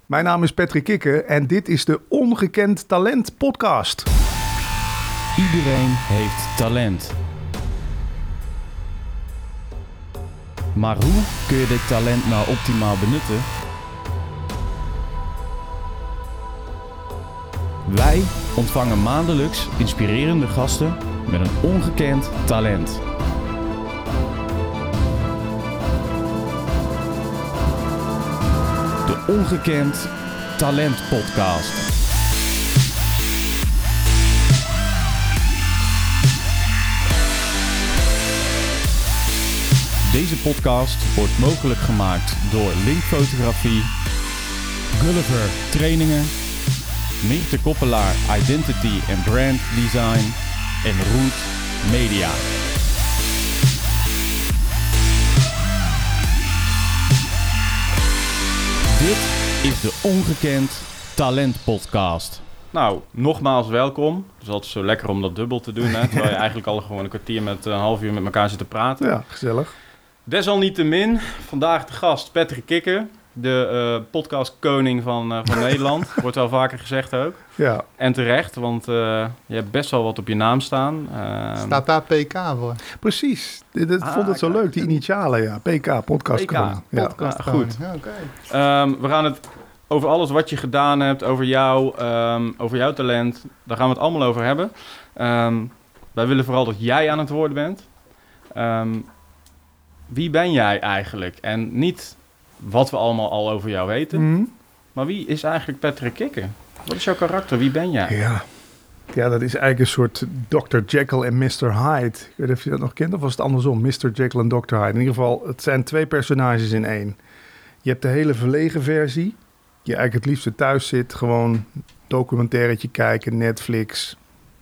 Mijn naam is Patrick Kikker en dit is de Ongekend Talent podcast. Iedereen heeft talent. Maar hoe kun je dit talent nou optimaal benutten? Wij ontvangen maandelijks inspirerende gasten met een ongekend talent. De Ongekend Talent podcast. Deze podcast wordt mogelijk gemaakt door Link Fotografie, Gulliver Trainingen, Meerte Koppelaar Identity and Brand Design en Root Media. Dit is de Ongekend Talent podcast. Nou, nogmaals welkom. Het is altijd zo lekker om dat dubbel te doen, hè? Terwijl je eigenlijk al gewoon een kwartier met een half uur met elkaar zit te praten. Ja, gezellig. Desalniettemin, vandaag de gast Patrick Kikker, de podcastkoning van Nederland. Wordt wel vaker gezegd ook. Ja. En terecht, want je hebt best wel wat op je naam staan. Staat daar PK voor? Precies. Ik vond het zo leuk, die initialen. Ja. PK, podcastkoning. PK, podcast. Ja, goed. Ja, okay. We gaan het over alles wat je gedaan hebt, over jouw talent. Daar gaan we het allemaal over hebben. Wij willen vooral dat jij aan het woord bent. Wie ben jij eigenlijk? En niet wat we allemaal al over jou weten. Maar wie is eigenlijk Patrick Kikker? Wat is jouw karakter? Wie ben jij? Ja, dat is eigenlijk een soort Dr. Jekyll en Mr. Hyde. Ik weet niet of je dat nog kent, of was het andersom? Mr. Jekyll en Dr. Hyde. In ieder geval, het zijn twee personages in één. Je hebt de hele verlegen versie. Je eigenlijk het liefste thuis zit. Gewoon documentairetje kijken, Netflix.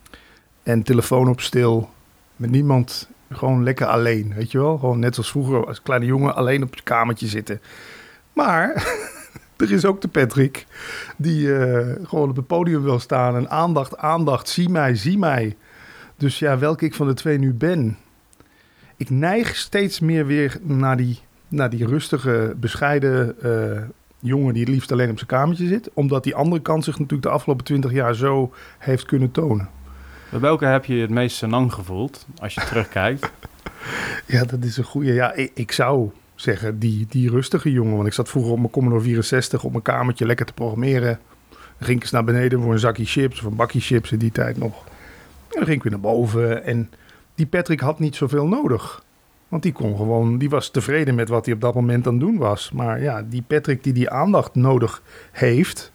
En telefoon op stil. Met niemand. Gewoon lekker alleen, weet je wel? Gewoon net als vroeger als kleine jongen alleen op het kamertje zitten. Maar er is ook de Patrick die gewoon op het podium wil staan. En aandacht, zie mij. Dus ja, welke ik van de twee nu ben. Ik neig steeds meer weer naar die rustige, bescheiden jongen die het liefst alleen op zijn kamertje zit. Omdat die andere kant zich natuurlijk de afgelopen 20 jaar zo heeft kunnen tonen. Bij welke heb je het meest senang gevoeld als je terugkijkt? Ja, dat is een goeie. Ja, ik zou zeggen die rustige jongen. Want ik zat vroeger op mijn Commodore 64 op mijn kamertje lekker te programmeren. Dan ging ik eens naar beneden voor een zakje chips of een bakje chips in die tijd nog. En dan ging ik weer naar boven. En die Patrick had niet zoveel nodig. Want die was tevreden met wat hij op dat moment aan het doen was. Maar ja, die Patrick die aandacht nodig heeft,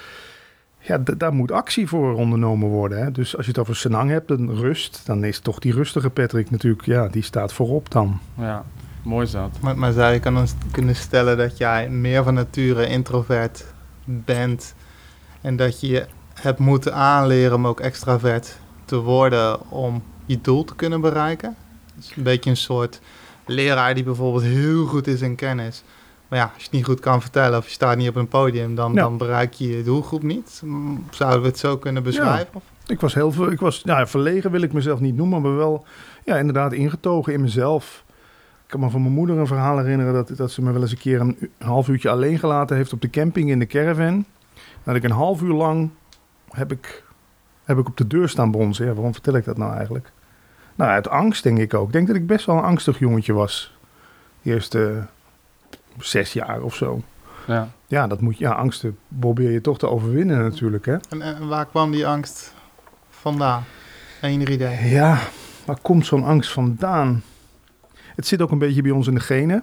ja, daar moet actie voor ondernomen worden. Hè? Dus als je het over senang hebt, een rust, dan is toch die rustige Patrick natuurlijk, ja, die staat voorop dan. Ja, mooi is dat. Maar zou je kunnen stellen dat jij meer van nature introvert bent en dat je hebt moeten aanleren om ook extravert te worden om je doel te kunnen bereiken? Dus een beetje een soort leraar die bijvoorbeeld heel goed is in kennis. Maar ja, als je het niet goed kan vertellen of je staat niet op een podium, dan bereik je je doelgroep niet. Zouden we het zo kunnen beschrijven? Ja. Ik was verlegen wil ik mezelf niet noemen, maar wel inderdaad ingetogen in mezelf. Ik kan me van mijn moeder een verhaal herinneren dat ze me wel eens een keer een half uurtje alleen gelaten heeft op de camping in de caravan. Dat ik een half uur lang heb ik op de deur staan bonzen. Ja, waarom vertel ik dat nou eigenlijk? Nou, uit angst denk ik ook. Ik denk dat ik best wel een angstig jongetje was. De eerste 6 jaar of zo. Ja, angsten probeer je toch te overwinnen natuurlijk, hè. En waar kwam die angst vandaan? Enig idee? Ja, waar komt zo'n angst vandaan? Het zit ook een beetje bij ons in de genen.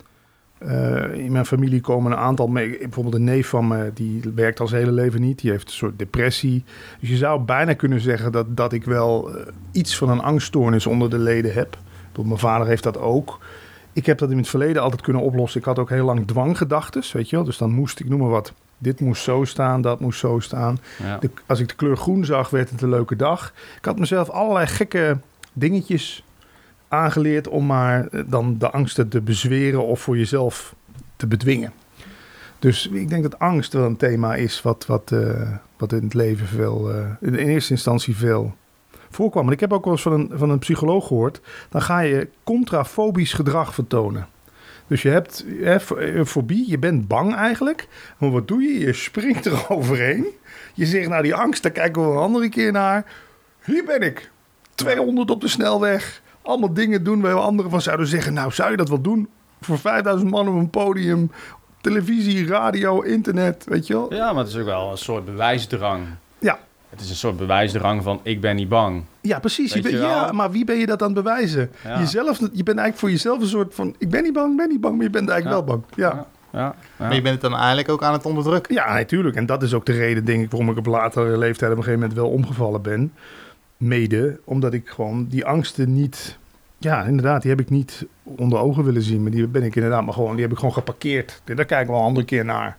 In mijn familie komen een aantal mee. Bijvoorbeeld een neef van me, die werkt al zijn hele leven niet. Die heeft een soort depressie. Dus je zou bijna kunnen zeggen dat ik wel iets van een angststoornis onder de leden heb. Mijn vader heeft dat ook. Ik heb dat in het verleden altijd kunnen oplossen. Ik had ook heel lang dwanggedachtes, weet je wel. Dus dan moest ik, noem maar wat, dit moest zo staan, dat moest zo staan. Ja. Als ik de kleur groen zag, werd het een leuke dag. Ik had mezelf allerlei gekke dingetjes aangeleerd om maar dan de angsten te bezweren of voor jezelf te bedwingen. Dus ik denk dat angst wel een thema is wat in het leven veel, in eerste instantie veel voorkwam. En ik heb ook wel eens van een psycholoog gehoord, dan ga je contrafobisch gedrag vertonen. Dus je hebt fobie, je bent bang eigenlijk. Maar wat doe je? Je springt er overheen. Je zegt, nou die angst, daar kijken we een andere keer naar. Hier ben ik. 200 op de snelweg. Allemaal dingen doen waar anderen van zouden zeggen... nou, zou je dat wel doen? Voor 5000 man op een podium... televisie, radio, internet, weet je wel? Ja, maar het is ook wel een soort bewijsdrang. Ja. Het is een soort bewijsdrang van ik ben niet bang. Ja, precies. Weet je wel? Ja, maar wie ben je dat aan het bewijzen? Ja. Jezelf, je bent eigenlijk voor jezelf een soort van... ik ben niet bang, maar je bent eigenlijk wel bang. Ja. Ja. Maar je bent het dan eigenlijk ook aan het onderdrukken. Ja, natuurlijk. En dat is ook de reden, denk ik, waarom ik op latere leeftijd op een gegeven moment wel omgevallen ben. Mede, omdat ik gewoon die angsten niet... Ja, inderdaad, die heb ik niet onder ogen willen zien. Maar die ben ik inderdaad maar gewoon, die heb ik gewoon geparkeerd. Daar kijken we wel een andere keer naar.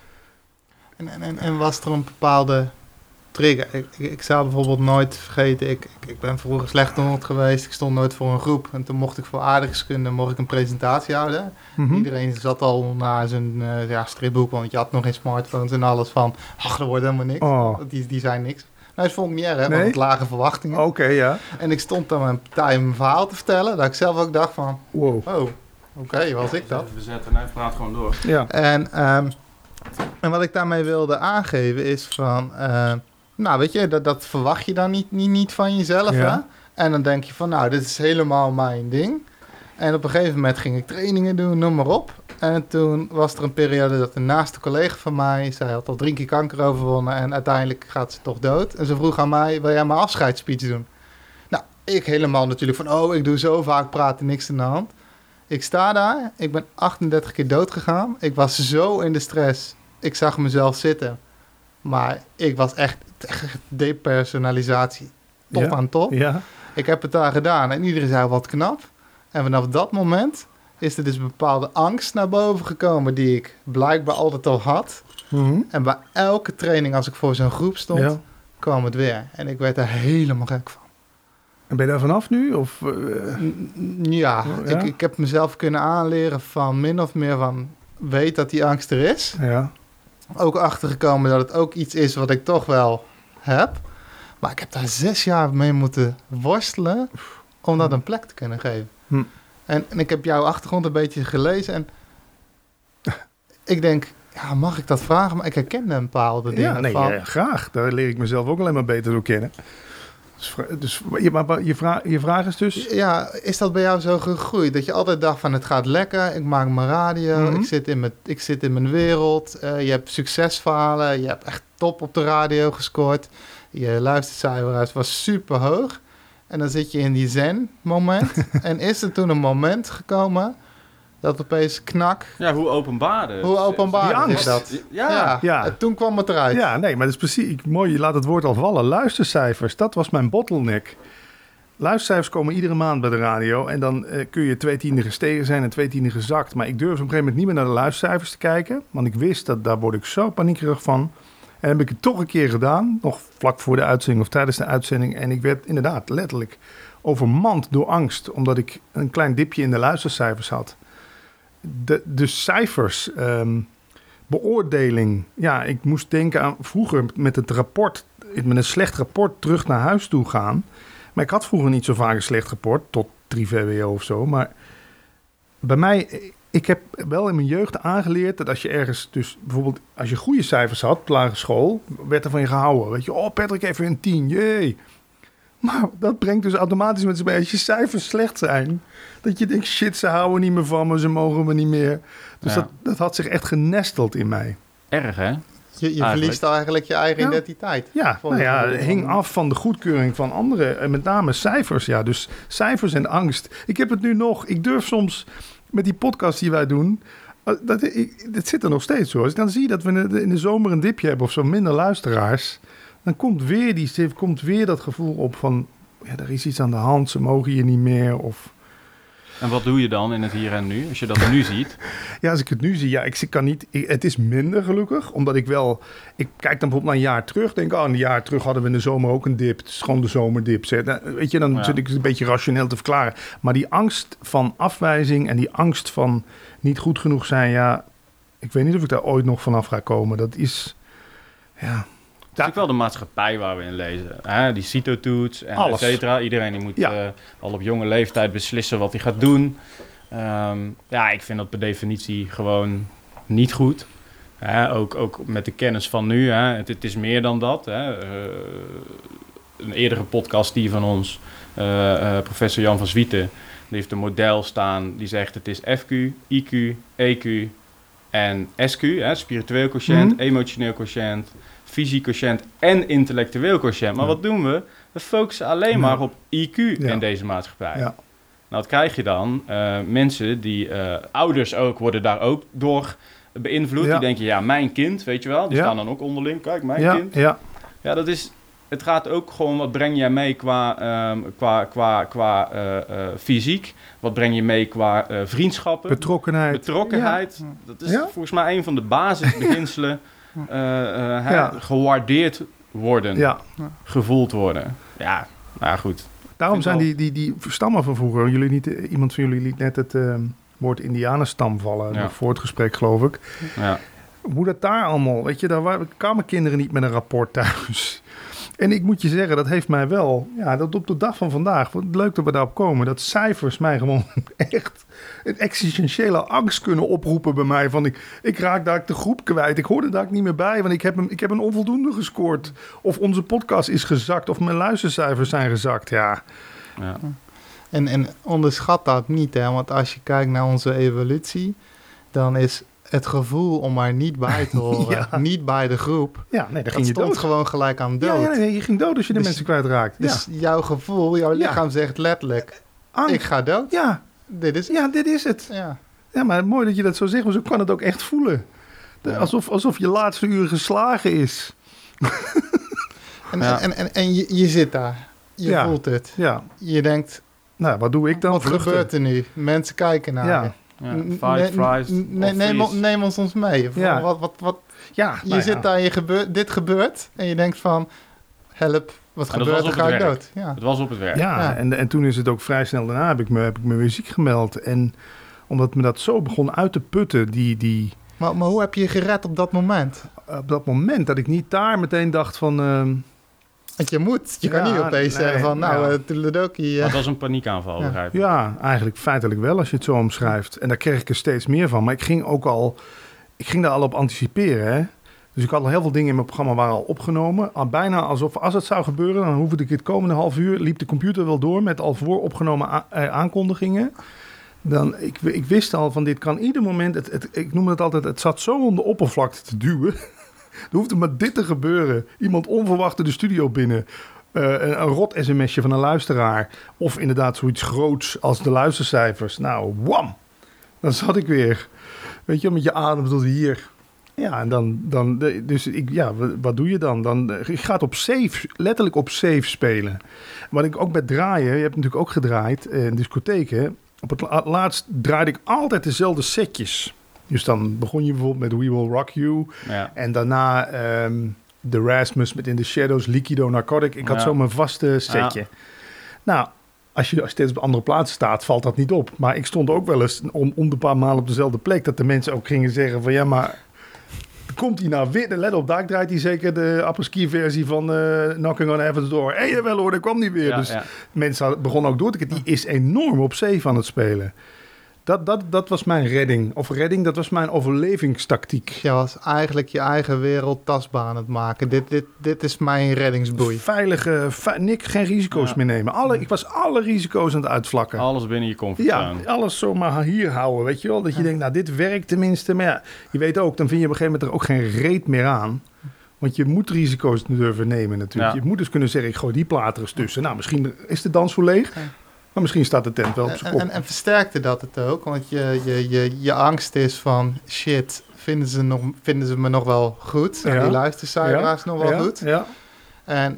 En was er een bepaalde trigger? Ik zou bijvoorbeeld nooit vergeten, ik ben vroeger slechthond geweest. Ik stond nooit voor een groep. En toen mocht ik voor aardrijkskunde een presentatie houden. Mhm. Iedereen zat al naar zijn stripboek, want je had nog geen smartphones en alles van... ach, er wordt helemaal niks. Oh. Die zijn niks. Nou, dat vond ik niet erg, Nee? want het lage verwachtingen. Oké, ja. En ik stond dan mijn partij mijn verhaal te vertellen, dat ik zelf ook dacht van... Wow. oh, oké, was ik dat? We zetten en praat gewoon door. Ja. En wat ik daarmee wilde aangeven is van... nou, weet je, dat verwacht je dan niet van jezelf, Ja. hè? En dan denk je van, nou, dit is helemaal mijn ding. En op een gegeven moment ging ik trainingen doen, noem maar op. En toen was er een periode dat een naaste collega van mij... zij had al 3 keer kanker overwonnen en uiteindelijk gaat ze toch dood. En ze vroeg aan mij, wil jij mijn afscheidsspeech doen? Nou, ik helemaal natuurlijk van, oh, ik doe zo vaak praten, niks aan de hand. Ik sta daar, ik ben 38 keer dood gegaan. Ik was zo in de stress, ik zag mezelf zitten. Maar ik was echt depersonalisatie, top Ja. aan top. Ja. Ik heb het daar gedaan en iedereen zei wat knap. En vanaf dat moment is er dus een bepaalde angst naar boven gekomen... die ik blijkbaar altijd al had. Mhm. En bij elke training als ik voor zo'n groep stond, Ja. kwam het weer. En ik werd daar helemaal gek van. En ben je daar vanaf nu? Of, Ja, Ja? Ik heb mezelf kunnen aanleren van min of meer van... weet dat die angst er is. ja. Ook achtergekomen dat het ook iets is wat ik toch wel heb. Maar ik heb daar 6 jaar mee moeten worstelen... om dat een plek te kunnen geven. Hm. En ik heb jouw achtergrond een beetje gelezen en ik denk, ja, mag ik dat vragen? Maar ik herkende een bepaalde dingen Ja, nee, van. graag. Daar leer ik mezelf ook alleen maar beter door kennen. Dus je vraag is dus... Ja, is dat bij jou zo gegroeid? Dat je altijd dacht van, het gaat lekker, ik maak mijn radio, Mhm. ik zit in mijn wereld. Je hebt succesverhalen, je hebt echt top op de radio gescoord. Je luistercijfer was super hoog. En dan zit je in die zen-moment. En is er toen een moment gekomen dat opeens knak... Ja, hoe openbaarde? Hoe openbaar Die angst. is dat? Ja. Ja. En toen kwam het eruit. Ja, nee, maar dat is precies... Mooi, je laat het woord al vallen. Luistercijfers, dat was mijn bottleneck. Luistercijfers komen iedere maand bij de radio... en dan kun je 2 tienden gestegen zijn en 2 tienden gezakt. Maar ik durfde op een gegeven moment niet meer naar de luistercijfers te kijken... want ik wist dat daar word ik zo paniekerig van... En heb ik het toch een keer gedaan, nog vlak voor de uitzending of tijdens de uitzending. En ik werd inderdaad letterlijk overmand door angst, omdat ik een klein dipje in de luistercijfers had. De cijfers, beoordeling. Ja, ik moest denken aan vroeger met het rapport, met een slecht rapport terug naar huis toe gaan. Maar ik had vroeger niet zo vaak een slecht rapport, tot 3 VWO of zo. Maar bij mij... Ik heb wel in mijn jeugd aangeleerd dat als je ergens, dus bijvoorbeeld als je goede cijfers had op lagere school, werd er van je gehouden. Weet je, oh Patrick, even een 10, jee. Maar dat brengt dus automatisch met zich mee, als je cijfers slecht zijn, dat je denkt, shit, ze houden niet meer van me, ze mogen me niet meer. Dus Ja. dat had zich echt genesteld in mij. Erg, hè? Je verliest al eigenlijk je eigen Ja. identiteit. Ja, nou ja, het hing af van de goedkeuring van anderen. En met name cijfers, ja. Dus cijfers en angst. Ik heb het nu nog. Ik durf soms met die podcast die wij doen... Dat zit er nog steeds zo. Als ik dan zie dat we in de zomer een dipje hebben... of zo minder luisteraars... dan komt weer dat gevoel op van... ja, er is iets aan de hand, ze mogen hier niet meer. Of En wat doe je dan in het hier en nu, als je dat nu ziet? ja, als ik het nu zie, ja, ik kan niet... het is minder gelukkig, omdat ik wel... Ik kijk dan bijvoorbeeld naar een jaar terug, denk een jaar terug hadden we in de zomer ook een dip. Het is gewoon de zomerdip. Weet je, dan Ja. zit ik het een beetje rationeel te verklaren. Maar die angst van afwijzing en die angst van niet goed genoeg zijn, ja... Ik weet niet of ik daar ooit nog vanaf ga komen. Dat is... Ja... Het is ook wel de maatschappij waar we in lezen. Hè? Die CITO-toets en et Alles. cetera. Iedereen die moet Ja. al op jonge leeftijd beslissen wat hij gaat doen. Ik vind dat per definitie gewoon niet goed. Ook met de kennis van nu. Het is meer dan dat. Een eerdere podcast die van ons, professor Jan van Zwieten, die heeft een model staan die zegt het is FQ, IQ, EQ en SQ. Spiritueel quotient, emotioneel quotient, fysiek quotient en intellectueel quotient. Maar wat doen we? We focussen alleen maar op IQ in deze maatschappij. Ja. Nou, wat krijg je dan? Mensen die, ouders ook, worden daar ook door beïnvloed. Die denken, mijn kind, weet je wel. Die staan dan ook onderling. Kijk, mijn kind. Ja, dat is... Het gaat ook gewoon, wat breng jij mee qua fysiek? Wat breng je mee qua vriendschappen? Betrokkenheid. Ja. Dat is volgens mij een van de basisbeginselen. Gewaardeerd worden. Gevoeld worden. Ja, nou goed. Daarom zijn die stammen van vroeger... iemand van jullie liet net het woord Indianenstam vallen. Voor het gesprek, geloof ik. Ja. Hoe dat daar allemaal... Weet je, daar kwamen kinderen niet met een rapport thuis... En ik moet je zeggen, dat heeft mij wel... dat op de dag van vandaag... Leuk dat we daarop komen... dat cijfers mij gewoon echt... een existentiële angst kunnen oproepen bij mij. Van ik raak daar de groep kwijt. Ik hoor er daar niet meer bij... want ik heb een onvoldoende gescoord. Of onze podcast is gezakt... of mijn luistercijfers zijn gezakt. Ja. En onderschat dat niet, hè? Want als je kijkt naar onze evolutie... dan is... het gevoel om er niet bij te horen, niet bij de groep, dan ging je stond dood. Gewoon gelijk aan dood. Je ging dood als je de mensen kwijtraakt. Dus jouw gevoel, jouw lichaam zegt letterlijk, ik ga dood. Ja, dit is het. Ja, maar mooi dat je dat zo zegt, maar zo kan het ook echt voelen. Alsof je laatste uur geslagen is. En je zit daar, je voelt het. Ja. Je denkt, nou, wat doe ik dan? Wat gebeurt er nu? Mensen kijken naar je. Fight, fries, neem ons mee. Wat? Ja, je zit daar en dit gebeurt. En je denkt van, help, wat gebeurt er? Ga ik dood. Ja. Het was op het werk. Ja. En toen is het ook vrij snel daarna heb ik me weer ziek gemeld. En omdat me dat zo begon uit te putten, Maar hoe heb je je gered op dat moment? Op dat moment dat ik niet daar meteen dacht van... Want je kan niet opeens zeggen van, toeledokie. Dat was een paniekaanval, begrijp ik. Ja, eigenlijk feitelijk wel als je het zo omschrijft. En daar kreeg ik er steeds meer van. Maar ik ging daar al op anticiperen. Hè? Dus ik had al heel veel dingen in mijn programma waren al opgenomen. Bijna alsof als het zou gebeuren, dan hoefde ik het komende half uur, liep de computer wel door met al vooropgenomen aankondigingen. Ik wist al van dit kan ieder moment, ik noem het altijd, het zat zo om de oppervlakte te duwen. Er hoefde maar dit te gebeuren. Iemand onverwacht de studio binnen. Een rot sms'je van een luisteraar. Of inderdaad zoiets groots als de luistercijfers. Nou, wam! Dan zat ik weer. Weet je, met je adem tot hier. Ja, en wat doe je dan? Je gaat op save, letterlijk op save spelen. Wat ik ook bij draaien, je hebt natuurlijk ook gedraaid in discotheken. Op het laatst draaide ik altijd dezelfde setjes. Dus dan begon je bijvoorbeeld met We Will Rock You. Ja. En daarna The Rasmus met In the Shadows, Liquido Narcotic. Ik had zo mijn vaste setje. Ja. Nou, als je steeds op andere plaatsen staat, valt dat niet op. Maar ik stond ook wel eens om de paar maanden op dezelfde plek. Dat de mensen ook gingen zeggen van ja, maar komt hij nou weer? Let op, daar draait hij zeker de apres-ski versie van Knocking on Heaven's Door. Hé, jawel hoor, daar kwam hij weer. Ja, dus mensen begonnen ook door te kijken. Die is enorm op save aan het spelen. Dat was mijn redding. Dat was mijn overlevingstactiek. Je was eigenlijk je eigen wereld tastbaar aan het maken. Dit is mijn reddingsboei. Geen risico's meer nemen. Ik was alle risico's aan het uitvlakken. Alles binnen je comfortzone. Ja, alles zomaar hier houden, weet je wel. Dat je denkt, nou, dit werkt tenminste. Maar ja, je weet ook, dan vind je op een gegeven moment er ook geen reet meer aan. Want je moet risico's durven nemen natuurlijk. Ja. Je moet dus kunnen zeggen, ik gooi die plaat er eens tussen. Nou, misschien is de dansvloer leeg. Ja. Maar misschien staat de tent wel op zijn kop. En versterkte dat het ook? Want je angst is van... shit, vinden ze me nog wel goed? Ja. Die luistercijfers nog wel goed? Ja. En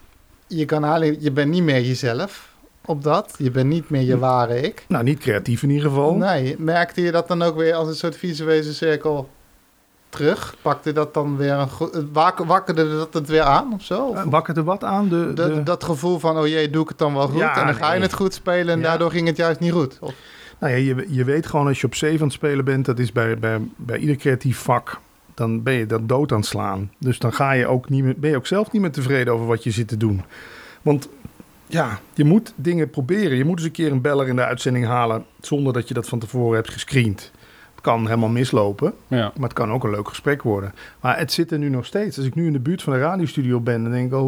je bent niet meer jezelf op dat. Je bent niet meer je ware ik. Nou, niet creatief in ieder geval. Nee, merkte je dat dan ook weer als een soort visuele cirkel terug? Pakte dat dan weer wakkerde dat het weer aan of zo? Wakkerde wat aan? Dat gevoel van, oh jee, doe ik het dan wel goed? Ja, en dan ga je het goed spelen en daardoor ging het juist niet goed. Of? Nou ja, je weet gewoon als je op 7 aan het spelen bent, dat is bij ieder creatief vak, dan ben je dat dood aan het slaan. Dus dan ben je ook zelf niet meer tevreden over wat je zit te doen. Want Ja, je moet dingen proberen. Je moet eens een keer een beller in de uitzending halen zonder dat je dat van tevoren hebt gescreend. Het kan helemaal mislopen, Ja. maar het kan ook een leuk gesprek worden. Maar het zit er nu nog steeds. Als ik nu in de buurt van de radiostudio ben, dan denk ik al...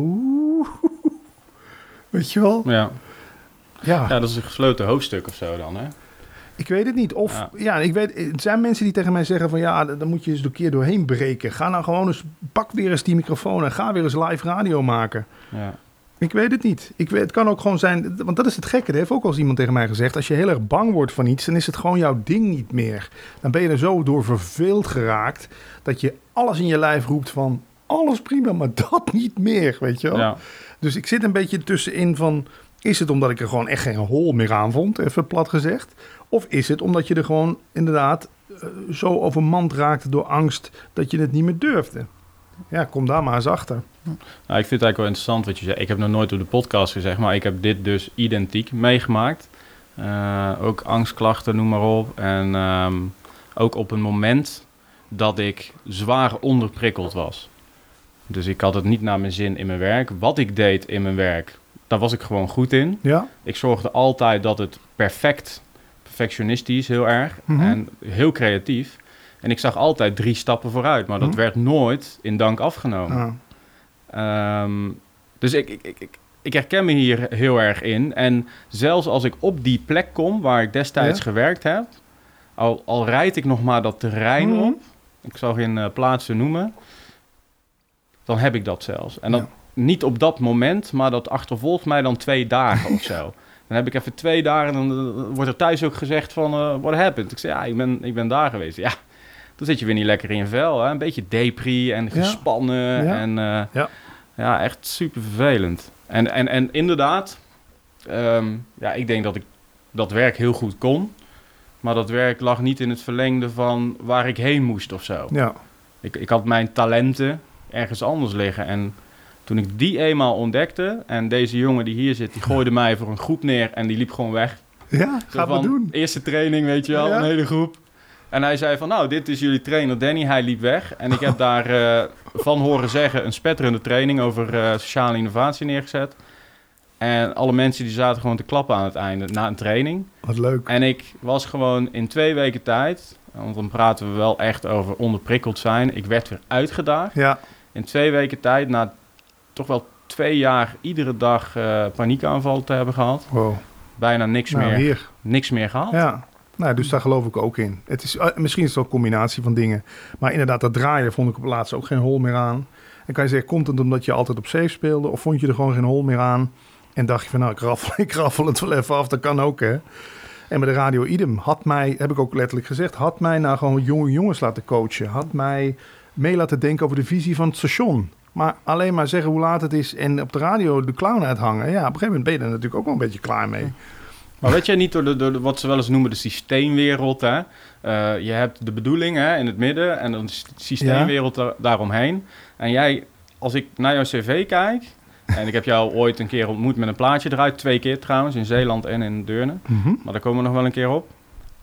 Weet je wel? Ja. Ja. Ja, dat is een gesloten hoofdstuk of zo dan, hè? Ik weet het niet. Of, ik weet, er zijn mensen die tegen mij zeggen van... ja, dan moet je eens een keer doorheen breken. Ga nou gewoon eens, pak weer eens die microfoon... en ga weer eens live radio maken. Ja. Ik weet het niet. Het kan ook gewoon zijn... want dat is het gekke. Er heeft ook al eens iemand tegen mij gezegd... als je heel erg bang wordt van iets... dan is het gewoon jouw ding niet meer. Dan ben je er zo door verveeld geraakt... dat je alles in je lijf roept van... alles prima, maar dat niet meer, weet je wel? Ja. Dus ik zit een beetje tussenin van... is het omdat ik er gewoon echt geen hol meer aan vond, even plat gezegd? Of is het omdat je er gewoon inderdaad zo overmand raakte door angst... dat je het niet meer durfde? Ja, kom daar maar eens achter. Nou, ik vind het eigenlijk wel interessant wat je zei. Ik heb nog nooit op de podcast gezegd, maar ik heb dit dus identiek meegemaakt. Ook angstklachten, noem maar op. En ook op een moment dat ik zwaar onderprikkeld was. Dus ik had het niet naar mijn zin in mijn werk. Wat ik deed in mijn werk, daar was ik gewoon goed in. Ja? Ik zorgde altijd dat het perfectionistisch heel erg en heel creatief. En ik zag altijd 3 stappen vooruit, maar dat werd nooit in dank afgenomen. Dus ik herken me hier heel erg in. En zelfs als ik op die plek kom waar ik destijds gewerkt heb, al rijd ik nog maar dat terrein op, ik zal geen plaatsen noemen, dan heb ik dat zelfs. En dat niet op dat moment, maar dat achtervolgt mij dan 2 dagen of zo. Dan heb ik even 2 dagen en dan wordt er thuis ook gezegd van, what happened? Ik zeg, ja, ik ben daar geweest. Ja, dan zit je weer niet lekker in je vel. Hè? Een beetje depri en gespannen. Ja. En ja, echt super vervelend. En inderdaad, ik denk dat ik dat werk heel goed kon. Maar dat werk lag niet in het verlengde van waar ik heen moest of zo. Ja. Ik had mijn talenten ergens anders liggen. En toen ik die eenmaal ontdekte... en deze jongen die hier zit, die gooide mij voor een groep neer... en die liep gewoon weg. Ja, ga maar doen. Eerste training, weet je wel, een hele groep. En hij zei van, nou, dit is jullie trainer Danny. Hij liep weg. En ik heb daar van horen zeggen... een spetterende training over sociale innovatie neergezet. En alle mensen die zaten gewoon te klappen aan het einde... na een training. Wat leuk. En ik was gewoon in 2 weken tijd... want dan praten we wel echt over onderprikkeld zijn. Ik werd weer uitgedaagd. Ja. In 2 weken tijd, na toch wel 2 jaar... iedere dag paniekaanval te hebben gehad. Wow. Bijna niks meer gehad. Ja. Nou, dus daar geloof ik ook in. Het is, misschien is het wel een combinatie van dingen. Maar inderdaad, dat draaien vond ik op het laatst ook geen hol meer aan. En kan je zeggen, komt het omdat je altijd op safe speelde? Of vond je er gewoon geen hol meer aan? En dacht je van, nou, ik raffel het wel even af. Dat kan ook, hè? En bij de radio idem. Had mij, heb ik ook letterlijk gezegd... had mij nou gewoon jonge jongens laten coachen. Had mij mee laten denken over de visie van het station. Maar alleen maar zeggen hoe laat het is... en op de radio de clown uithangen. Ja, op een gegeven moment ben je er natuurlijk ook wel een beetje klaar mee. Maar weet jij niet door wat ze wel eens noemen de systeemwereld, hè? Je hebt de bedoeling hè, in het midden en dan de systeemwereld daaromheen. En jij, als ik naar jouw cv kijk... en ik heb jou ooit een keer ontmoet met een plaatje eruit... 2 keer trouwens, in Zeeland en in Deurne. Maar daar komen we nog wel een keer op.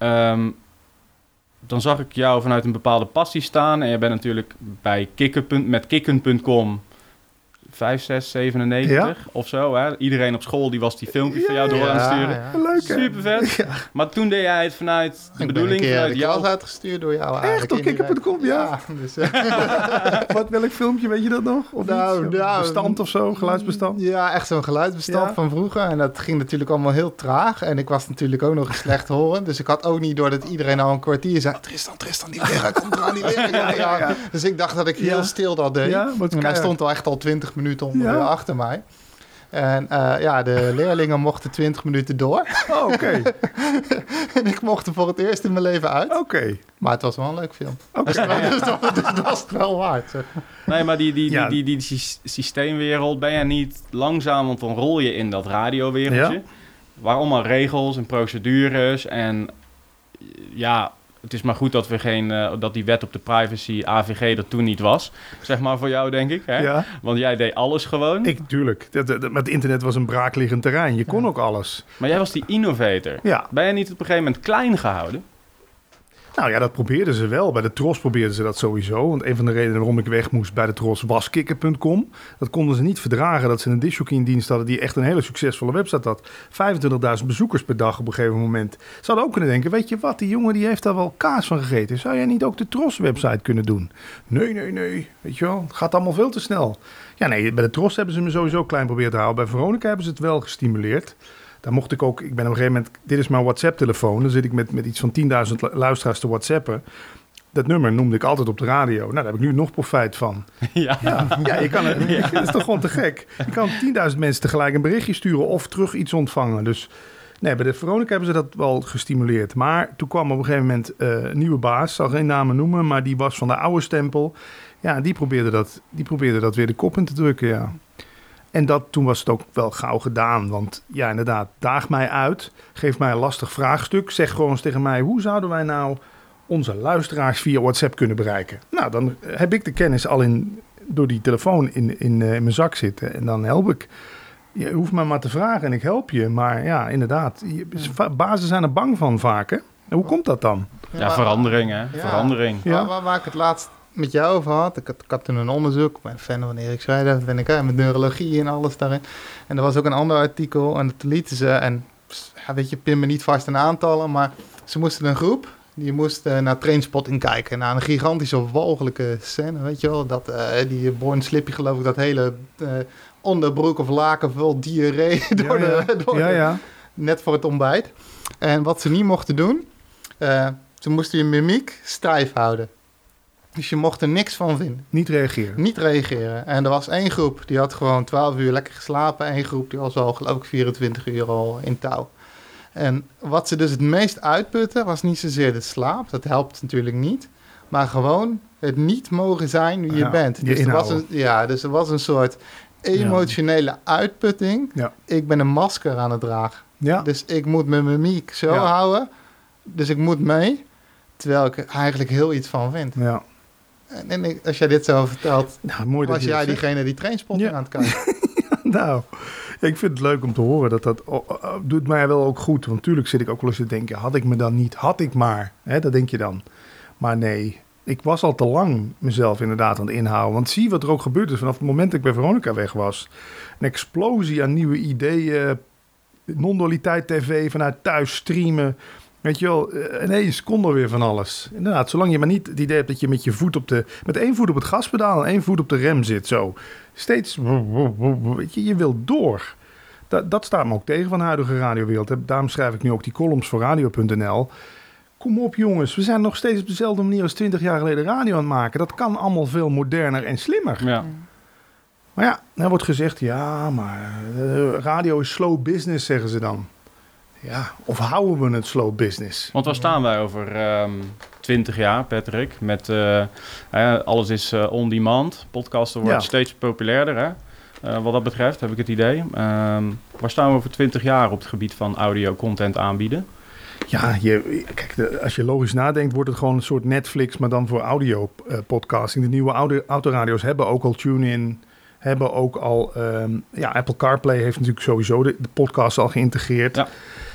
Dan zag ik jou vanuit een bepaalde passie staan... en je bent natuurlijk bij Kikken.com... 5, 6, 97 of zo. Hè? Iedereen op school die was die filmpjes van jou door aan het sturen. Ja. Leuk, hè? Super vet. Ja. Maar toen deed jij het vanuit de bedoeling... Ik was uitgestuurd door jou eigenlijk. Echt? Op Kikker.com, ja? Dus, welk filmpje, weet je dat nog? Of bestand of zo, geluidsbestand? Ja, echt zo'n geluidsbestand van vroeger. En dat ging natuurlijk allemaal heel traag. En ik was natuurlijk ook nog eens slecht horen. Dus ik had ook niet door dat iedereen al een kwartier zei... Tristan, die leraar komt eraan, die leraar. Ja. Dus ik dacht dat ik heel stil dat deed. Ja, en hij stond al echt al 20 minuten ongeveer achter mij. En de leerlingen mochten 20 minuten door. Oh, oké. En ik mocht er voor het eerst in mijn leven uit. Oké. Maar het was wel een leuk film. Okay. Dus dat was het wel waard. Zeg. Nee, maar die systeemwereld ben je niet langzaam... want dan rol je in dat radiowereldje. Ja. Waar allemaal regels en procedures en... ja, het is maar goed dat we dat die wet op de privacy, AVG, er toen niet was. Zeg maar voor jou, denk ik. Hè? Ja. Want jij deed alles gewoon. Tuurlijk. Het internet was een braakliggend terrein. Je kon ook alles. Maar jij was die innovator. Ja. Ben je niet op een gegeven moment klein gehouden? Nou ja, dat probeerden ze wel. Bij de Tros probeerden ze dat sowieso. Want een van de redenen waarom ik weg moest bij de Tros was Kikker.com. Dat konden ze niet verdragen dat ze een discjockey in dienst hadden die echt een hele succesvolle website had. 25.000 bezoekers per dag op een gegeven moment. Ze hadden ook kunnen denken, weet je wat, die jongen die heeft daar wel kaas van gegeten. Zou jij niet ook de Tros website kunnen doen? Nee. Weet je wel, het gaat allemaal veel te snel. Ja, nee, bij de Tros hebben ze me sowieso klein proberen te houden. Bij Veronica hebben ze het wel gestimuleerd. Daar mocht ik ook, ik ben op een gegeven moment, dit is mijn WhatsApp-telefoon. Dan zit ik met iets van 10.000 luisteraars te WhatsAppen. Dat nummer noemde ik altijd op de radio. Nou, daar heb ik nu nog profijt van. Ja, je kan het. Ja. Dat is toch gewoon te gek. Je kan 10.000 mensen tegelijk een berichtje sturen of terug iets ontvangen. Dus nee, bij de Veronica hebben ze dat wel gestimuleerd. Maar toen kwam op een gegeven moment een nieuwe baas. Ik zal geen namen noemen, maar die was van de oude stempel. Ja, die probeerde dat weer de kop in te drukken, ja. En toen was het ook wel gauw gedaan. Want ja, inderdaad, daag mij uit. Geef mij een lastig vraagstuk. Zeg gewoon eens tegen mij, hoe zouden wij nou onze luisteraars via WhatsApp kunnen bereiken? Nou, dan heb ik de kennis al door die telefoon in mijn zak zitten. En dan help ik. Je hoeft me maar te vragen en ik help je. Maar ja, inderdaad. Bazen zijn er bang van vaak, hè? En hoe komt dat dan? Ja, verandering, hè? Ja. Verandering. Ja. Waar ik het laatst met jou over had. Ik had toen een onderzoek. Ik ben fan van Erik Schrijder. Ben ik met neurologie en alles daarin. En er was ook een ander artikel. En dat lieten ze. En ja, weet je, pin me niet vast in aantallen. Maar ze moesten een groep. Die moest naar Trainspotting kijken. Naar een gigantische, walgelijke scène. Weet je wel. Dat die Born Slippy, geloof ik, dat hele onderbroek of laken vol diarree. Net voor het ontbijt. En wat ze niet mochten doen. Ze moesten je mimiek stijf houden. Dus je mocht er niks van vinden. Niet reageren. En er was één groep die had gewoon 12 uur lekker geslapen. Eén groep die was al, geloof ik, 24 uur al in touw. En wat ze dus het meest uitputten was niet zozeer de slaap. Dat helpt natuurlijk niet. Maar gewoon het niet mogen zijn wie je bent. Dus er was een soort emotionele uitputting. Ja. Ik ben een masker aan het dragen. Ja. Dus ik moet mijn mimiek zo houden. Dus ik moet mee. Terwijl ik er eigenlijk heel iets van vind. Ja. En als jij dit zo vertelt, mooi was jij diegene die Trainspotting aan het kijken. Nou, ik vind het leuk om te horen. Dat doet mij wel ook goed. Want natuurlijk zit ik ook wel eens te denken, had ik maar. Hè, dat denk je dan. Maar nee, ik was al te lang mezelf inderdaad aan het inhouden. Want zie wat er ook gebeurd is vanaf het moment dat ik bij Veronica weg was. Een explosie aan nieuwe ideeën. Non-dualiteit TV, vanuit thuis streamen. Weet je wel, ineens kon er weer van alles. Inderdaad, zolang je maar niet het idee hebt dat je met één voet op het gaspedaal en één voet op de rem zit, zo. Steeds, weet je wil door. Dat staat me ook tegen van de huidige radiowereld. Daarom schrijf ik nu ook die columns voor radio.nl. Kom op jongens, we zijn nog steeds op dezelfde manier als 20 jaar geleden radio aan het maken. Dat kan allemaal veel moderner en slimmer. Ja. Maar ja, er wordt gezegd, maar radio is slow business, zeggen ze dan. Ja, of houden we het slow business? Want waar staan wij over 20 jaar, Patrick? Met alles is on demand. Podcasten wordt steeds populairder, hè? Wat dat betreft, heb ik het idee. Waar staan we over 20 jaar op het gebied van audio content aanbieden? Ja, kijk, als je logisch nadenkt, wordt het gewoon een soort Netflix, maar dan voor audio podcasting. De nieuwe autoradio's hebben ook al TuneIn, hebben ook al Apple CarPlay heeft natuurlijk sowieso de podcast al geïntegreerd. Ja.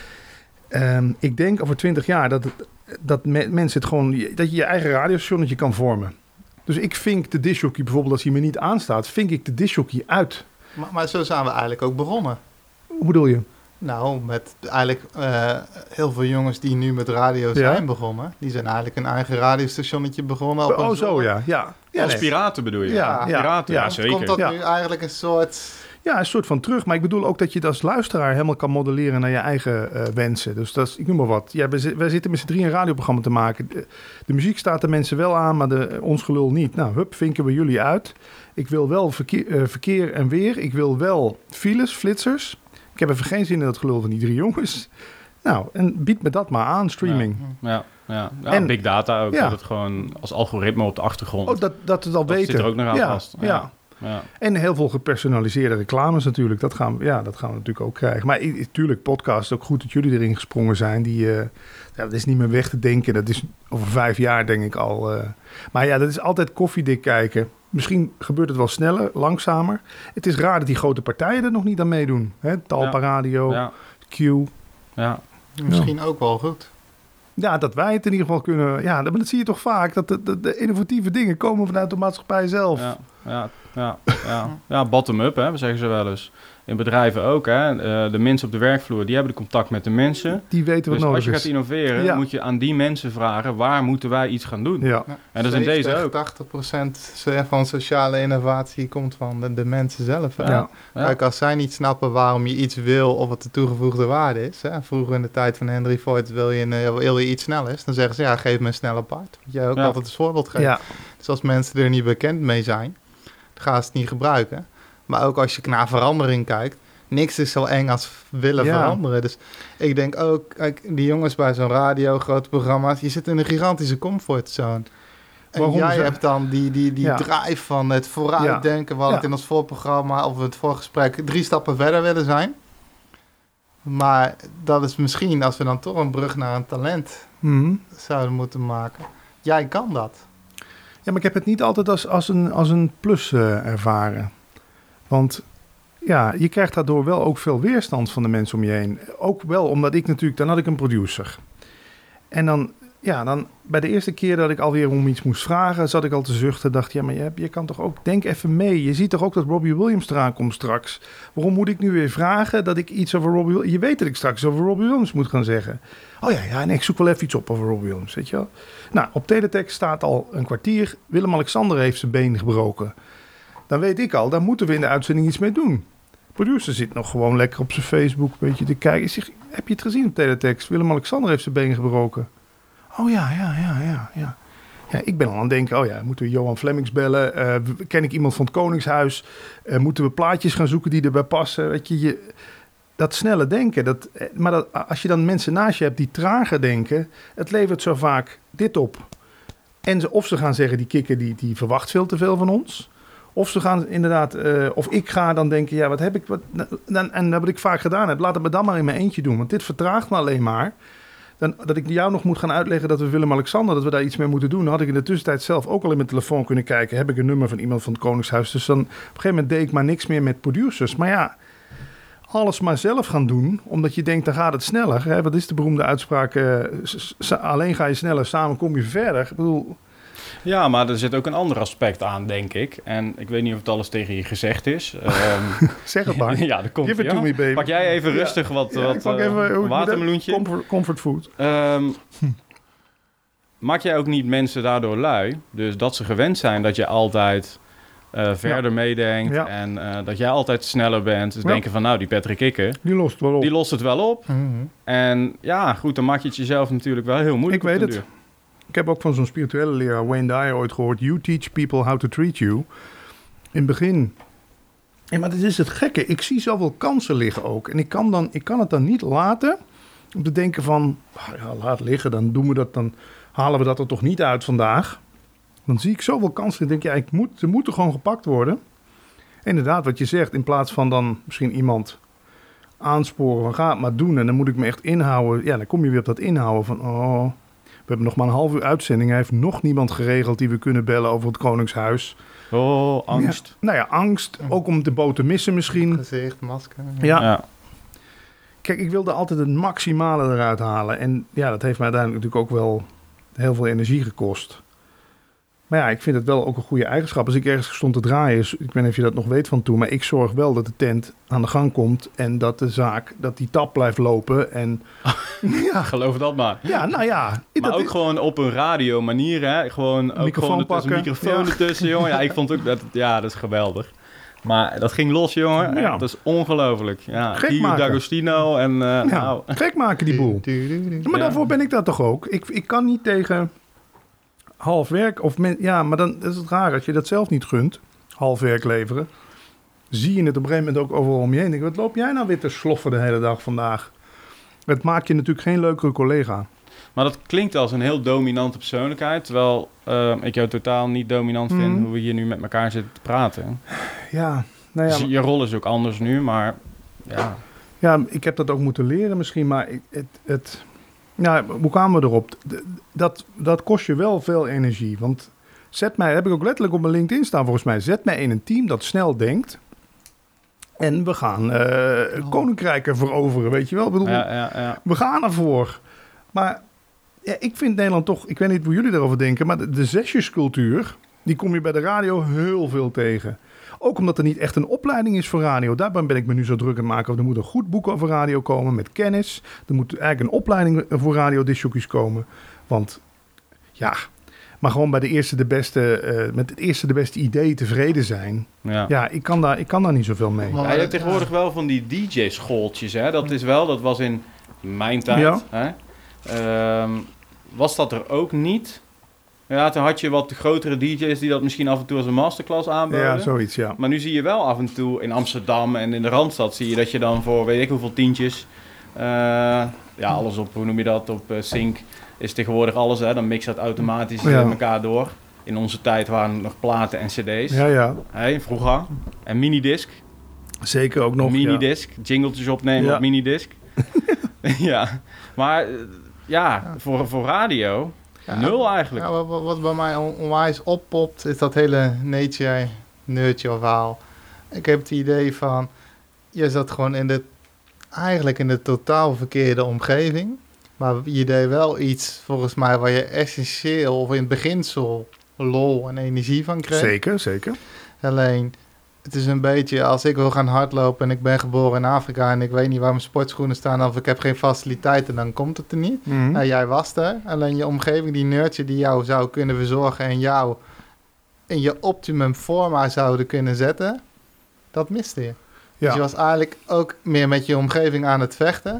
Ik denk over 20 jaar dat mensen het gewoon, dat je je eigen radiostationnetje kan vormen. Dus ik vink de discjockey bijvoorbeeld, als hij me niet aanstaat, vink ik de discjockey uit. Maar zo zijn we eigenlijk ook begonnen. Hoe bedoel je? Nou, met eigenlijk heel veel jongens die nu met radio zijn begonnen. Die zijn eigenlijk een eigen radiostationnetje begonnen. Als piraten bedoel je? Ja, piraten, ja zeker. Komt dat nu eigenlijk een soort... Ja, een soort van terug. Maar ik bedoel ook dat je het als luisteraar helemaal kan modelleren naar je eigen wensen. Dus dat is, ik noem maar wat. Ja, wij zitten met z'n drieën een radioprogramma te maken. De muziek staat de mensen wel aan, maar ons gelul niet. Nou, vinken we jullie uit. Ik wil wel verkeer en weer. Ik wil wel files, flitsers. Ik heb even geen zin in dat gelul van die 3 jongens. Nou, en bied me dat maar aan, streaming. Ja, en big data ook. Dat het gewoon als algoritme op de achtergrond... Oh, dat het al weten. Dat zit er ook nog aan vast. Ja. En heel veel gepersonaliseerde reclames natuurlijk. Dat gaan we natuurlijk ook krijgen. Maar natuurlijk, podcast, ook goed dat jullie erin gesprongen zijn. Dat is niet meer weg te denken. Dat is over 5 jaar denk ik al. Maar ja, dat is altijd koffiedik kijken. Misschien gebeurt het wel sneller, langzamer. Het is raar dat die grote partijen er nog niet aan meedoen. Hè? Talpa Radio, Q. Ja. Misschien ook wel goed. Ja, dat wij het in ieder geval kunnen... Ja, maar dat zie je toch vaak, dat de innovatieve dingen komen vanuit de maatschappij zelf. Ja, bottom-up, hè, zeggen ze wel eens. In bedrijven ook, hè. De mensen op de werkvloer, die hebben de contact met de mensen. Die weten wat dus nodig als je is. gaat innoveren, moet je aan die mensen vragen... waar moeten wij iets gaan doen? Ja. En dat is in deze ook. 80% van sociale innovatie komt van de mensen zelf. Hè? Ja. Kijk, als zij niet snappen waarom je iets wil of wat de toegevoegde waarde is. Hè? Vroeger in de tijd van Henry Ford wil je iets snellers. Dan zeggen ze, ja, geef me een snelle paard. Wat jij ook altijd als voorbeeld geeft. Ja. Dus als mensen er niet bekend mee zijn, dan gaan ze het niet gebruiken. Maar ook als je naar verandering kijkt, niks is zo eng als willen veranderen. Dus ik denk ook, kijk, die jongens bij zo'n radio, grote programma's, je zit in een gigantische comfortzone. En waarom jij hebt dan die drive van het vooruitdenken, wat het in ons voorprogramma of het voorgesprek 3 stappen verder willen zijn. Maar dat is misschien, als we dan toch een brug naar een talent zouden moeten maken. Jij kan dat. Ja, maar ik heb het niet altijd als een plus ervaren. Want ja, je krijgt daardoor wel ook veel weerstand van de mensen om je heen. Ook wel omdat ik natuurlijk, dan had ik een producer. En dan bij de eerste keer dat ik alweer om iets moest vragen, zat ik al te zuchten. Dacht, ja, maar je kan toch ook, denk even mee. Je ziet toch ook dat Robbie Williams eraan komt straks. Waarom moet ik nu weer vragen dat ik iets over Robbie Williams... Je weet dat ik straks over Robbie Williams moet gaan zeggen. Oh ja, nee, ik zoek wel even iets op over Robbie Williams, weet je wel. Nou, op teletext staat al een kwartier. Willem-Alexander heeft zijn been gebroken. Dan weet ik al, daar moeten we in de uitzending iets mee doen. De producer zit nog gewoon lekker op zijn Facebook een beetje te kijken. Ik zeg, heb je het gezien op teletext? Willem-Alexander heeft zijn been gebroken. Oh ja. Ja, ik ben al aan het denken, moeten we Johan Flemings bellen? Ken ik iemand van het Koningshuis? Moeten we plaatjes gaan zoeken die erbij passen? Weet je, dat snelle denken. Als je dan mensen naast je hebt die trager denken, het levert zo vaak dit op. En of ze gaan zeggen, die kikker die verwacht veel te veel van ons. Of ze gaan inderdaad, of ik ga dan denken, ja, wat heb ik... En wat ik vaak gedaan heb, laat het me dan maar in mijn eentje doen. Want dit vertraagt me alleen maar. Dan, dat ik jou nog moet gaan uitleggen dat we Willem-Alexander, dat we daar iets mee moeten doen. Dan had ik in de tussentijd zelf ook al in mijn telefoon kunnen kijken. Heb ik een nummer van iemand van het Koningshuis? Dus dan op een gegeven moment deed ik maar niks meer met producers. Maar ja, alles maar zelf gaan doen, omdat je denkt, dan gaat het sneller. Hè? Wat is de beroemde uitspraak? Alleen ga je sneller, samen kom je verder. Ik bedoel... Ja, maar er zit ook een ander aspect aan, denk ik. En ik weet niet of het alles tegen je gezegd is. Zeg het maar. Ja, dat komt. Give it to me, baby. Pak jij even rustig wat watermeloentje. Comfort food. Maak jij ook niet mensen daardoor lui? Dus dat ze gewend zijn dat je altijd verder meedenkt. Ja. En dat jij altijd sneller bent. Dus denken van, die Patrick Kikker, die lost het wel op. Mm-hmm. En ja, goed, dan maak je het jezelf natuurlijk wel heel moeilijk. Ik weet het. Ik heb ook van zo'n spirituele leraar, Wayne Dyer, ooit gehoord. You teach people how to treat you. In het begin. Ja, maar dat is het gekke. Ik zie zoveel kansen liggen ook. En ik kan het dan niet laten om te denken van, laat liggen, dan doen we dat, dan halen we dat er toch niet uit vandaag. Dan zie ik zoveel kansen en denk, ze moeten gewoon gepakt worden. Inderdaad, wat je zegt, in plaats van dan misschien iemand aansporen van, ga het maar doen. En dan moet ik me echt inhouden. Ja, dan kom je weer op dat inhouden van, we hebben nog maar een half uur uitzending. Hij heeft nog niemand geregeld die we kunnen bellen over het Koningshuis. Oh, angst. Ja, angst. Ook om de boot te missen misschien. Gezicht, masker. Ja. Kijk, ik wilde altijd het maximale eruit halen. En ja, dat heeft mij uiteindelijk natuurlijk ook wel heel veel energie gekost. Maar ja, ik vind het wel ook een goede eigenschap. Als ik ergens stond te draaien, ik weet niet of je dat nog weet van toen, maar ik zorg wel dat de tent aan de gang komt en dat de zaak, dat die tap blijft lopen. En ja, geloof dat maar. Ja, nou ja. Maar ook gewoon op een radio manier, hè? Gewoon een microfoon ertussen, jongen. Ja, ik vond ook dat is geweldig. Maar dat ging los, jongen. Ja. Dat is ongelooflijk. Ja, gek maken. D'Agostino en gek maken die boel. Maar daarvoor ben ik dat toch ook. Ik kan niet tegen half werk maar dan is het raar als je dat zelf niet gunt. Half werk leveren. Zie je het op een gegeven moment ook overal om je heen. Denk, wat loop jij nou weer te sloffen de hele dag vandaag? Het maakt je natuurlijk geen leukere collega. Maar dat klinkt als een heel dominante persoonlijkheid. Terwijl ik jou totaal niet dominant vind hoe we hier nu met elkaar zitten te praten. Ja, nou ja. Dus je rol is ook anders nu, maar ja. Ja, ik heb dat ook moeten leren misschien, maar hoe kwamen we erop? Dat kost je wel veel energie. Want heb ik ook letterlijk op mijn LinkedIn staan volgens mij. Zet mij in een team dat snel denkt. En we gaan koninkrijken veroveren, weet je wel? Ik bedoel, ja. We gaan ervoor. Maar Ja, ik vind Nederland toch, ik weet niet hoe jullie daarover denken, maar de zesjescultuur, die kom je bij de radio heel veel tegen. Ook omdat er niet echt een opleiding is voor radio. Daar ben ik me nu zo druk aan het maken. Er moet een goed boek over radio komen met kennis. Er moet eigenlijk een opleiding voor radiodiscjockeys komen. Want ja, maar gewoon bij de eerste de beste, met het eerste de beste idee tevreden zijn. Ja, ik kan daar niet zoveel mee. Ja, je hebt tegenwoordig wel van die DJ-schooltjes. Hè? Dat was in mijn tijd. Ja. Hè? Was dat er ook niet? Ja, toen had je wat grotere DJ's die dat misschien af en toe als een masterclass aanboden. Ja, zoiets, ja. Maar nu zie je wel af en toe in Amsterdam en in de Randstad zie je dat je dan voor weet ik hoeveel tientjes... alles op, hoe noem je dat, op Sync is tegenwoordig alles. Hè? Dan mixt dat automatisch elkaar door. In onze tijd waren er nog platen en cd's. Ja. Hey, vroeger. En minidisc. Zeker ook nog, minidisc. Jingletjes opnemen op minidisc. Ja, maar voor radio... nul eigenlijk. Ja, wat bij mij onwijs oppopt, is dat hele nature-nerdje verhaal. Ik heb het idee van, je zat gewoon eigenlijk in de totaal verkeerde omgeving. Maar je deed wel iets, volgens mij, waar je essentieel, of in het beginsel, lol en energie van kreeg. Zeker. Alleen, het is een beetje als ik wil gaan hardlopen en ik ben geboren in Afrika en ik weet niet waar mijn sportschoenen staan of ik heb geen faciliteiten, dan komt het er niet. Mm-hmm. Nou, jij was er, alleen je omgeving, die nerdje die jou zou kunnen verzorgen en jou in je optimum forma zouden kunnen zetten, dat miste je. Ja. Dus je was eigenlijk ook meer met je omgeving aan het vechten.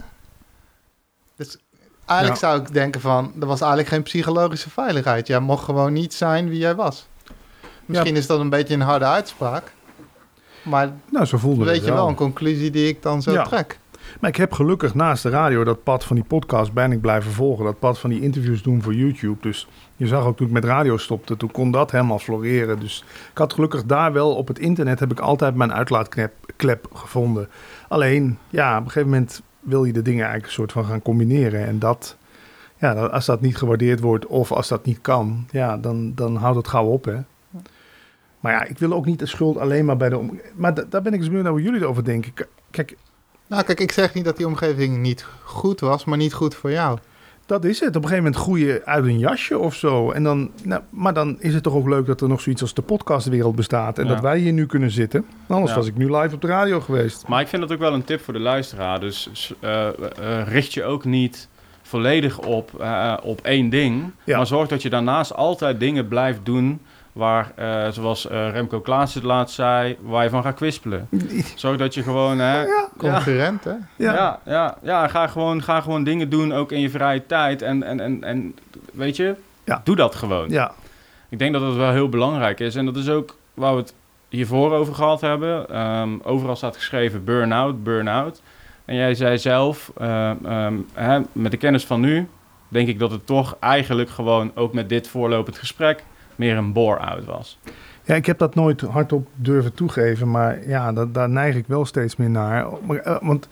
Dus eigenlijk zou ik denken van, er was eigenlijk geen psychologische veiligheid. Jij mocht gewoon niet zijn wie jij was. Misschien is dat een beetje een harde uitspraak. Maar zo voelde weet je wel een conclusie die ik dan zo trek. Maar ik heb gelukkig naast de radio dat pad van die podcast ben ik blijven volgen. Dat pad van die interviews doen voor YouTube. Dus je zag ook toen ik met radio stopte, toen kon dat helemaal floreren. Dus ik had gelukkig daar wel op het internet heb ik altijd mijn uitlaatklep gevonden. Alleen, op een gegeven moment wil je de dingen eigenlijk een soort van gaan combineren. En dat, als dat niet gewaardeerd wordt of als dat niet kan, dan houdt het gauw op, hè. Maar ik wil ook niet de schuld alleen maar bij de maar daar ben ik dus benieuwd naar hoe jullie erover denken. Kijk, ik zeg niet dat die omgeving niet goed was, maar niet goed voor jou. Dat is het. Op een gegeven moment groei je uit een jasje of zo. En dan, maar dan is het toch ook leuk dat er nog zoiets als de podcastwereld bestaat. En dat wij hier nu kunnen zitten. Anders was ik nu live op de radio geweest. Maar ik vind dat ook wel een tip voor de luisteraar. Dus richt je ook niet volledig op één ding. Ja. Maar zorg dat je daarnaast altijd dingen blijft doen waar, zoals Remco Klaas het laatst zei, waar je van gaat kwispelen. Zorg dat je gewoon... Concurrent, hè? Ja, ga gewoon dingen doen, ook in je vrije tijd. En weet je, doe dat gewoon. Ja. Ik denk dat het wel heel belangrijk is. En dat is ook waar we het hiervoor over gehad hebben. Overal staat geschreven burn-out. En jij zei zelf, met de kennis van nu, denk ik dat het toch eigenlijk gewoon, ook met dit voorlopend gesprek, meer een bore-out was. Ja, ik heb dat nooit hardop durven toegeven, maar daar neig ik wel steeds meer naar. Want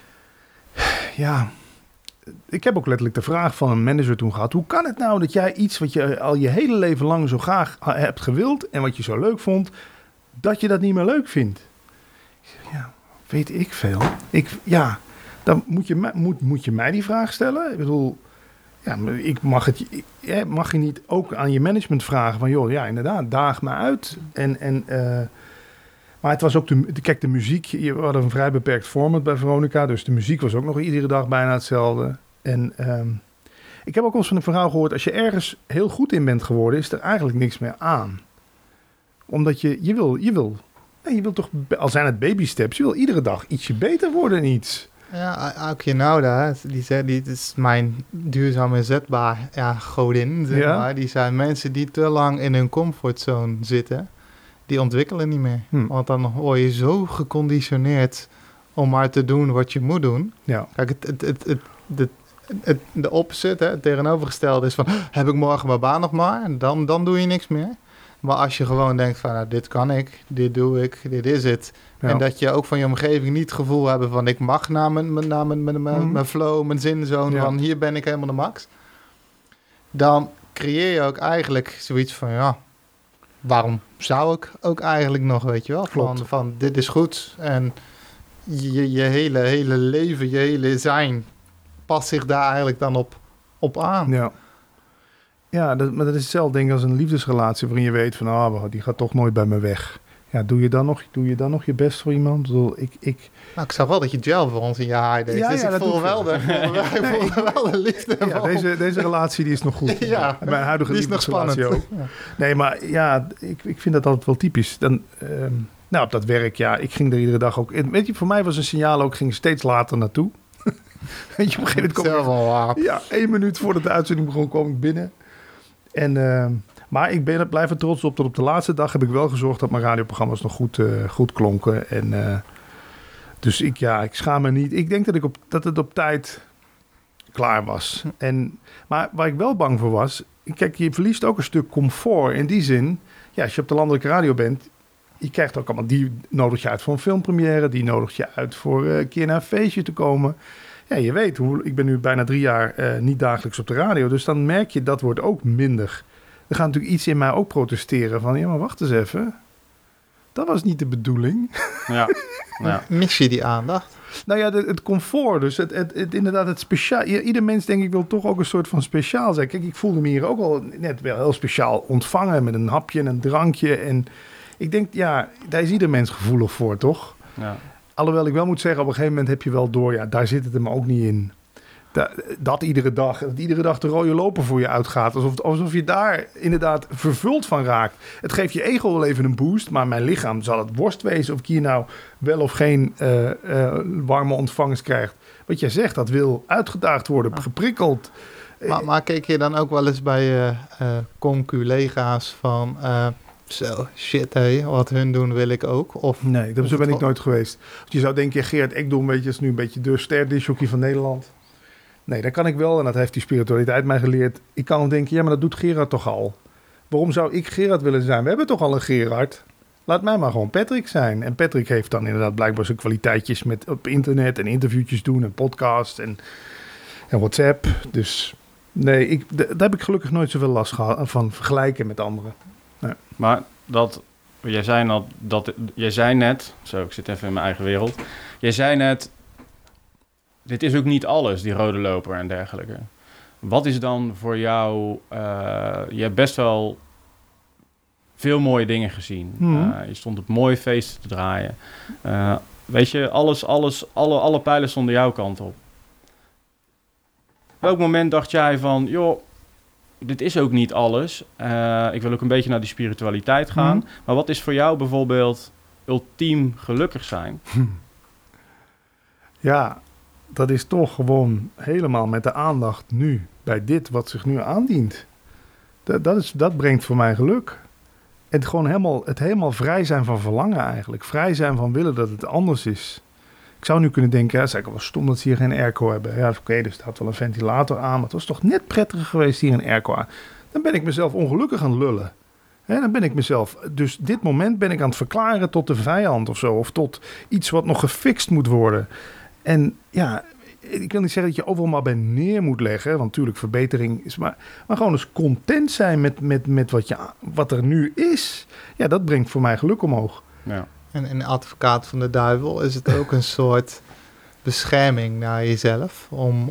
ik heb ook letterlijk de vraag van een manager toen gehad. Hoe kan het nou dat jij iets wat je al je hele leven lang zo graag hebt gewild en wat je zo leuk vond, dat je dat niet meer leuk vindt? Weet ik veel. Dan moet je mij die vraag stellen. Ik bedoel, ik mag je niet ook aan je management vragen van, joh, inderdaad, daag me uit. Maar het was ook de muziek. We hadden een vrij beperkt format bij Veronica, dus de muziek was ook nog iedere dag bijna hetzelfde. En ik heb ook wel eens van een verhaal gehoord, als je ergens heel goed in bent geworden, is er eigenlijk niks meer aan. Omdat je wil toch, al zijn het baby steps, je wil iedere dag ietsje beter worden in iets. Ja, Aukje Nauda, die zei, dit is mijn duurzaam inzetbaar godin, zeg maar. Die zei, mensen die te lang in hun comfortzone zitten, die ontwikkelen niet meer. Want dan word je zo geconditioneerd om maar te doen wat je moet doen. Ja. Kijk, de opposite, het tegenovergestelde is van, heb ik morgen mijn baan nog maar? En dan doe je niks meer. Maar als je gewoon denkt van, dit kan ik, dit doe ik, dit is het. Ja. En dat je ook van je omgeving niet het gevoel hebben van, ik mag naar mijn flow, mijn zinzone, van hier ben ik helemaal de max. Dan creëer je ook eigenlijk zoiets van, waarom zou ik ook eigenlijk nog, weet je wel? Van dit is goed en je hele leven, je hele zijn past zich daar eigenlijk dan op aan. Ja. Ja, maar dat is hetzelfde denk ik als een liefdesrelatie waarin je weet van, die gaat toch nooit bij me weg. Ja, doe je dan nog je best voor iemand? Ik bedoel, Nou, ik zag wel dat je gel voor ons in je haar deed. Ja, dus ja, ik dat voel doe wel ik wel de liefde. ja, deze relatie die is nog goed. Ja, Mijn huidige die is nog liefdesrelatie spannend. ook. Ja. Nee, maar ja, ik vind dat altijd wel typisch. Dan, op dat werk, ja, ik ging er iedere dag ook... Weet je, voor mij was een signaal ook, ging steeds later naartoe. Weet je, op een gegeven moment kom Zelf wel waar. ja, 1 minuut voordat de uitzending begon, kwam ik binnen. En, maar ik blijf er trots op dat op de laatste dag heb ik wel gezorgd dat mijn radioprogramma's nog goed klonken. En, dus ik schaam me niet. Ik denk dat het op tijd klaar was. Maar waar ik wel bang voor was, kijk, je verliest ook een stuk comfort. In die zin, ja, als je op de landelijke radio bent, je krijgt ook allemaal, die nodig je uit voor een filmpremière, die nodig je uit voor een keer naar een feestje te komen. Ja, je weet, ik ben nu bijna 3 jaar niet dagelijks op de radio, dus dan merk je, dat wordt ook minder. Er gaat natuurlijk iets in mij ook protesteren van, ja, maar wacht eens even. Dat was niet de bedoeling. Ja. Mis je die aandacht? Nou ja, het comfort, dus inderdaad het speciaal. Ieder mens, denk ik, wil toch ook een soort van speciaal zijn. Kijk, ik voelde me hier ook al net wel heel speciaal ontvangen met een hapje en een drankje. En ik denk, ja, daar is ieder mens gevoelig voor, toch? Ja. Alhoewel ik wel moet zeggen, op een gegeven moment heb je wel door, ja, daar zit het hem ook niet in. Dat iedere dag de rode loper voor je uitgaat. Alsof je daar inderdaad vervuld van raakt. Het geeft je ego wel even een boost. Maar mijn lichaam zal het worst wezen of ik hier nou wel of geen warme ontvangst krijg. Wat jij zegt, dat wil uitgedaagd worden, geprikkeld. Maar keek je dan ook wel eens bij je conculega's van... Zo, shit hé, wat hun doen wil ik ook? Of, nee, zo ben ik nooit geweest. Je zou denken, Geert Ekdom, weet je, is nu een beetje de ster-disjockey van Nederland. Nee, dat kan ik wel en dat heeft die spiritualiteit mij geleerd. Ik kan denken, ja, maar dat doet Gerard toch al. Waarom zou ik Gerard willen zijn? We hebben toch al een Gerard? Laat mij maar gewoon Patrick zijn. En Patrick heeft dan inderdaad blijkbaar zijn kwaliteitjes op internet en interviewtjes doen en podcast en WhatsApp. Dus nee, daar heb ik gelukkig nooit zoveel last gehad van vergelijken met anderen. Nee. Maar jij zei net, zo, ik zit even in mijn eigen wereld. Jij zei net, dit is ook niet alles, die rode loper en dergelijke. Wat is dan voor jou... je hebt best wel veel mooie dingen gezien. Je stond op mooie feesten te draaien. Weet je, alle pijlen stonden jouw kant op. Welk moment dacht jij van... joh, dit is ook niet alles. Ik wil ook een beetje naar die spiritualiteit gaan. Maar wat is voor jou bijvoorbeeld ultiem gelukkig zijn? Ja... Dat is toch gewoon helemaal met de aandacht nu bij dit wat zich nu aandient. Dat brengt voor mij geluk. En het helemaal vrij zijn van verlangen eigenlijk. Vrij zijn van willen dat het anders is. Ik zou nu kunnen denken, het is eigenlijk wel stom dat ze hier geen airco hebben. Ja, oké, er staat wel een ventilator aan, maar het was toch net prettiger geweest hier een airco aan. Dan ben ik mezelf ongelukkig aan het lullen. Dan ben ik mezelf, dus dit moment ben ik aan het verklaren tot de vijand of zo. Of tot iets wat nog gefixt moet worden. En ja, ik wil niet zeggen dat je overal maar bij neer moet leggen. Want natuurlijk, verbetering is maar gewoon eens content zijn met wat er nu is. Ja, dat brengt voor mij geluk omhoog. Ja. En advocaat van de duivel is het ook een soort bescherming naar jezelf.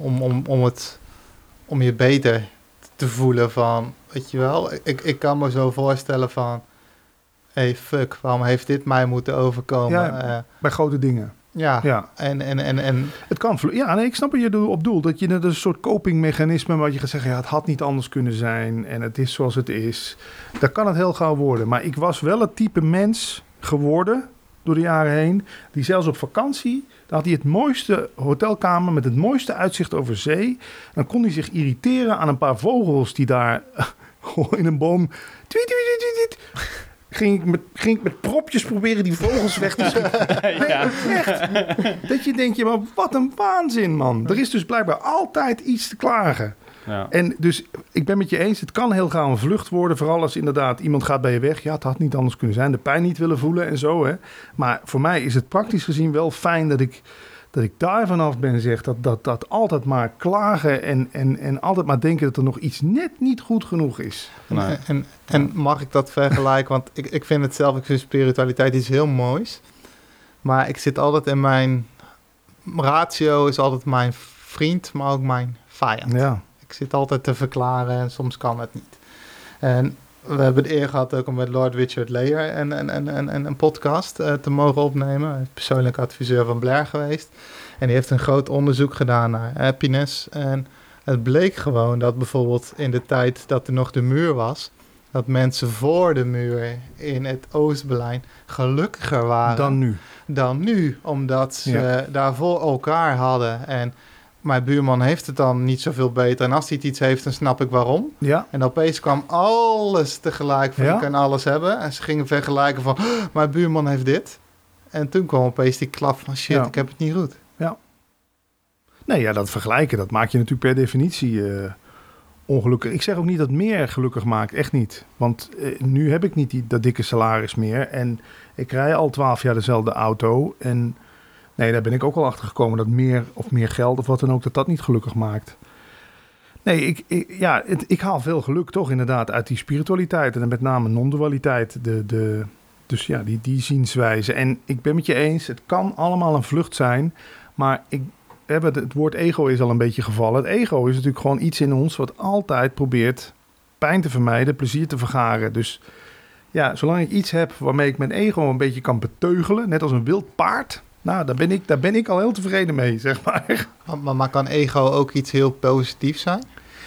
Om je beter te voelen van, weet je wel. Ik kan me zo voorstellen van, hey, fuck, waarom heeft dit mij moeten overkomen? Ja, bij grote dingen. Ja. En het kan. Ja, nee, ik snap wat je op doelt. Dat je net een soort copingmechanisme wat je gaat zeggen, ja, het had niet anders kunnen zijn en het is zoals het is. Dan kan het heel gauw worden. Maar ik was wel het type mens geworden door de jaren heen, die zelfs op vakantie, dan had hij het mooiste hotelkamer met het mooiste uitzicht over zee. Dan kon hij zich irriteren aan een paar vogels die daar in een boom... Ging ik met propjes proberen die vogels weg te schieten. Ja. Echt. Dat je denkt, ja, maar wat een waanzin, man. Er is dus blijkbaar altijd iets te klagen. Ja. En dus ik ben met je eens, het kan heel gauw een vlucht worden. Vooral als inderdaad iemand gaat bij je weg. Ja, het had niet anders kunnen zijn. De pijn niet willen voelen en zo. Hè. Maar voor mij is het praktisch gezien wel fijn dat ik daar vanaf ben, zeg. Dat altijd maar klagen en altijd maar denken dat er nog iets net niet goed genoeg is. Nee. En mag ik dat vergelijken? Want ik vind het zelf, ik vind spiritualiteit iets heel moois. Maar ik zit altijd in mijn ratio, is altijd mijn vriend, maar ook mijn vijand. Ja. Ik zit altijd te verklaren en soms kan het niet. En we hebben het eer gehad ook om met Lord Richard Leyer een podcast te mogen opnemen. Hij is persoonlijk adviseur van Blair geweest. En die heeft een groot onderzoek gedaan naar happiness. En het bleek gewoon dat bijvoorbeeld in de tijd dat er nog de muur was, dat mensen voor de muur in het Oost-Berlijn gelukkiger waren dan nu. Omdat ze daarvoor elkaar hadden. En mijn buurman heeft het dan niet zoveel beter. En als hij iets heeft, dan snap ik waarom. Ja. En opeens kwam alles tegelijk van, je kan alles hebben. En ze gingen vergelijken van, mijn buurman heeft dit. En toen kwam opeens die klap van, shit, ik heb het niet goed. Ja. Nee, ja, dat vergelijken, dat maak je natuurlijk per definitie ongelukkig. Ik zeg ook niet dat meer gelukkig maakt, echt niet. Want nu heb ik niet dat dikke salaris meer. En ik rij al 12 jaar dezelfde auto. En nee, daar ben ik ook al achter gekomen dat meer geld of wat dan ook, dat niet gelukkig maakt. Nee, ik haal veel geluk toch inderdaad uit die spiritualiteit. En met name non-dualiteit. Dus ja, die zienswijze. En ik ben met je eens, het kan allemaal een vlucht zijn. Maar het woord ego is al een beetje gevallen. Het ego is natuurlijk gewoon iets in ons wat altijd probeert pijn te vermijden, plezier te vergaren. Dus ja, zolang ik iets heb waarmee ik mijn ego een beetje kan beteugelen, net als een wild paard, nou, daar ben ik al heel tevreden mee, zeg maar. Maar kan ego ook iets heel positiefs zijn?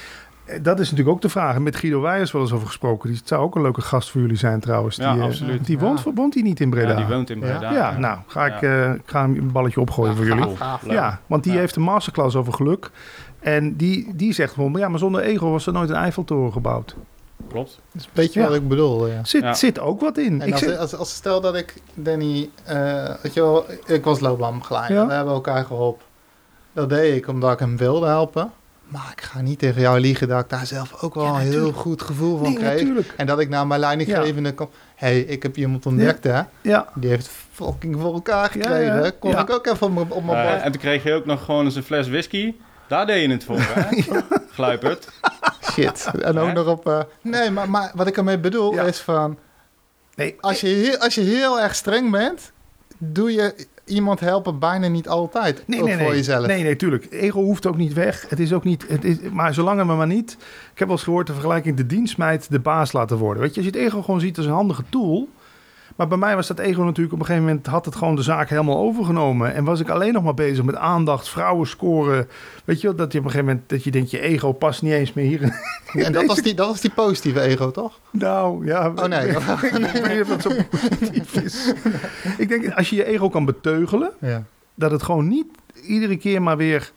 Dat is natuurlijk ook de vraag. Met Guido Weijers wel eens over gesproken. Die zou ook een leuke gast voor jullie zijn trouwens. Ja, absoluut. Die woont hij niet in Breda? Ja, die woont in Breda. Ja, nou, ik ga hem een balletje opgooien voor jullie. Ja, want die heeft een masterclass over geluk. En die zegt gewoon, maar zonder ego was er nooit een Eiffeltoren gebouwd. Klopt. Dat is een beetje wat ik bedoel. Ja. Zit ook wat in. En als stel dat ik, Danny, weet je wel, ik was loopbaanbegeleider. Ja. We hebben elkaar geholpen. Dat deed ik omdat ik hem wilde helpen. Maar ik ga niet tegen jou liegen dat ik daar zelf ook wel een heel goed gevoel van kreeg. Natuurlijk. En dat ik naar mijn leidinggevende kom. Ik heb iemand ontdekt, hè? Ja. Die heeft fucking voor elkaar gekregen. Ja. Kon ik ook even op mijn bord. En toen kreeg je ook nog gewoon eens een fles whisky. Daar deed je het voor, hè? Gluipert. Shit. En ook nog op... nee, maar wat ik ermee bedoel is van... Nee. Als je heel erg streng bent, doe je iemand helpen bijna niet altijd. Voor jezelf. Nee, tuurlijk. Ego hoeft ook niet weg. Het is ook niet... maar zolang het maar niet... Ik heb wel eens gehoord de vergelijking de dienstmeid de baas laten worden. Weet je, als je het ego gewoon ziet als een handige tool. Maar bij mij was dat ego natuurlijk op een gegeven moment... had het gewoon de zaak helemaal overgenomen. En was ik alleen nog maar bezig met aandacht, vrouwen scoren. Weet je wel, dat je op een gegeven moment... dat je denkt, je ego past niet eens meer hier. En dat was die positieve ego, toch? Nou, ja. Oh nee. Ik weet niet of dat zo positief is. Ik denk, als je je ego kan beteugelen... dat het gewoon niet iedere keer maar weer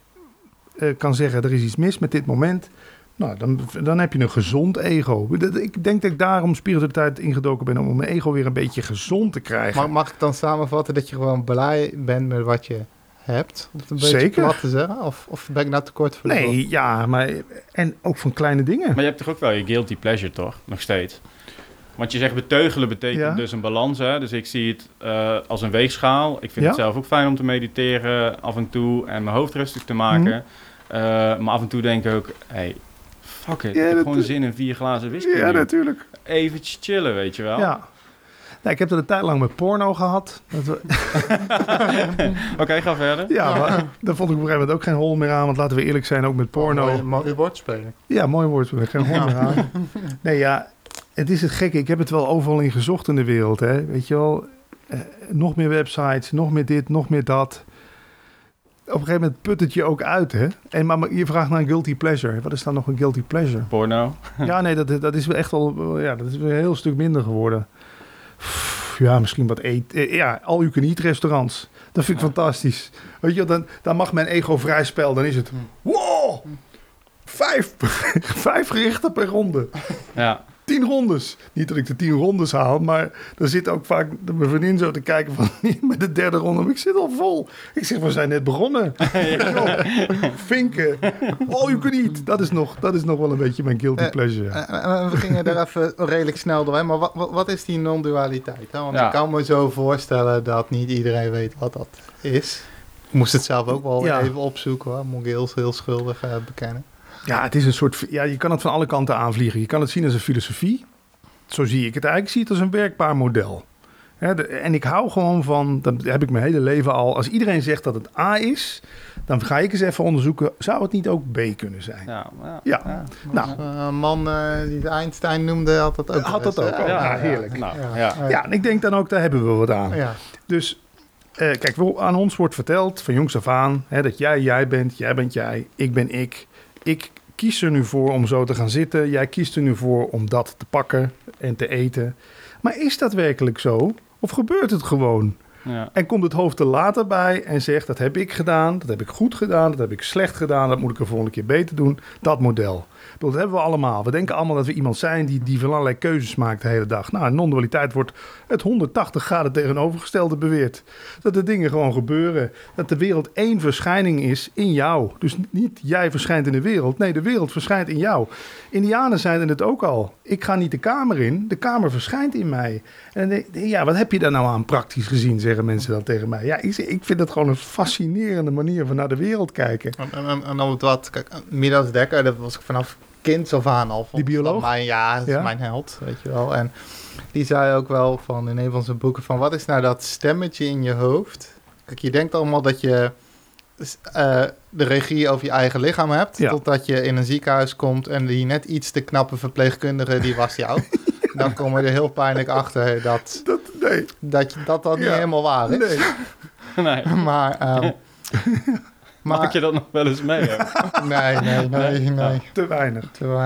kan zeggen... er is iets mis met dit moment... Nou, dan heb je een gezond ego. Ik denk dat ik daarom spiritualiteit ingedoken ben... om mijn ego weer een beetje gezond te krijgen. Mag ik dan samenvatten dat je gewoon blij bent met wat je hebt? Om het een beetje plat te zeggen? Of ben ik nou te kort voor? Nee, ja, maar... En ook van kleine dingen. Maar je hebt toch ook wel je guilty pleasure, toch? Nog steeds. Want je zegt beteugelen betekent dus een balans, hè? Dus ik zie het als een weegschaal. Ik vind het zelf ook fijn om te mediteren af en toe... en mijn hoofd rustig te maken. Maar af en toe denk ik ook... Hey, fuck it, ik heb gewoon zin in 4 glazen whisky. Ja, natuurlijk. Eventjes chillen, weet je wel. Ja. Nou, ik heb dat een tijd lang met porno gehad. Oké, ga verder. Ja, maar daar vond ik op een gegeven moment ook geen hol meer aan. Want laten we eerlijk zijn, ook met porno... Mooi woordspeling. Ja, mooi woordspeling. Geen hol meer aan. Nee, ja, het is het gekke. Ik heb het wel overal in gezocht in de wereld. Hè. Weet je wel, nog meer websites, nog meer dit, nog meer dat... Op een gegeven moment put het je ook uit, hè? Maar je vraagt naar een guilty pleasure. Wat is dan nog een guilty pleasure? Porno. Ja, nee, dat is echt wel... Ja, dat is weer een heel stuk minder geworden. Ja, misschien wat eten. Ja, all-you-can-eat restaurants. Dat vind ik fantastisch. Weet je, dan mag mijn ego vrij spel. Dan is het... Wow! 5 gerichten per ronde. Ja. 10 rondes. Niet dat ik de 10 rondes haal, maar dan zit ook vaak mijn vriendin zo te kijken van met de 3e ronde. Maar ik zit al vol. Ik zeg, we zijn net begonnen. Vinken. All you can eat. Dat is nog wel een beetje mijn guilty pleasure. We gingen er even redelijk snel doorheen. Maar wat is die non-dualiteit? Hè? Want ik kan me zo voorstellen dat niet iedereen weet wat dat is. Ik moest het zelf ook wel even opzoeken. Hoor. Moet ik heel schuldig bekennen. Ja, het is een soort... Ja, je kan het van alle kanten aanvliegen. Je kan het zien als een filosofie. Zo zie ik het eigenlijk. Ik zie het als een werkbaar model. En ik hou gewoon van, dat heb ik mijn hele leven al, als iedereen zegt dat het A is, dan ga ik eens even onderzoeken, zou het niet ook B kunnen zijn? Ja. Nou, een man die Einstein noemde, had dat ook. Had dat ook al. Ja, heerlijk. Ja, en ik denk dan ook, daar hebben we wat aan. Ja. Dus, kijk, aan ons wordt verteld van jongs af aan, dat jij bent jij, ik ben ik. Ik kies er nu voor om zo te gaan zitten. Jij kiest er nu voor om dat te pakken en te eten. Maar is dat werkelijk zo? Of gebeurt het gewoon? Ja. En komt het hoofd er later bij en zegt, dat heb ik gedaan, dat heb ik goed gedaan, dat heb ik slecht gedaan, dat moet ik er volgende keer beter doen. Dat model. Dat hebben we allemaal. We denken allemaal dat we iemand zijn die van allerlei keuzes maakt de hele dag. Nou, in non-dualiteit wordt het 180 graden tegenovergestelde beweerd. Dat de dingen gewoon gebeuren. Dat de wereld één verschijning is in jou. Dus niet jij verschijnt in de wereld. Nee, de wereld verschijnt in jou. Indianen zeiden het ook al. Ik ga niet de kamer in. De kamer verschijnt in mij. En dan denk ik, ja, wat heb je daar nou aan praktisch gezien, zeggen mensen dan tegen mij. Ja, ik vind het gewoon een fascinerende manier van naar de wereld kijken. En dan wat, kijk, Midas Dekker, dat was ik vanaf kinds af aan al. Die bioloog? Dat is mijn held, weet je wel. En die zei ook wel van in een van zijn boeken van, wat is nou dat stemmetje in je hoofd? Kijk, je denkt allemaal dat je de regie over je eigen lichaam hebt, totdat je in een ziekenhuis komt en die net iets te knappe verpleegkundige, die was jou. Dan kom je er heel pijnlijk achter dat niet helemaal waar is. Nee. Maar maak je dat nog wel eens mee? Nee. Te weinig.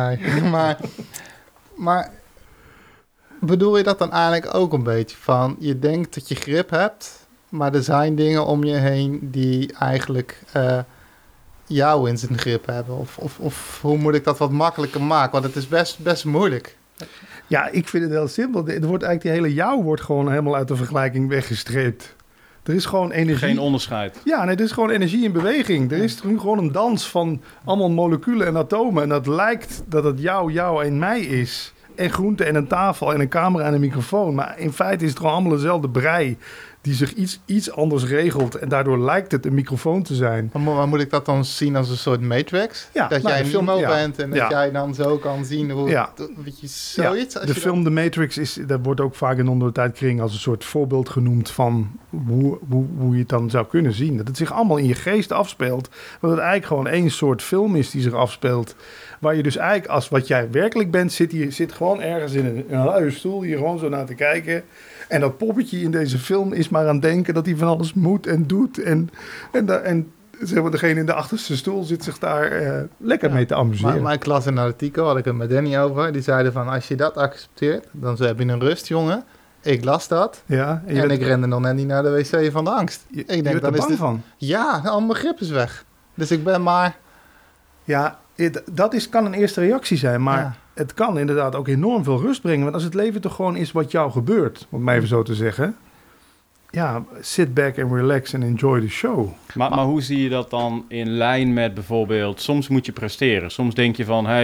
Maar bedoel je dat dan eigenlijk ook een beetje van, je denkt dat je grip hebt, maar er zijn dingen om je heen die eigenlijk jou in zijn grip hebben? Of hoe moet ik dat wat makkelijker maken? Want het is best moeilijk. Ja, ik vind het heel simpel. Het wordt eigenlijk die hele jou wordt gewoon helemaal uit de vergelijking weggestreept. Er is gewoon energie. Geen onderscheid. Ja, nee, er is gewoon energie in beweging. Er is nu gewoon een dans van allemaal moleculen en atomen. En dat lijkt dat het jou en mij is. En groente en een tafel en een camera en een microfoon. Maar in feite is het gewoon allemaal dezelfde brei die zich iets anders regelt. En daardoor lijkt het een microfoon te zijn. Maar moet ik dat dan zien als een soort matrix? Ja, dat jij Nemo bent en dat jij dan zo kan zien hoe... Ja. Zoiets? Ja, de film The Matrix dat wordt ook vaak in non-dualiteit als een soort voorbeeld genoemd van hoe je het dan zou kunnen zien. Dat het zich allemaal in je geest afspeelt. Dat het eigenlijk gewoon één soort film is die zich afspeelt. Waar je dus eigenlijk, als wat jij werkelijk bent, zit gewoon ergens in een luie stoel hier gewoon zo naar te kijken. En dat poppetje in deze film is maar aan het denken dat hij van alles moet en doet. En zeg maar, degene in de achterste stoel zit zich daar lekker mee te amuseren. Maar ik las een artikel, had ik het met Danny over. Die zeiden van, als je dat accepteert, dan heb je een rust, jongen. Ik las dat. Ja, en ik rende nog net niet naar de wc van de angst. Je bent er bang van? Ja, al mijn grip is weg. Dus ik ben maar... Ja, dat kan een eerste reactie zijn, maar het kan inderdaad ook enorm veel rust brengen. Want als het leven toch gewoon is wat jou gebeurt, om mij even zo te zeggen. Ja, sit back and relax and enjoy the show. Maar hoe zie je dat dan in lijn met bijvoorbeeld, soms moet je presteren. Soms denk je van,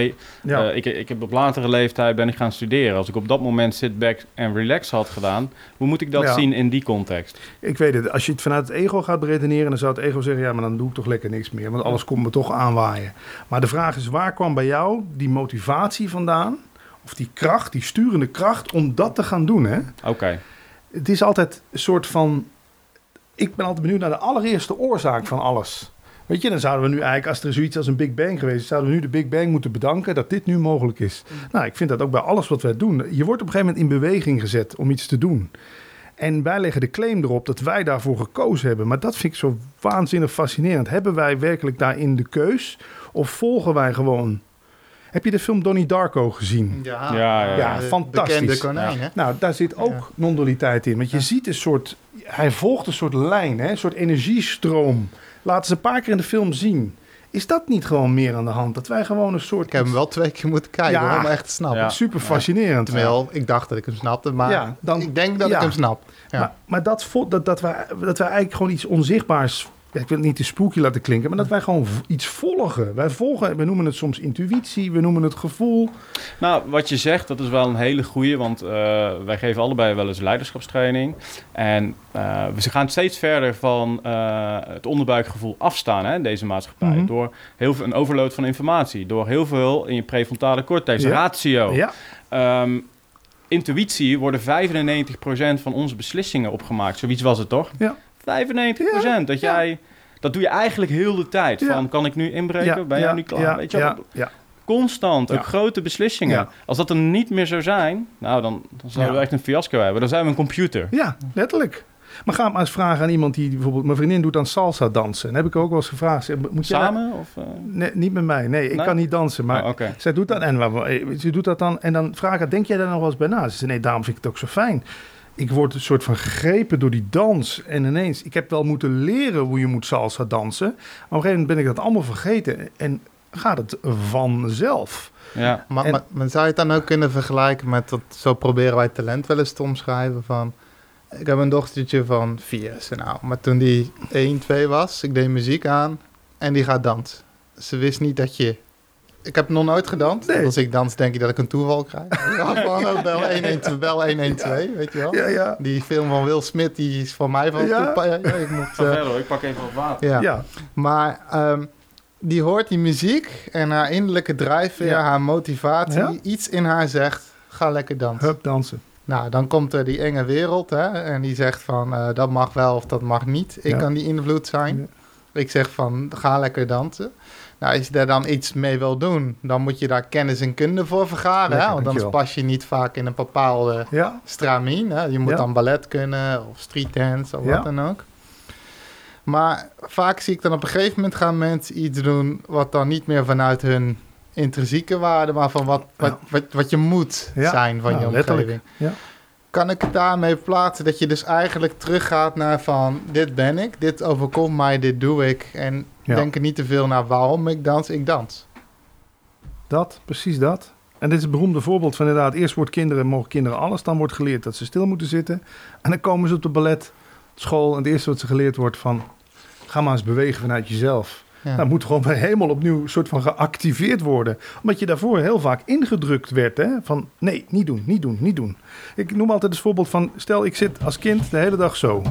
ik heb op latere leeftijd ben ik gaan studeren. Als ik op dat moment sit back and relax had gedaan, hoe moet ik dat zien in die context? Ik weet het, als je het vanuit het ego gaat beredeneren, dan zou het ego zeggen, ja, maar dan doe ik toch lekker niks meer. Want alles komt me toch aanwaaien. Maar de vraag is, waar kwam bij jou die motivatie vandaan? Of die kracht, die sturende kracht om dat te gaan doen, hè? Oké. Het is altijd een soort van... Ik ben altijd benieuwd naar de allereerste oorzaak van alles. Weet je, dan zouden we nu eigenlijk, als er zoiets als een Big Bang geweest is, zouden we nu de Big Bang moeten bedanken dat dit nu mogelijk is. Nou, ik vind dat ook bij alles wat wij doen. Je wordt op een gegeven moment in beweging gezet om iets te doen. En wij leggen de claim erop dat wij daarvoor gekozen hebben. Maar dat vind ik zo waanzinnig fascinerend. Hebben wij werkelijk daarin de keus? Of volgen wij gewoon... Heb je de film Donnie Darko gezien? Ja, fantastisch. Bekende konijn, hè? Nou, daar zit ook non-dualiteit in. Want je ziet een soort... Hij volgt een soort lijn, hè? Een soort energiestroom. Laten ze een paar keer in de film zien. Is dat niet gewoon meer aan de hand? Dat wij gewoon een soort... Ik heb hem wel 2 keer moeten kijken om echt te snappen. Ja. Super fascinerend. Terwijl ik dacht dat ik hem snapte, maar ik denk dat ik hem snap. Ja. Maar dat wij eigenlijk gewoon iets onzichtbaars... Ja, ik wil het niet te spooky laten klinken, maar dat wij gewoon iets volgen. We noemen het soms intuïtie, we noemen het gevoel. Nou, wat je zegt, dat is wel een hele goeie, want wij geven allebei wel eens leiderschapstraining. En we gaan steeds verder van het onderbuikgevoel afstaan, hè, in deze maatschappij. Mm-hmm. Door heel veel een overload van informatie, door heel veel in je prefrontale cortex, ratio. Ja. intuïtie worden 95% van onze beslissingen opgemaakt. Zoiets was het toch? Ja. 95%. Ja. Dat doe je eigenlijk heel de tijd. Ja. Van, kan ik nu inbreken? Ben jij nu klaar? Weet je wel? Ja. Constant, ook Ja. grote beslissingen. Ja. Als dat er niet meer zou zijn, nou, dan zouden we echt een fiasco hebben. Dan zijn we een computer. Ja, letterlijk. Maar ga maar eens vragen aan iemand die bijvoorbeeld... Mijn vriendin doet aan salsa dansen. En heb ik ook wel eens gevraagd. Moet jij Samen? Of, Nee, niet met mij. Nee, ik Nee? kan niet dansen. Maar oké. zij doet dat. En ze doet dat dan. En dan vraag ik haar, denk jij daar nog wel eens bij na? Ze zei, nee, daarom vind ik het ook zo fijn. Ik word een soort van gegrepen door die dans. En ineens, ik heb wel moeten leren hoe je moet salsa dansen. Maar op een gegeven moment ben ik dat allemaal vergeten. En gaat het vanzelf. Ja. Maar zou je het dan ook kunnen vergelijken met... Dat, zo proberen wij talent wel eens te omschrijven van... Ik heb een dochtertje van 4. Nou, maar toen die 1, 2 was, ik deed muziek aan en die gaat dansen. Ze wist niet dat je... Ik heb nog nooit gedanst. Nee. Als ik dans, denk je dat ik een toeval krijg. Ja, gewoon bel 112, weet je wel. Ja. Die film van Will Smith, die is van mij van Ja. toepassing. Ja, ik moet... Ga verder, ik pak even wat water. ja. Ja. Maar die hoort die muziek en haar innerlijke drijfveer, Ja. haar motivatie, Ja. iets in haar zegt, ga lekker dansen. Hup, dansen. Nou, dan komt er die enge wereld hè, en die zegt van dat mag wel of dat mag niet. Ik Ja. kan die invloed zijn. Ja. Ik zeg van ga lekker dansen. Nou, als je daar dan iets mee wil doen, dan moet je daar kennis en kunde voor vergaren. Lekker, Hè? Want anders dankjewel. pas je niet vaak in een bepaalde Ja. stramien. Hè? Je moet Ja. dan ballet kunnen of streetdance of Ja. wat dan ook. Maar vaak zie ik dan op een gegeven moment gaan mensen iets doen wat dan niet meer vanuit hun intrinsieke waarde, maar van wat je moet Ja. zijn van je letterlijk. omgeving. Ja. Kan ik het daarmee plaatsen dat je dus eigenlijk teruggaat naar van dit ben ik, dit overkomt mij, dit doe ik. En Ja. denk er niet te veel naar waarom ik dans. Dat, precies dat. En dit is het beroemde voorbeeld van inderdaad... eerst mogen kinderen alles, dan wordt geleerd dat ze stil moeten zitten. En dan komen ze op de balletschool en het eerste wat ze geleerd wordt van... ga maar eens bewegen vanuit jezelf. Ja. Nou, het moet gewoon weer helemaal opnieuw soort van geactiveerd worden. Omdat je daarvoor heel vaak ingedrukt werd, hè? Van nee, niet doen, niet doen, niet doen. Ik noem altijd het voorbeeld van... stel, ik zit als kind de hele dag zo.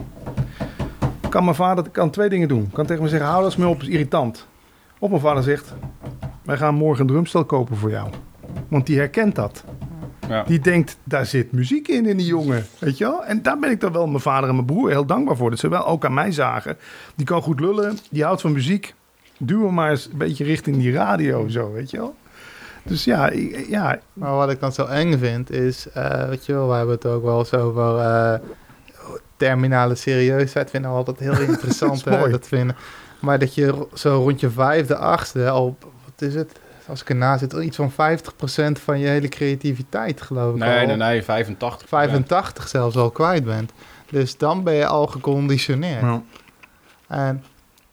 Mijn vader kan 2 dingen doen. Kan tegen me zeggen, hou dat eens mee op, is irritant. Of mijn vader zegt... wij gaan morgen een drumstel kopen voor jou. Want die herkent dat. Ja. Die denkt, daar zit muziek in die jongen. Weet je wel? En daar ben ik dan wel mijn vader en mijn broer heel dankbaar voor. Dat ze wel ook aan mij zagen. Die kan goed lullen, die houdt van muziek. Duw hem maar eens een beetje richting die radio, zo, weet je wel. Dus ja. Maar wat ik dan zo eng vind is, weet je wel, we hebben het ook wel eens over terminale serieusheid. Vinden we altijd heel interessant. Dat is mooi. Dat vinden. Maar dat je zo rond je 5e, 8e al, wat is het? Als ik ernaast zit, iets van 50% van je hele creativiteit, geloof ik. al. Nee, 85. 85 zelfs al kwijt bent. Dus dan ben je al geconditioneerd. Ja. En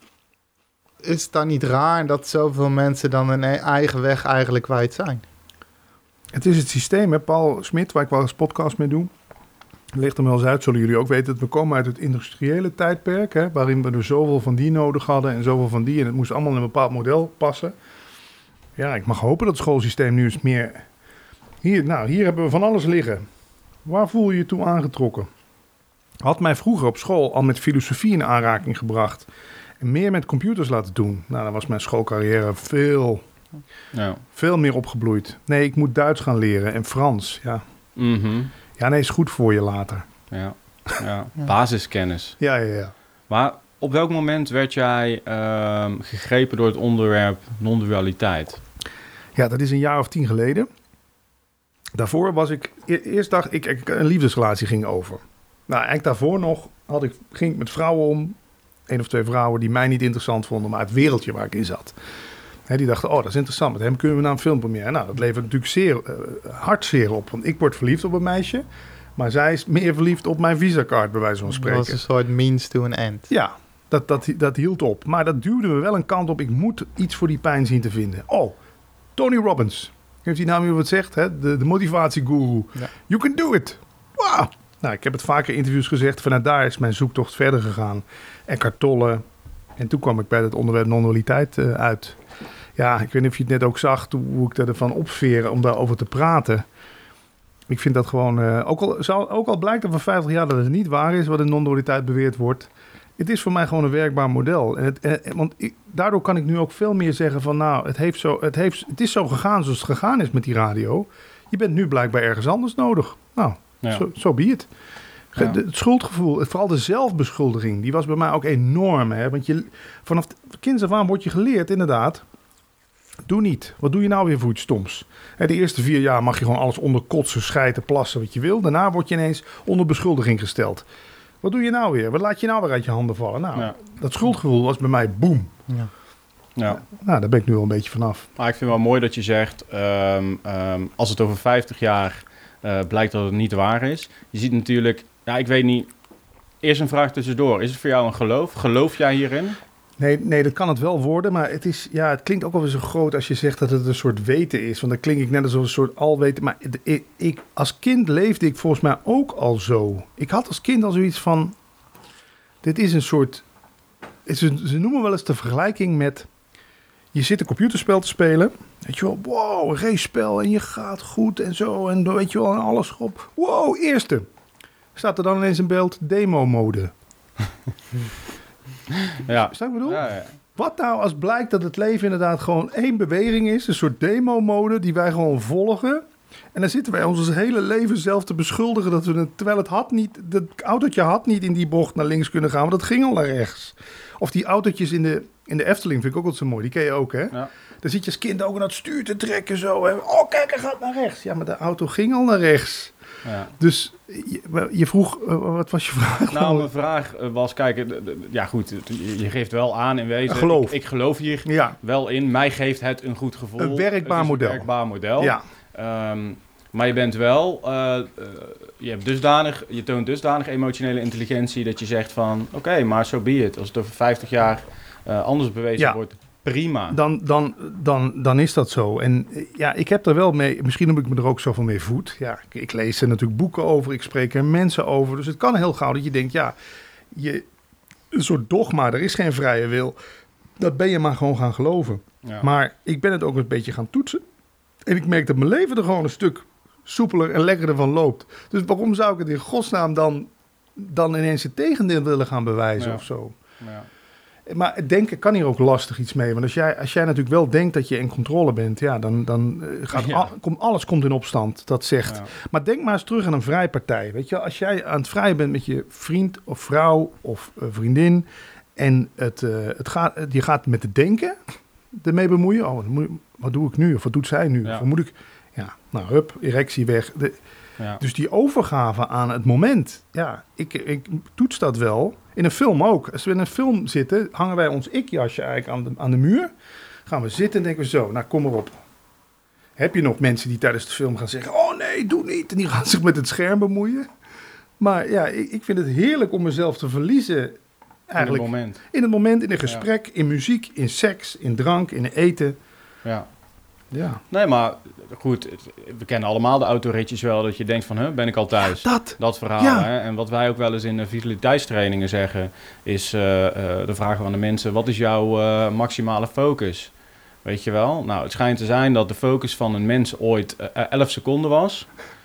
is het dan niet raar dat zoveel mensen dan hun eigen weg eigenlijk kwijt zijn? Het is het systeem, hè. Paul Smit, waar ik wel eens podcast mee doe. Ligt hem wel eens uit, zullen jullie ook weten. Dat we komen uit het industriële tijdperk, hè, waarin we er zoveel van die nodig hadden en zoveel van die. En het moest allemaal in een bepaald model passen. Ja, ik mag hopen dat het schoolsysteem nu eens meer... Hier hebben we van alles liggen. Waar voel je je toe aangetrokken? Had mij vroeger op school al met filosofie in aanraking gebracht. En meer met computers laten doen. Nou, dan was mijn schoolcarrière veel meer opgebloeid. Nee, ik moet Duits gaan leren en Frans. Ja, ja nee, is goed voor je later. Ja. Basiskennis. Ja. Maar op welk moment werd jij gegrepen door het onderwerp non-dualiteit? Ja, dat is een jaar of 10 geleden. Daarvoor was ik... Eerst dacht ik, een liefdesrelatie ging over. Nou, eigenlijk daarvoor nog ging ik met vrouwen om. 1 of 2 vrouwen die mij niet interessant vonden, maar het wereldje waar ik in zat. Die dachten, dat is interessant. Met hem kunnen we naar een film première. Nou, dat levert natuurlijk hartzeer op. Want ik word verliefd op een meisje. Maar zij is meer verliefd op mijn Visa-card, bij wijze van spreken. Dat was een soort means to an end. Ja, dat hield op. Maar dat duwde me wel een kant op. Ik moet iets voor die pijn zien te vinden. Oh, Tony Robbins. Heeft die naam weer wat zegt? Hè? De motivatiegoeroe. Ja. You can do it. Wow. Nou, ik heb het vaker in interviews gezegd. Vanuit daar is mijn zoektocht verder gegaan. Eckhart Tolle. En toen kwam ik bij het onderwerp non-dualiteit uit. Ja, ik weet niet of je het net ook zag. Hoe ik ervan opveren om daarover te praten. Ik vind dat gewoon... Ook al blijkt over 50 jaar dat het niet waar is wat in non-dualiteit beweerd wordt. Het is voor mij gewoon een werkbaar model. Daardoor kan ik nu ook veel meer zeggen van... Nou, het is zo gegaan zoals het gegaan is met die radio. Je bent nu blijkbaar ergens anders nodig. Nou, Ja. zo be it. Ja. Het schuldgevoel, vooral de zelfbeschuldiging, die was bij mij ook enorm. Hè? Want vanaf kinds af aan wordt je geleerd, inderdaad, doe niet. Wat doe je nou weer voor iets stoms? De eerste 4 jaar mag je gewoon alles onder kotsen, schijten, plassen wat je wil. Daarna word je ineens onder beschuldiging gesteld. Wat doe je nou weer? Wat laat je nou weer uit je handen vallen? Nou, dat schuldgevoel was bij mij boem. Ja. Ja. Nou, daar ben ik nu al een beetje vanaf. Maar ik vind het wel mooi dat je zegt, als het over 50 jaar blijkt dat het niet waar is. Je ziet natuurlijk, ik weet niet, eerst een vraag tussendoor. Is het voor jou een geloof? Geloof jij hierin? Nee, dat kan het wel worden, maar het klinkt ook wel weer zo groot als je zegt dat het een soort weten is. Want dan klink ik net als een soort alweten. Maar als kind leefde ik volgens mij ook al zo. Ik had als kind al zoiets van, dit is een soort, ze noemen wel eens de vergelijking met, je zit een computerspel te spelen. Weet je wel, wow, een racespel en je gaat goed en zo. En weet je wel, en alles op. Wow, eerste. Staat er dan ineens in beeld, demo-mode. Ja. Snap je wat ik bedoel? Ja. Wat nou als blijkt dat het leven inderdaad gewoon 1 beweging is, een soort demo-mode die wij gewoon volgen. En dan zitten wij ons hele leven zelf te beschuldigen dat we terwijl het autootje had niet in die bocht naar links kunnen gaan, want dat ging al naar rechts. Of die autootjes in de Efteling vind ik ook altijd zo mooi, die ken je ook, hè? Ja. Dan zit je als kind ook aan het stuur te trekken zo. Hè? Oh, kijk, hij gaat naar rechts. Ja, maar de auto ging al naar rechts. Ja. Dus je vroeg, wat was je vraag? Nou, mijn vraag was, kijk, ja goed, je geeft wel aan in wezen. Geloof. Ik geloof hier wel in. Mij geeft het een goed gevoel. Een werkbaar model. Een werkbaar model. Ja. Maar je bent wel, je toont dusdanig emotionele intelligentie dat je zegt van, oké, maar so be it. Als het over 50 jaar anders bewezen wordt, prima. Dan is dat zo. En ik heb er wel mee, misschien heb ik me er ook zo van mee voed. Ja, ik lees er natuurlijk boeken over, ik spreek er mensen over. Dus het kan heel gauw dat je denkt, een soort dogma, er is geen vrije wil. Dat ben je maar gewoon gaan geloven. Ja. Maar ik ben het ook een beetje gaan toetsen. En ik merk dat mijn leven er gewoon een stuk soepeler en lekkerder van loopt. Dus waarom zou ik het in godsnaam dan ineens het tegendeel willen gaan bewijzen of zo? Ja. Maar het denken kan hier ook lastig iets mee. Want als jij natuurlijk wel denkt dat je in controle bent, dan komt in opstand. Dat zegt. Ja. Maar denk maar eens terug aan een vrijpartij. Weet je, als jij aan het vrijen bent met je vriend of vrouw of vriendin en je gaat met het denken ermee bemoeien. Oh, wat doe ik nu? Of wat doet zij nu? Ja. Of moet ik? Ja, nou, hup, erectie weg. Dus die overgave aan het moment. Ja, ik toets dat wel. In een film ook. Als we in een film zitten, hangen wij ons ik-jasje eigenlijk aan de muur. Gaan we zitten en denken we zo, nou kom maar op. Heb je nog mensen die tijdens de film gaan zeggen, oh nee, doe niet. En die gaan zich met het scherm bemoeien. Maar ja, ik vind het heerlijk om mezelf te verliezen. Eigenlijk in het moment, in een gesprek, in muziek, in seks, in drank, in eten. Ja. Nee, maar goed, we kennen allemaal de autoritjes wel, dat je denkt van, ben ik al thuis? Ja, dat verhaal. Ja. Hè? En wat wij ook wel eens in vitaliteitstrainingen zeggen, is de vraag aan de mensen, wat is jouw maximale focus? Weet je wel? Nou, het schijnt te zijn dat de focus van een mens ooit 11 seconden was.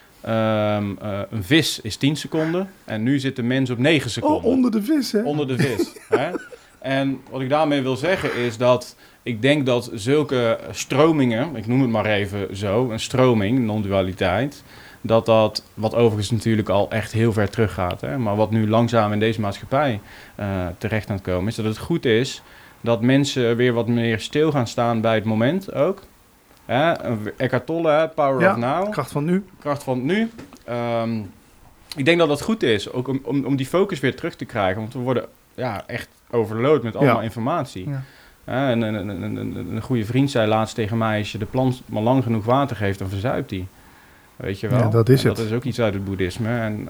Een vis is 10 seconden en nu zit de mens op 9 seconden. Oh, onder de vis, hè? Onder de vis, hè? En wat ik daarmee wil zeggen is dat ik denk dat zulke stromingen, ik noem het maar even zo, een stroming, non-dualiteit, dat wat overigens natuurlijk al echt heel ver teruggaat, hè, maar wat nu langzaam in deze maatschappij terecht aan het komen is, dat het goed is dat mensen weer wat meer stil gaan staan bij het moment ook. Eckhart Tolle, Power of Now. Kracht van nu. Kracht van nu. Ik denk dat dat goed is, ook om die focus weer terug te krijgen, want we worden echt overload met allemaal informatie. Ja. Een goede vriend zei laatst tegen mij, als je de plant maar lang genoeg water geeft, dan verzuipt die. Weet je wel? Ja, dat is het. Dat is ook iets uit het boeddhisme.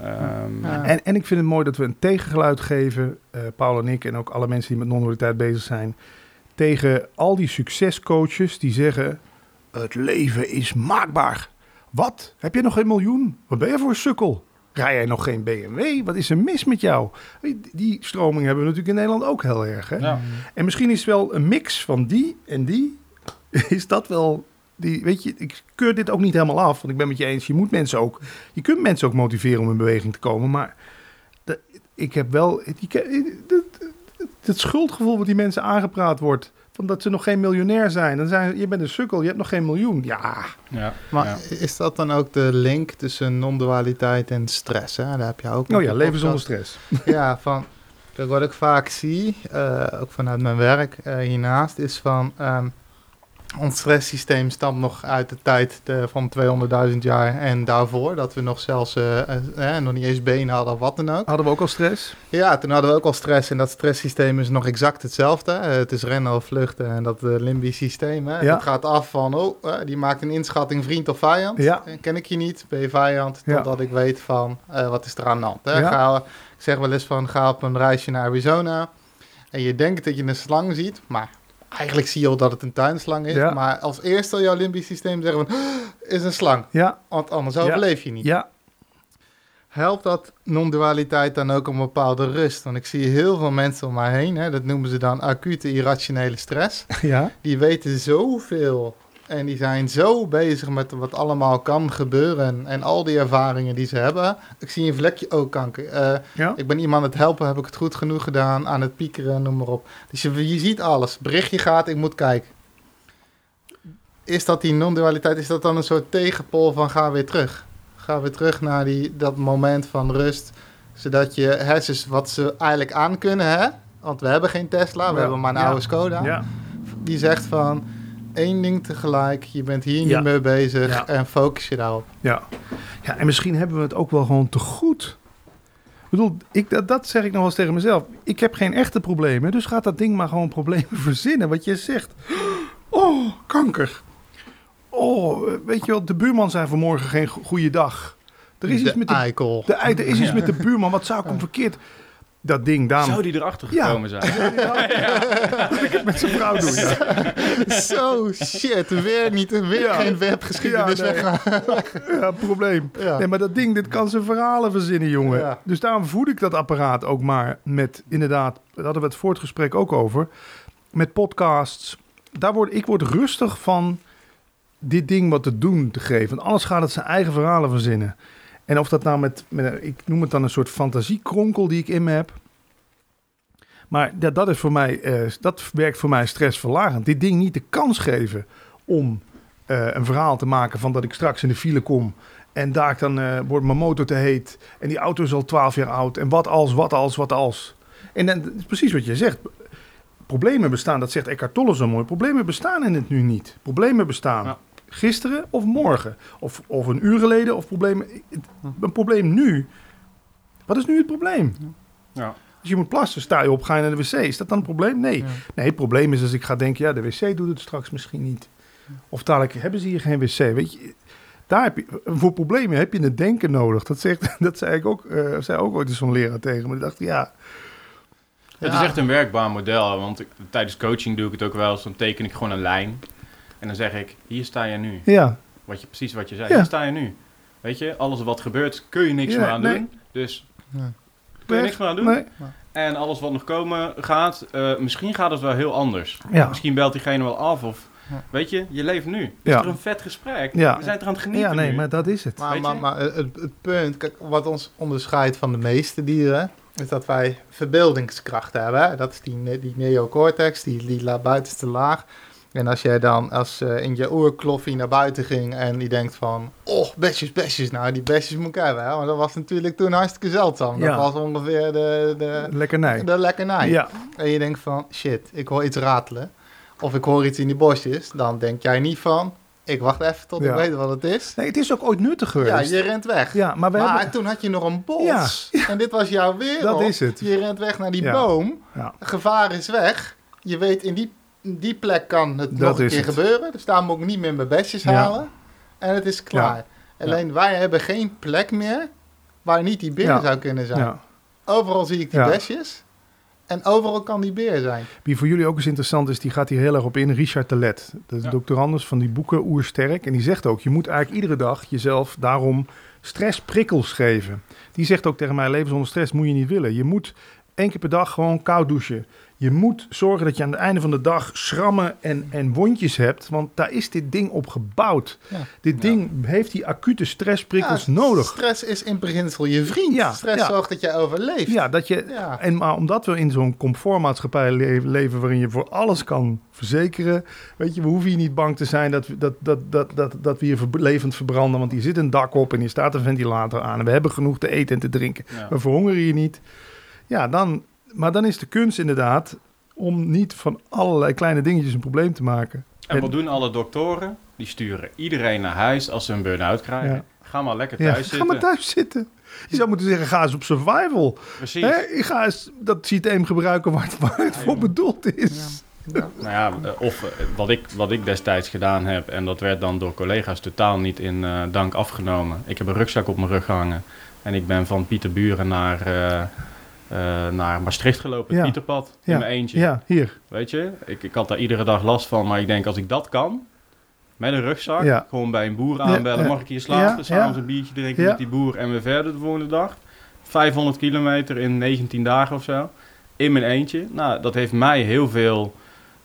En ik vind het mooi dat we een tegengeluid geven, Paul en ik en ook alle mensen die met non-dualiteit bezig zijn, tegen al die succescoaches die zeggen, het leven is maakbaar. Wat? Heb je nog geen miljoen? Wat ben je voor een sukkel? Rij jij nog geen BMW? Wat is er mis met jou? Die stroming hebben we natuurlijk in Nederland ook heel erg. Hè? Ja. En misschien is het wel een mix van die en die. Is dat wel... Weet je, ik keur dit ook niet helemaal af. Want ik ben met je eens, je kunt mensen ook motiveren om in beweging te komen. Maar ik heb wel... Het schuldgevoel wat die mensen aangepraat wordt, van dat ze nog geen miljonair zijn. Je bent een sukkel, je hebt nog geen miljoen. Ja. Maar is dat dan ook de link tussen non-dualiteit en stress? Hè? Daar heb je ook. Leven zonder stress. Ja, kijk, wat ik vaak zie, ook vanuit mijn werk hiernaast, is van ons stresssysteem stamt nog uit de tijd van 200.000 jaar en daarvoor, dat we nog zelfs nog niet eens benen hadden of wat dan ook. Hadden we ook al stress? Ja, toen hadden we ook al stress en dat stresssysteem is nog exact hetzelfde. Het is rennen of vluchten en dat limbisch systeem. Hè? Ja. Het gaat af van, die maakt een inschatting vriend of vijand. Ja. Ken ik je niet, ben je vijand, totdat ik weet van wat is er aan de hand. Hè? Ja. Ik zeg wel eens van, ga op een reisje naar Arizona en je denkt dat je een slang ziet, maar eigenlijk zie je al dat het een tuinslang is. Ja. Maar als eerste al jouw limbisch systeem zeggen van, is een slang. Ja. Want anders overleef je niet. Ja. Helpt dat non-dualiteit dan ook een bepaalde rust? Want ik zie heel veel mensen om mij heen, hè, dat noemen ze dan acute irrationele stress. Ja. Die weten zoveel en die zijn zo bezig met wat allemaal kan gebeuren en al die ervaringen die ze hebben. Ik zie een vlekje kanker. Ik ben iemand aan het helpen, heb ik het goed genoeg gedaan, aan het piekeren, noem maar op. Dus je ziet alles. Berichtje gaat, ik moet kijken. Is dat die non-dualiteit, is dat dan een soort tegenpol van ga weer terug? Ga weer terug naar dat moment van rust, zodat je hersens, wat ze eigenlijk aan kunnen, hè? Want we hebben geen Tesla, we hebben maar een oude Skoda. Ja. Die zegt van, 1 ding tegelijk, je bent hier niet mee bezig en focus je daarop. Ja, en misschien hebben we het ook wel gewoon te goed. Ik bedoel, dat zeg ik nog wel eens tegen mezelf. Ik heb geen echte problemen, dus gaat dat ding maar gewoon problemen verzinnen. Wat je zegt, kanker. Weet je wel, de buurman zei vanmorgen geen goede dag. Er is iets met de eikel. Er is iets met de buurman, wat zou ik hem verkeerd... Dat ding, Daan. Zou die erachter gekomen zijn? Dat ik het met zijn vrouw doen, Zo, shit. Weer geen webgeschiedenis Ja, probleem. Ja. Nee, maar dat ding, dit kan zijn verhalen verzinnen, jongen. Ja. Dus daarom voed ik dat apparaat ook maar met, inderdaad, daar hadden we het voor het gesprek ook over, met podcasts. Ik word rustig van dit ding wat te doen te geven. Want anders gaat het zijn eigen verhalen verzinnen. En of dat nou met ik noem het dan een soort fantasiekronkel die ik in me heb. Maar dat is voor mij, dat werkt voor mij stressverlagend. Dit ding niet de kans geven om een verhaal te maken van dat ik straks in de file kom. En daar dan wordt mijn motor te heet. En die auto is al 12 jaar oud. En wat als. En dan is precies wat je zegt. Problemen bestaan, dat zegt Eckhart Tolle zo mooi. Problemen bestaan in het nu niet. Problemen bestaan gisteren of morgen. Of een uur geleden. Of een probleem nu. Wat is nu het probleem? Ja. Als je moet plassen, sta je op, ga je naar de wc. Is dat dan een probleem? Nee. Ja. Nee, het probleem is als ik ga denken, de wc doet het straks misschien niet. Of dadelijk hebben ze hier geen wc. Weet je, voor problemen heb je het denken nodig. Dat zei ik ook, zei ook ooit eens zo'n leraar tegen me. Ik dacht, Het is echt een werkbaar model, want tijdens coaching doe ik het ook wel eens. Dan teken ik gewoon een lijn en dan zeg ik, hier sta je nu. Ja. Precies wat je zei, Ja. hier sta je nu. Weet je, alles wat gebeurt, kun je niks meer aan doen. Dus kun je niks meer aan doen. Nee. En alles wat nog komen gaat, misschien gaat het wel heel anders. Ja. Misschien belt diegene wel af of... Weet je leeft nu. Het is toch een vet gesprek. Ja. We zijn er aan het genieten nu. Maar dat is het. Maar het punt, kijk, wat ons onderscheidt van de meeste dieren, is dat wij verbeeldingskracht hebben. Hè? Dat is die neocortex, die buitenste laag. En als jij dan in je oerkloffie naar buiten ging en die denkt van, besjes, nou die besjes moet ik hebben. Hè? Want dat was natuurlijk toen hartstikke zeldzaam. Dat was ongeveer de lekkernij. De lekkernij. Ja. En je denkt van, shit, ik hoor iets ratelen. Of ik hoor iets in die bosjes. Dan denk jij niet van, ik wacht even tot ik weet wat het is. Nee, het is ook ooit nuttig geweest. Ja, je rent weg. Ja, maar toen had je nog een bos. Ja. En dit was jouw wereld. Dat is het. Je rent weg naar die boom. Ja. Gevaar is weg. Je weet, in die plek kan het nog een keer gebeuren. Dus daar moet ik niet meer mijn bestjes halen. En het is klaar. Ja. Alleen wij hebben geen plek meer waar niet die beer zou kunnen zijn. Ja. Overal zie ik die bestjes. En overal kan die beer zijn. Wie voor jullie ook eens interessant is, die gaat hier heel erg op in. Richard Telet, de doctorandus van die boeken Oersterk. En die zegt ook, je moet eigenlijk iedere dag jezelf daarom stressprikkels geven. Die zegt ook tegen mij, leven zonder stress moet je niet willen. Je moet 1 keer per dag gewoon koud douchen. Je moet zorgen dat je aan het einde van de dag schrammen en wondjes hebt. Want daar is dit ding op gebouwd. Ja. Dit ding heeft die acute stressprikkels nodig. Stress is in beginsel je vriend. Ja, Stress zorgt dat je overleeft. Ja, maar omdat we in zo'n comfortmaatschappij leven waarin je voor alles kan verzekeren. Weet je, we hoeven hier niet bang te zijn dat we hier levend verbranden. Want hier zit een dak op en hier staat een ventilator aan. En we hebben genoeg te eten en te drinken. Ja. We verhongeren hier niet. Ja, dan is de kunst inderdaad om niet van allerlei kleine dingetjes een probleem te maken. En wat doen alle doktoren? Die sturen iedereen naar huis als ze een burn-out krijgen. Ja. Ga maar lekker thuis zitten. Ga maar thuis zitten. Je zou moeten zeggen, ga eens op survival. Precies. Ga eens dat systeem gebruiken waar het voor bedoeld is. Ja. Nou ja, of wat ik destijds gedaan heb... en dat werd dan door collega's totaal niet in dank afgenomen. Ik heb een rugzak op mijn rug gehangen... en ik ben van Pieterburen naar Maastricht gelopen, het Pieterpad, in mijn eentje. Ja, hier. Weet je, ik had daar iedere dag last van, maar ik denk als ik dat kan, met een rugzak, gewoon bij een boer aanbellen, mag ik hier slapen, s'avonds een biertje drinken met die boer en weer verder de volgende dag. 500 kilometer in 19 dagen of zo, in mijn eentje. Nou, dat heeft mij heel veel,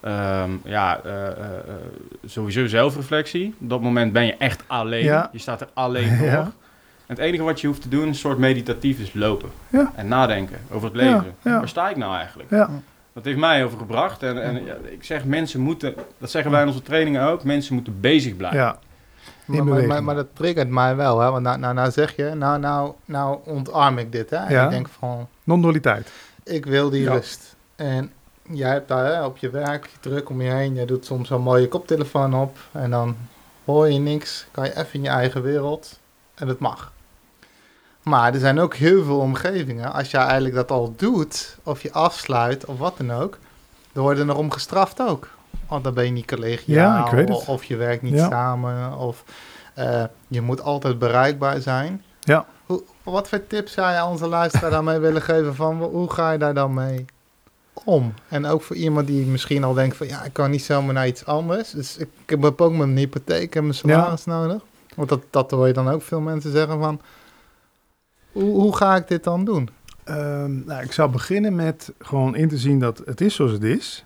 sowieso zelfreflectie. Op dat moment ben je echt alleen, je staat er alleen voor. Ja. En het enige wat je hoeft te doen, een soort meditatief, is lopen. Ja. En nadenken over het leven. Ja. Waar sta ik nou eigenlijk? Ja. Dat heeft mij overgebracht. En ik zeg, mensen moeten, dat zeggen wij in onze trainingen ook, mensen moeten bezig blijven. Ja. Maar dat triggert mij wel, hè? Want nou zeg je, nou ontarm ik dit, hè? En ik denk van... Non-dualiteit. Ik wil die rust. En jij hebt daar op je werk druk om je heen. Jij doet soms een mooie koptelefoon op. En dan hoor je niks. Kan je even in je eigen wereld. En dat mag. Maar er zijn ook heel veel omgevingen. Als je eigenlijk dat al doet, of je afsluit, of wat dan ook, dan word je er nog om gestraft ook. Want dan ben je niet collegiaal, ik weet het. of je werkt niet samen, of je moet altijd bereikbaar zijn. Ja. Wat voor tips zou je onze luisteraar daarmee willen geven van hoe ga je daar dan mee om? En ook voor iemand die misschien al denkt van ja, ik kan niet zomaar naar iets anders. Dus ik heb ook mijn hypotheek en mijn salaris nodig. Want dat hoor je dan ook veel mensen zeggen van... Hoe ga ik dit dan doen? Ik zou beginnen met gewoon in te zien dat het is zoals het is.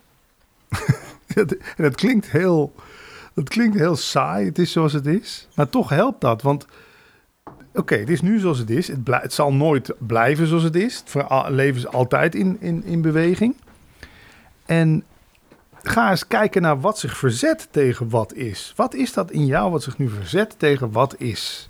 En dat klinkt heel saai, het is zoals het is. Maar toch helpt dat, want... Oké, het is nu zoals het is. Het zal nooit blijven zoals het is. Het leven is altijd in beweging. En... Ga eens kijken naar wat zich verzet tegen wat is. Wat is dat in jou wat zich nu verzet tegen wat is?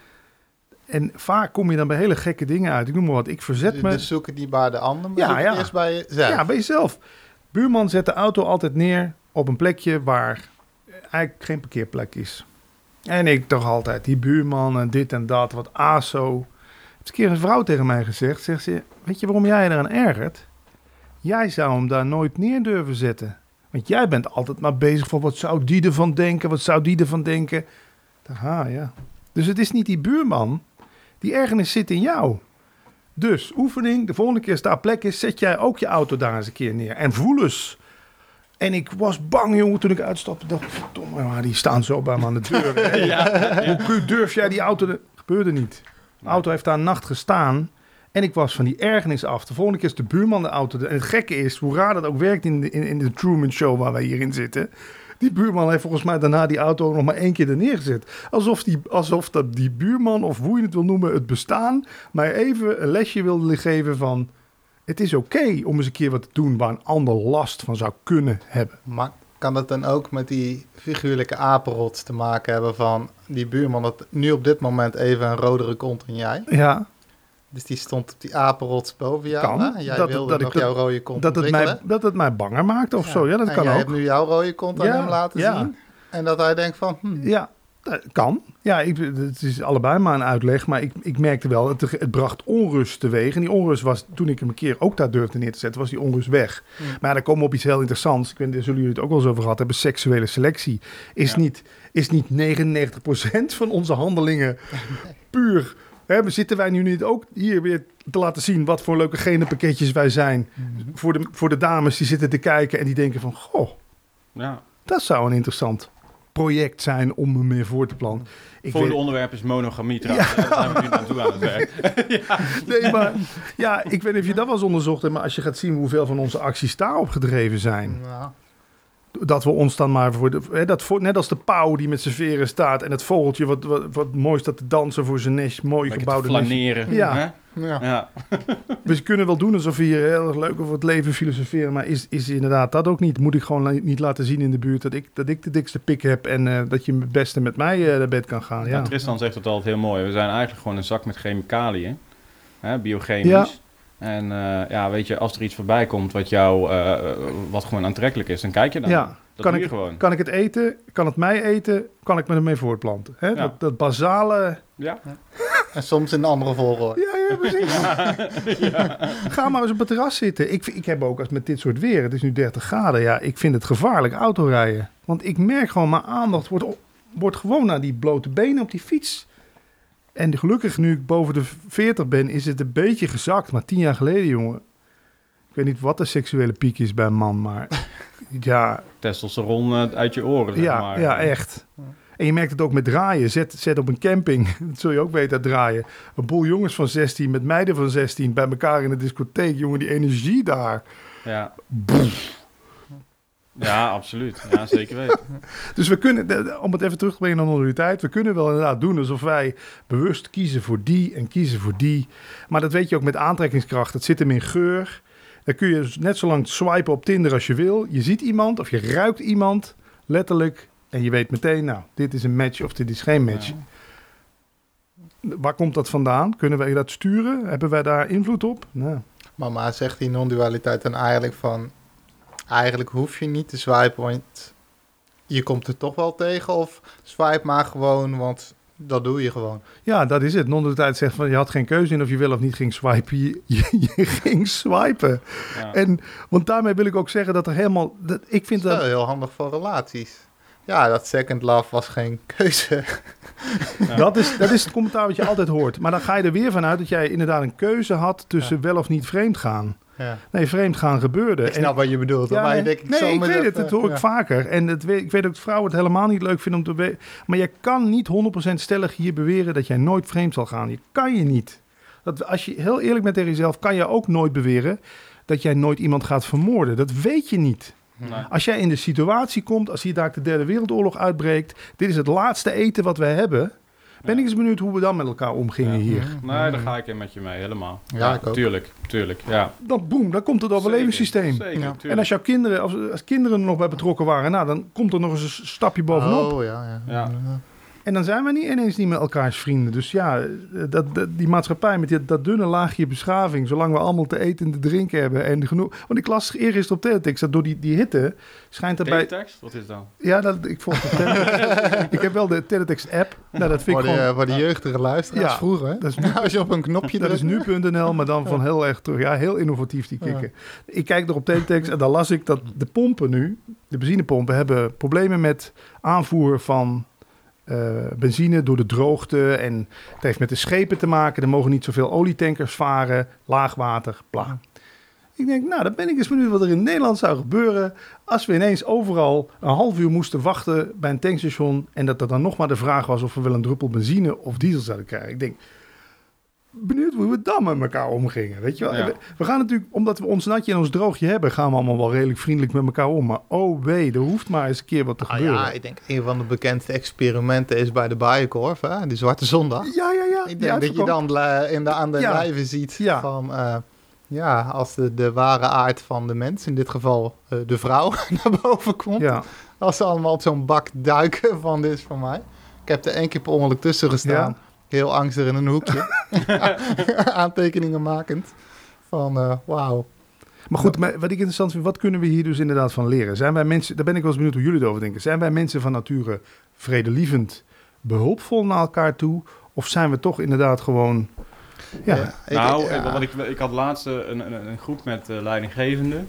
En vaak kom je dan bij hele gekke dingen uit. Ik noem maar wat, ik verzet me... Dus zoeken die bij de ander, maar zoek het eerst bij jezelf. Ja, bij jezelf. Buurman zet de auto altijd neer op een plekje waar eigenlijk geen parkeerplek is. En ik toch altijd, die buurman en dit en dat, wat aso. Heeft een keer een vrouw tegen mij gezegd, zegt ze, weet je waarom jij je eraan ergert? Jij zou hem daar nooit neer durven zetten. Want jij bent altijd maar bezig van wat zou die ervan denken, wat zou die ervan denken. Aha, ja. Dus het is niet die buurman, die ergernis zit in jou. Dus oefening, de volgende keer als daar plek is, zet jij ook je auto daar eens een keer neer. En voel eens. En ik was bang, jongen, toen ik uitstapte. Dacht, verdomme, maar die staan zo bij me aan de deur. Hoe durf jij die auto... Dat gebeurde niet. De auto heeft daar een nacht gestaan. En ik was van die ergernis af. De volgende keer is de buurman de auto. En het gekke is, hoe raar dat ook werkt in de Truman Show waar wij hierin zitten. Die buurman heeft volgens mij daarna die auto nog maar 1 keer er neergezet. Alsof die buurman, of hoe je het wil noemen, het bestaan, mij even een lesje wilde geven van... Het is oké om eens een keer wat te doen waar een ander last van zou kunnen hebben. Maar kan dat dan ook met die figuurlijke apenrots te maken hebben van die buurman dat nu op dit moment even een rodere kont dan jij? Ja. Dus die stond op die apenrots boven jou. Kan. Hè? Jij wilde nog jouw rode kont dat het mij banger maakt of zo. Ja, dat en kan jij ook. hebt nu jouw rode kont aan hem laten zien. En dat hij denkt van... Ja, dat kan. Ja, het is allebei maar een uitleg. Maar ik merkte wel, het bracht onrust teweeg. En die onrust was, toen ik hem een keer ook daar durfde neer te zetten, was die onrust weg. Maar dan komen we op iets heel interessants. Ik weet, daar zullen jullie het ook wel eens over gehad hebben. Seksuele selectie is niet 99% van onze handelingen puur... Zitten wij nu niet ook hier weer te laten zien wat voor leuke genenpakketjes wij zijn? Voor de dames die zitten te kijken en die denken van... Goh, dat zou een interessant project zijn om me meer voor te planten. Volgende onderwerp is monogamie trouwens. Daar zijn we nu naartoe aan het werk. Nee, maar ik weet niet of je dat wel eens onderzocht hebt, maar als je gaat zien hoeveel van onze acties daarop gedreven zijn. Ja. Dat we ons dan maar net als de pauw die met zijn veren staat en het vogeltje wat mooi staat te dansen voor zijn nest, mooi Lekker gebouwde te flaneren. nest. Ja. Hè? Ja. We kunnen wel doen alsof we hier heel erg leuk over het leven filosoferen, maar is inderdaad dat ook niet. Moet ik gewoon niet laten zien in de buurt dat ik de dikste pik heb en dat je het beste met mij naar bed kan gaan. Ja. Tristan zegt het altijd heel mooi. We zijn eigenlijk gewoon een zak met chemicaliën. Biochemisch. Ja. En weet je, als er iets voorbij komt wat gewoon aantrekkelijk is, dan kijk je dan. Ja. Dat doe je gewoon. Kan ik het eten? Kan het mij eten? Kan ik me ermee voortplanten? Hè? Ja. Dat basale... Ja. En soms in een andere volgorde. Ja, precies. Ja. Ga maar eens op het terras zitten. Ik heb ook als met dit soort weer, het is nu 30 graden, ja, ik vind het gevaarlijk autorijden. Want ik merk gewoon, mijn aandacht wordt gewoon naar die blote benen op die fiets. En gelukkig, nu ik boven de 40 ben, is het een beetje gezakt. Maar 10 jaar geleden, jongen, ik weet niet wat de seksuele piek is bij een man, maar ja... Testosteron uit je oren, zeg maar. Ja, echt. En je merkt het ook met draaien. Zet op een camping, dat zul je ook weten, draaien. Een boel jongens van 16 met meiden van 16 bij elkaar in de discotheek. Jongen, die energie daar. Ja. Ja, absoluut. Ja, zeker weten. Dus we kunnen, om het even terug te brengen naar de realiteit, we kunnen wel inderdaad doen alsof wij bewust kiezen voor die en kiezen voor die. Maar dat weet je ook met aantrekkingskracht. Het zit hem in geur. Dan kun je net zo lang swipen op Tinder als je wil. Je ziet iemand of je ruikt iemand, letterlijk. En je weet meteen, nou, dit is een match of dit is geen match. Ja. Waar komt dat vandaan? Kunnen wij dat sturen? Hebben wij daar invloed op? Nou. Mama zegt die non-dualiteit dan eigenlijk van... Eigenlijk hoef je niet te swipen, want je komt er toch wel tegen. Of swipe maar gewoon, want dat doe je gewoon. Ja, dat is het. Non-dualiteit zegt van je had geen keuze in of je wel of niet ging swipen. Je ging swipen. Ja. Want daarmee wil ik ook zeggen dat er helemaal... ik vind dat heel handig voor relaties. Ja, dat second love was geen keuze. Ja. Dat is het commentaar wat je altijd hoort. Maar dan ga je er weer vanuit dat jij inderdaad een keuze had tussen wel of niet vreemd gaan. Ja. Nee, vreemd gaan gebeurde. Ik snap wat je bedoelt. Ja, maar ik weet het. Dat hoor ik vaker. En ik weet ook dat vrouwen het helemaal niet leuk vinden om te weten. Maar je kan niet 100% stellig hier beweren dat jij nooit vreemd zal gaan. Je kan je niet. Als je heel eerlijk bent tegen jezelf, kan je ook nooit beweren dat jij nooit iemand gaat vermoorden. Dat weet je niet. Nee. Als jij in de situatie komt, als hier daar de Derde Wereldoorlog uitbreekt, dit is het laatste eten wat we hebben. Ben ik eens benieuwd hoe we dan met elkaar omgingen hier. Nee, daar ga ik in met je mee, helemaal. Ja, ik ook. Tuurlijk, ja. Dan komt het overlevingssysteem. Zeker, en als jouw kinderen, als kinderen er nog bij betrokken waren, nou, dan komt er nog eens een stapje bovenop. Oh, ja. En dan zijn we niet ineens niet meer elkaars vrienden. Dus ja, die maatschappij met dat dunne laagje beschaving, zolang we allemaal te eten en te drinken hebben en genoeg. Want ik las eergisteren op Teletext dat door die hitte schijnt erbij. Teletext? Wat is dat? Ja, ik volg de Teletext. Ik heb wel de Teletext app. Nou, dat vind ik gewoon. Voor de jeugdige luisteraars vroeger. Dat is als je op een knopje drukt. Dat is nu.nl, maar dan van heel erg terug. Ja, heel innovatief die kikken. Ja. Ik kijk er op Teletext en dan las ik dat de pompen nu, de benzinepompen, hebben problemen met aanvoer van benzine door de droogte. En het heeft met de schepen te maken. Er mogen niet zoveel olietankers varen. Laagwater, bla. Ik denk, nou, dan ben ik eens benieuwd wat er in Nederland zou gebeuren als we ineens overal een half uur moesten wachten bij een tankstation en dat er dan nog maar de vraag was of we wel een druppel benzine of diesel zouden krijgen. Ik denk, benieuwd hoe we dan met elkaar omgingen, weet je wel. Ja. We gaan natuurlijk, omdat we ons natje en ons droogje hebben, gaan we allemaal wel redelijk vriendelijk met elkaar om. Maar oh wee, er hoeft maar eens een keer wat te gebeuren. Ja, ik denk een van de bekendste experimenten is bij de Bijenkorf, hè? Die Zwarte Zondag. Ja. Ik denk dat je dan aan de lijven ziet van... als de ware aard van de mens, in dit geval de vrouw, naar boven komt. Ja. Als ze allemaal op zo'n bak duiken van dit is van mij. Ik heb er 1 keer per ongeluk tussen gestaan. Ja. Heel angstig in een hoekje. Aantekeningen makend. Van wauw. Maar goed, wat ik interessant vind, wat kunnen we hier dus inderdaad van leren? Zijn wij mensen, daar ben ik wel eens benieuwd hoe jullie erover denken. Zijn wij mensen van nature vredelievend, behulpvol naar elkaar toe? Of zijn we toch inderdaad gewoon... Ja. Ik had laatst een groep met leidinggevenden.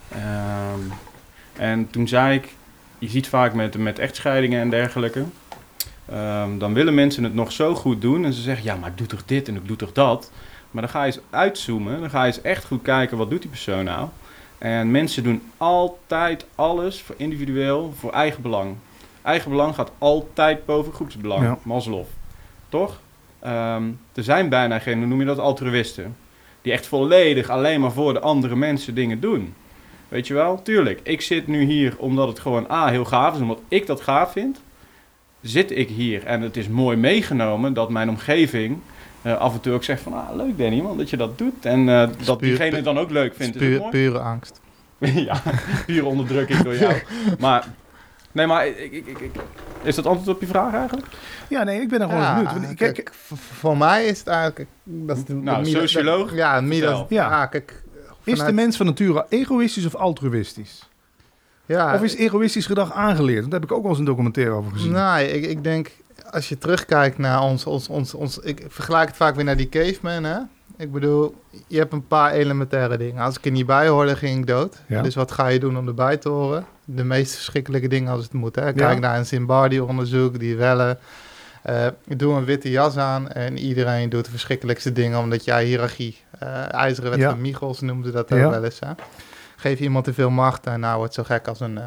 En toen zei ik, je ziet vaak met echtscheidingen en dergelijke. Dan willen mensen het nog zo goed doen. En ze zeggen, ja, maar ik doe toch dit en ik doe toch dat. Maar dan ga je eens uitzoomen. Dan ga je eens echt goed kijken, wat doet die persoon nou? En mensen doen altijd alles voor individueel, voor eigen belang. Eigenbelang gaat altijd boven groepsbelang. Ja. Maslow. Toch? Er zijn bijna geen, hoe noem je dat, altruïsten. Die echt volledig alleen maar voor de andere mensen dingen doen. Weet je wel? Tuurlijk, ik zit nu hier omdat het gewoon heel gaaf is. Omdat ik dat gaaf vind. Zit ik hier en het is mooi meegenomen dat mijn omgeving af en toe ook zegt van... leuk Danny, man, dat je dat doet. En dat diegene het dan ook leuk vindt. Is mooi? Pure angst. Ja, pure onderdrukking door jou. Maar... Nee, maar is dat antwoord op je vraag eigenlijk? Ja, nee, ik ben er gewoon benieuwd. Want Kijk, voor mij is het eigenlijk... Socioloog? Kijk... Is de mens van nature egoïstisch of altruïstisch? Ja, Of is egoïstisch gedrag aangeleerd? Want daar heb ik ook wel eens een documentaire over gezien. Nee, ik denk, als je terugkijkt naar ons... Ik vergelijk het vaak weer naar die caveman, hè? Ik bedoel, je hebt een paar elementaire dingen. Als ik er niet bij hoorde, ging ik dood. Ja. Dus wat ga je doen om erbij te horen? De meest verschrikkelijke dingen als het moet, hè? Kijk naar een Zimbardi-onderzoek, die wellen... ik doe een witte jas aan en iedereen doet de verschrikkelijkste dingen... omdat jij hiërarchie, ijzeren wet van Michels noemde dat ook wel eens, hè? Geef iemand te veel macht en nou wordt zo gek als een...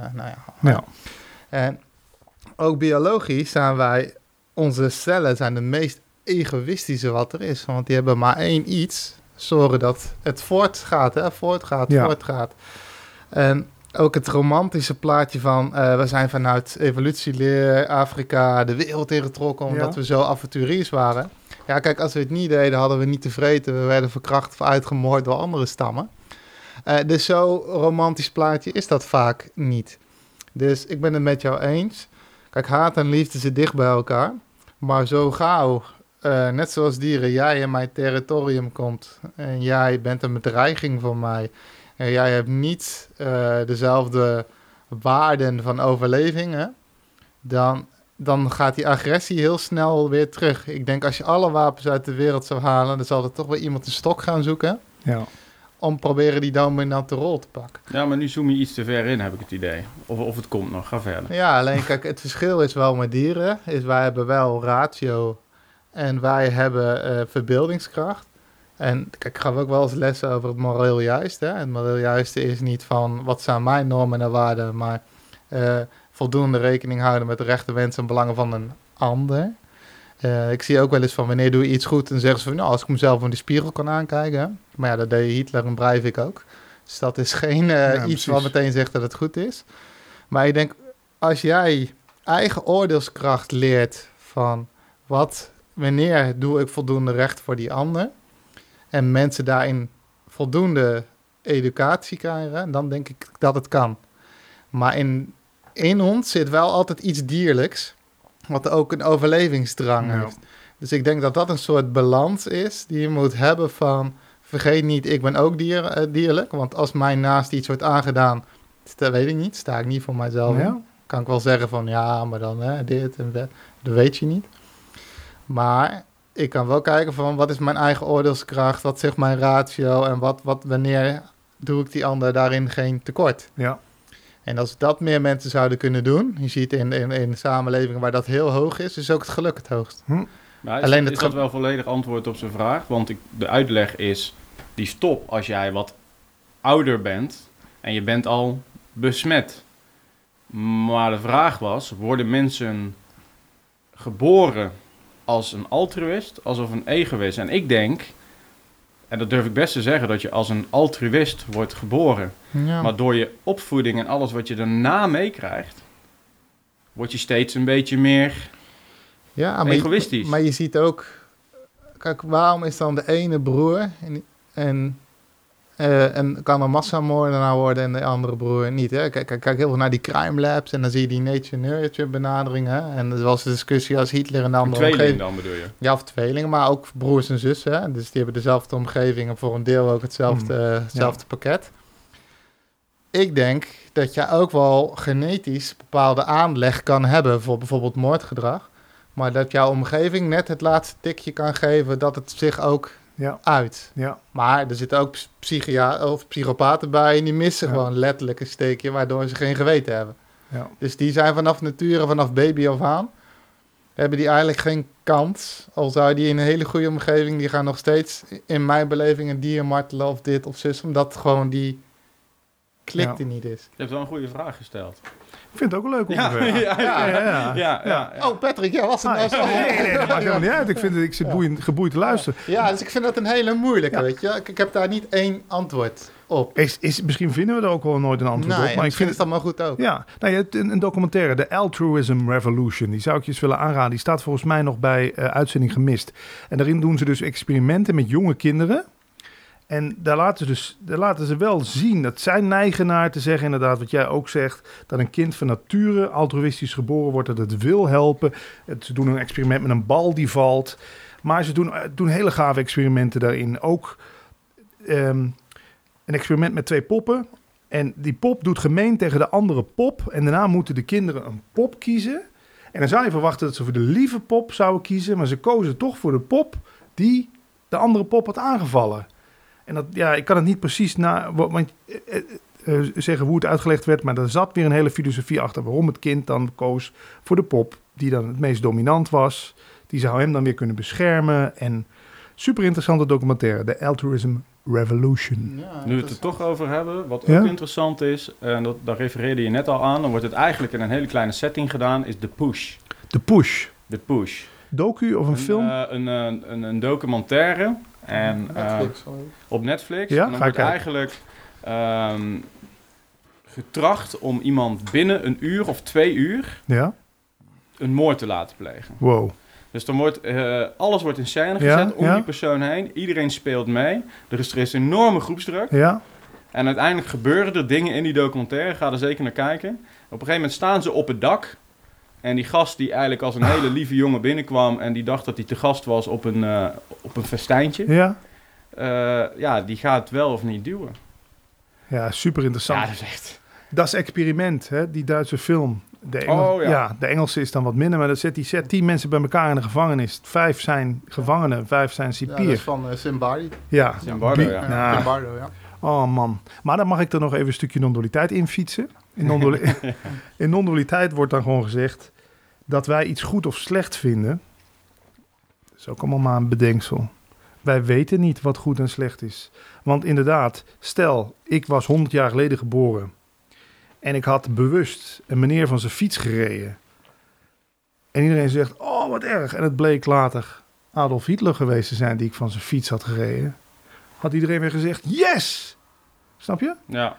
En ook biologisch zijn wij... Onze cellen zijn de meest egoïstische wat er is. Want die hebben maar één iets. Zorgen dat het voortgaat, hè? Voortgaat. En ook het romantische plaatje van... we zijn vanuit evolutieleer Afrika de wereld ingetrokken... omdat we zo avonturiers waren. Ja, kijk, als we het niet deden, hadden we niet te vreten. We werden verkracht of uitgemoord door andere stammen. Dus zo romantisch plaatje is dat vaak niet. Dus ik ben het met jou eens. Kijk, haat en liefde zitten dicht bij elkaar. Maar zo gauw, net zoals dieren, jij in mijn territorium komt... en jij bent een bedreiging voor mij... en jij hebt niet dezelfde waarden van overleving... Hè? Dan gaat die agressie heel snel weer terug. Ik denk, als je alle wapens uit de wereld zou halen... dan zal er toch wel iemand een stok gaan zoeken... Ja. om proberen die dominante rol te pakken. Ja, maar nu zoom je iets te ver in, heb ik het idee. Of het komt nog, ga verder. Ja, alleen kijk, het verschil is wel met dieren... is wij hebben wel ratio en wij hebben verbeeldingskracht. En kijk, ik gaf ook wel eens lessen over het moreel juist. Hè? Het moreel juiste is niet van wat zijn mijn normen en waarden... maar voldoende rekening houden met de rechten, wensen en belangen van een ander... ik zie ook wel eens van wanneer doe je iets goed en zeggen ze van... nou, als ik mezelf in de spiegel kan aankijken... Hè? Maar ja, dat deed Hitler en Breivik ook. Dus dat is geen iets wat meteen zegt dat het goed is. Maar ik denk, als jij eigen oordeelskracht leert van... wanneer doe ik voldoende recht voor die ander... en mensen daarin voldoende educatie krijgen... dan denk ik dat het kan. Maar in ons zit wel altijd iets dierlijks... wat ook een overlevingsdrang heeft. Dus ik denk dat dat een soort balans is... die je moet hebben van... vergeet niet, ik ben ook dierlijk. Want als mijn naast iets wordt aangedaan... dat weet ik niet, sta ik niet voor mijzelf. Ja. Kan ik wel zeggen van... ja, maar dan dit en dat. Dat weet je niet. Maar ik kan wel kijken van... wat is mijn eigen oordeelskracht? Wat zegt mijn ratio? En wanneer doe ik die ander daarin geen tekort? Ja. En als dat meer mensen zouden kunnen doen... je ziet in samenlevingen waar dat heel hoog is ook het geluk het hoogst. Maar is dat wel volledig antwoord op zijn vraag? Want de uitleg is, die stop als jij wat ouder bent... en je bent al besmet. Maar de vraag was, worden mensen geboren als een altruïst... als of een egoïst? En ik denk... en dat durf ik best te zeggen, dat je als een altruïst wordt geboren. Ja. Maar door je opvoeding en alles wat je daarna meekrijgt... word je steeds een beetje meer egoïstisch. Maar je ziet ook... Kijk, waarom is dan de ene broer... en kan een massamoordenaar worden en de andere broer niet? Hè? Kijk heel veel naar die crime labs... en dan zie je die nature-nurture benadering. Hè? En er was een discussie als Hitler en de andere omgeving. Tweeling dan bedoel je? Ja, of tweelingen, maar ook broers en zussen. Hè? Dus die hebben dezelfde omgeving... en voor een deel ook hetzelfde pakket. Ik denk dat je ook wel genetisch bepaalde aanleg kan hebben... voor bijvoorbeeld moordgedrag... maar dat jouw omgeving net het laatste tikje kan geven... dat het zich ook uit. Ja. Maar er zitten ook psychopaten bij... en die missen gewoon letterlijk een steekje... waardoor ze geen geweten hebben. Ja. Dus die zijn vanaf nature, vanaf baby af aan... hebben die eigenlijk geen kans. Al zou die in een hele goede omgeving... die gaan nog steeds in mijn beleving een dier martelen... of dit of zus, omdat gewoon die conflict er niet is. Je hebt wel een goede vraag gesteld. Ik vind het ook een leuk onderwerp. Ja. Oh, Patrick, jij was het nou zo. Nee, dat maakt helemaal niet uit. Ik zit geboeid te luisteren. Ja, dus ik vind dat een hele moeilijke, weet je. Ik heb daar niet één antwoord op. Misschien vinden we er ook wel nooit een antwoord op. Maar ik vind het allemaal goed ook. Ja, nou, je hebt een documentaire, The Altruism Revolution. Die zou ik je eens willen aanraden. Die staat volgens mij nog bij Uitzending Gemist. En daarin doen ze dus experimenten met jonge kinderen. En daar laten ze wel zien, dat zijn neigen naar te zeggen, inderdaad, wat jij ook zegt, dat een kind van nature altruïstisch geboren wordt, dat het wil helpen. Ze doen een experiment met een bal die valt. Maar ze doen hele gave experimenten daarin. Ook een experiment met 2 poppen. En die pop doet gemeen tegen de andere pop. En daarna moeten de kinderen een pop kiezen. En dan zou je verwachten dat ze voor de lieve pop zouden kiezen. Maar ze kozen toch voor de pop die de andere pop had aangevallen. En dat, ja, ik kan het niet precies zeggen hoe het uitgelegd werd. Maar er zat weer een hele filosofie achter waarom het kind dan koos voor de pop die dan het meest dominant was. Die zou hem dan weer kunnen beschermen. En super interessante documentaire, The Altruism Revolution. Ja, Nu we het er toch over hebben, wat ook interessant is, en daar refereerde je net al aan, dan wordt het eigenlijk in een hele kleine setting gedaan, is The Push. The Push. The Push. Docu of een film? Een documentaire. En, op Netflix. Ja, en dan ga ik wordt eigenlijk getracht om iemand binnen 1 uur of 2 uur een moord te laten plegen. Wow. Dus dan wordt alles wordt in scène gezet om die persoon heen. Iedereen speelt mee. Er is een enorme groepsdruk. Ja. En uiteindelijk gebeuren er dingen in die documentaire. Ga er zeker naar kijken. Op een gegeven moment staan ze op het dak. En die gast die eigenlijk als een hele lieve jongen binnenkwam en die dacht dat hij te gast was op een festijntje. Ja. Die gaat het wel of niet duwen. Ja, super interessant. Ja, dat is echt... Dat is Experiment, hè? Die Duitse film. De Engelse is dan wat minder, maar die zet 10 mensen bij elkaar in de gevangenis. 5 zijn gevangenen, 5 zijn cipier. Ja, dat is van Zimbardi. Ja. Zimbardo, ja. Zimbardo, ja. Oh man. Maar dan mag ik er nog even een stukje non-dualiteit in fietsen. In non-dualiteit wordt dan gewoon gezegd dat wij iets goed of slecht vinden. Dat is ook allemaal maar een bedenksel. Wij weten niet wat goed en slecht is. Want inderdaad, stel, ik was 100 jaar geleden geboren en ik had bewust een meneer van zijn fiets gereden. En iedereen zegt, oh wat erg. En het bleek later Adolf Hitler geweest te zijn die ik van zijn fiets had gereden. Had iedereen weer gezegd, yes! Snap je? Ja.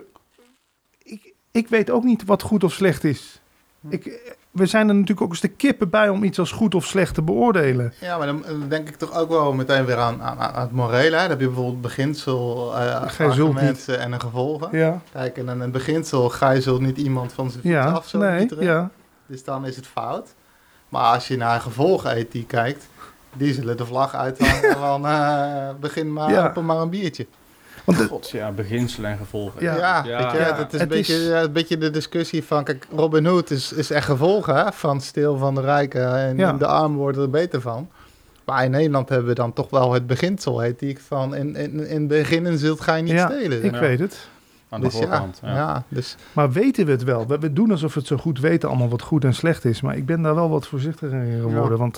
Ik weet ook niet wat goed of slecht is. We zijn er natuurlijk ook eens de kippen bij om iets als goed of slecht te beoordelen. Ja, maar dan denk ik toch ook wel meteen weer aan het morele. Hè? Dan heb je bijvoorbeeld beginsel, argumenten en een gevolgen. Ja. Kijk, en een beginsel, gij zult niet iemand van zijn fiets af zo mieteren. Ja. Dus dan is het fout. Maar als je naar gevolgenethiek kijkt, die zullen de vlag uithangen van begin maar, open maar een biertje. Want beginselen en gevolgen. Het is een beetje de discussie van, kijk, Robin Hood is echt gevolgen hè, van steel van de rijken en de armen worden er beter van. Maar in Nederland hebben we dan toch wel het beginsel, heet die van in beginnen zult gij niet stelen. Ik weet het. Aan de voorkant. Dus. Maar weten we het wel? We doen alsof we het zo goed weten allemaal wat goed en slecht is. Maar ik ben daar wel wat voorzichtiger in geworden, want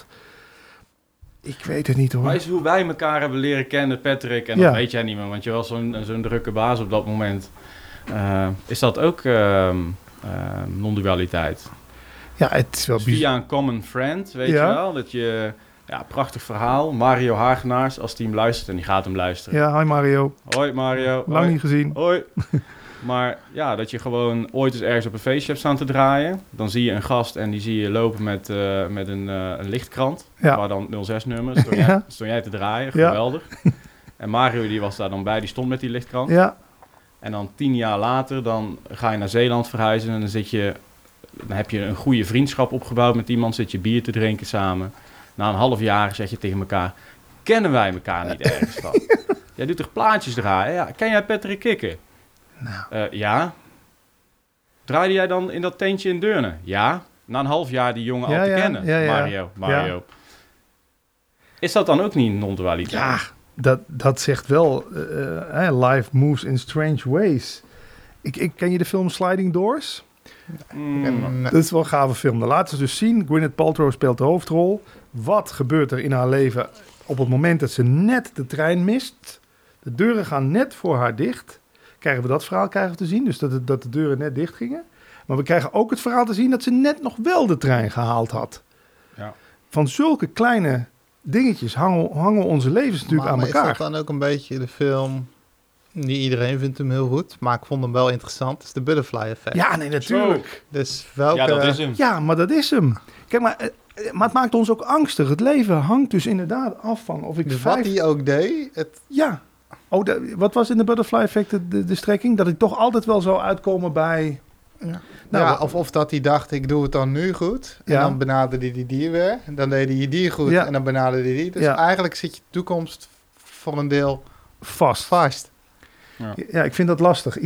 ik weet het niet hoor. Maar is hoe wij elkaar hebben leren kennen, Patrick, en dat weet jij niet meer, want je was zo'n drukke baas op dat moment. Is dat ook non-dualiteit? Ja, het is wel via een common friend, weet je wel, dat je... Ja, prachtig verhaal. Mario Hagenaars, als die hem luistert en die gaat hem luisteren. Ja, hi Mario. Hoi Mario. Lang niet gezien. Hoi. Maar ja, dat je gewoon ooit eens ergens op een feestje hebt staan te draaien. Dan zie je een gast en die zie je lopen met een lichtkrant. Ja. Waar dan 06-nummer. Stond jij te draaien. Geweldig. En Mario die was daar dan bij. Die stond met die lichtkrant. Ja. En dan 10 jaar later, dan ga je naar Zeeland verhuizen. En dan heb je een goede vriendschap opgebouwd met iemand. Zit je bier te drinken samen. Na een half jaar zeg je tegen elkaar, kennen wij elkaar niet ergens van? Jij doet toch plaatjes draaien? Ja. Ken jij Patrick Kikker? Nou. Ja. Draaide jij dan in dat tentje in Deurne? Ja. Na een half jaar die jongen al te kennen. Ja. Mario. Ja. Is dat dan ook niet non-dualiteit? Ja, dat zegt wel, life moves in strange ways. Ken je de film Sliding Doors? Dat is wel een gave film. Dan laten ze dus zien, Gwyneth Paltrow speelt de hoofdrol. Wat gebeurt er in haar leven op het moment dat ze net de trein mist? De deuren gaan net voor haar dicht. krijgen we dat verhaal te zien. Dus dat de deuren net dicht gingen. Maar we krijgen ook het verhaal te zien dat ze net nog wel de trein gehaald had. Ja. Van zulke kleine dingetjes hangen onze levens natuurlijk aan maar elkaar. is dat dan ook een beetje de film... Niet iedereen vindt hem heel goed, maar ik vond hem wel interessant. Het is de Butterfly Effect. Ja, nee, natuurlijk. Dus welke... Ja, dat is hem. Ja, maar dat is hem. Kijk, maar het maakt ons ook angstig. Het leven hangt dus inderdaad af van of ik Dus wat hij ook deed... Ja. Oh, wat was in de Butterfly Effect de strekking? Dat ik toch altijd wel zou uitkomen bij... Ja. Nou, of dat hij dacht, ik doe het dan nu goed. En dan benaderde hij die weer. En dan deed hij die goed. Ja. En dan benaderde hij die. Dus eigenlijk zit je toekomst voor een deel vast. Ja, ik vind dat lastig.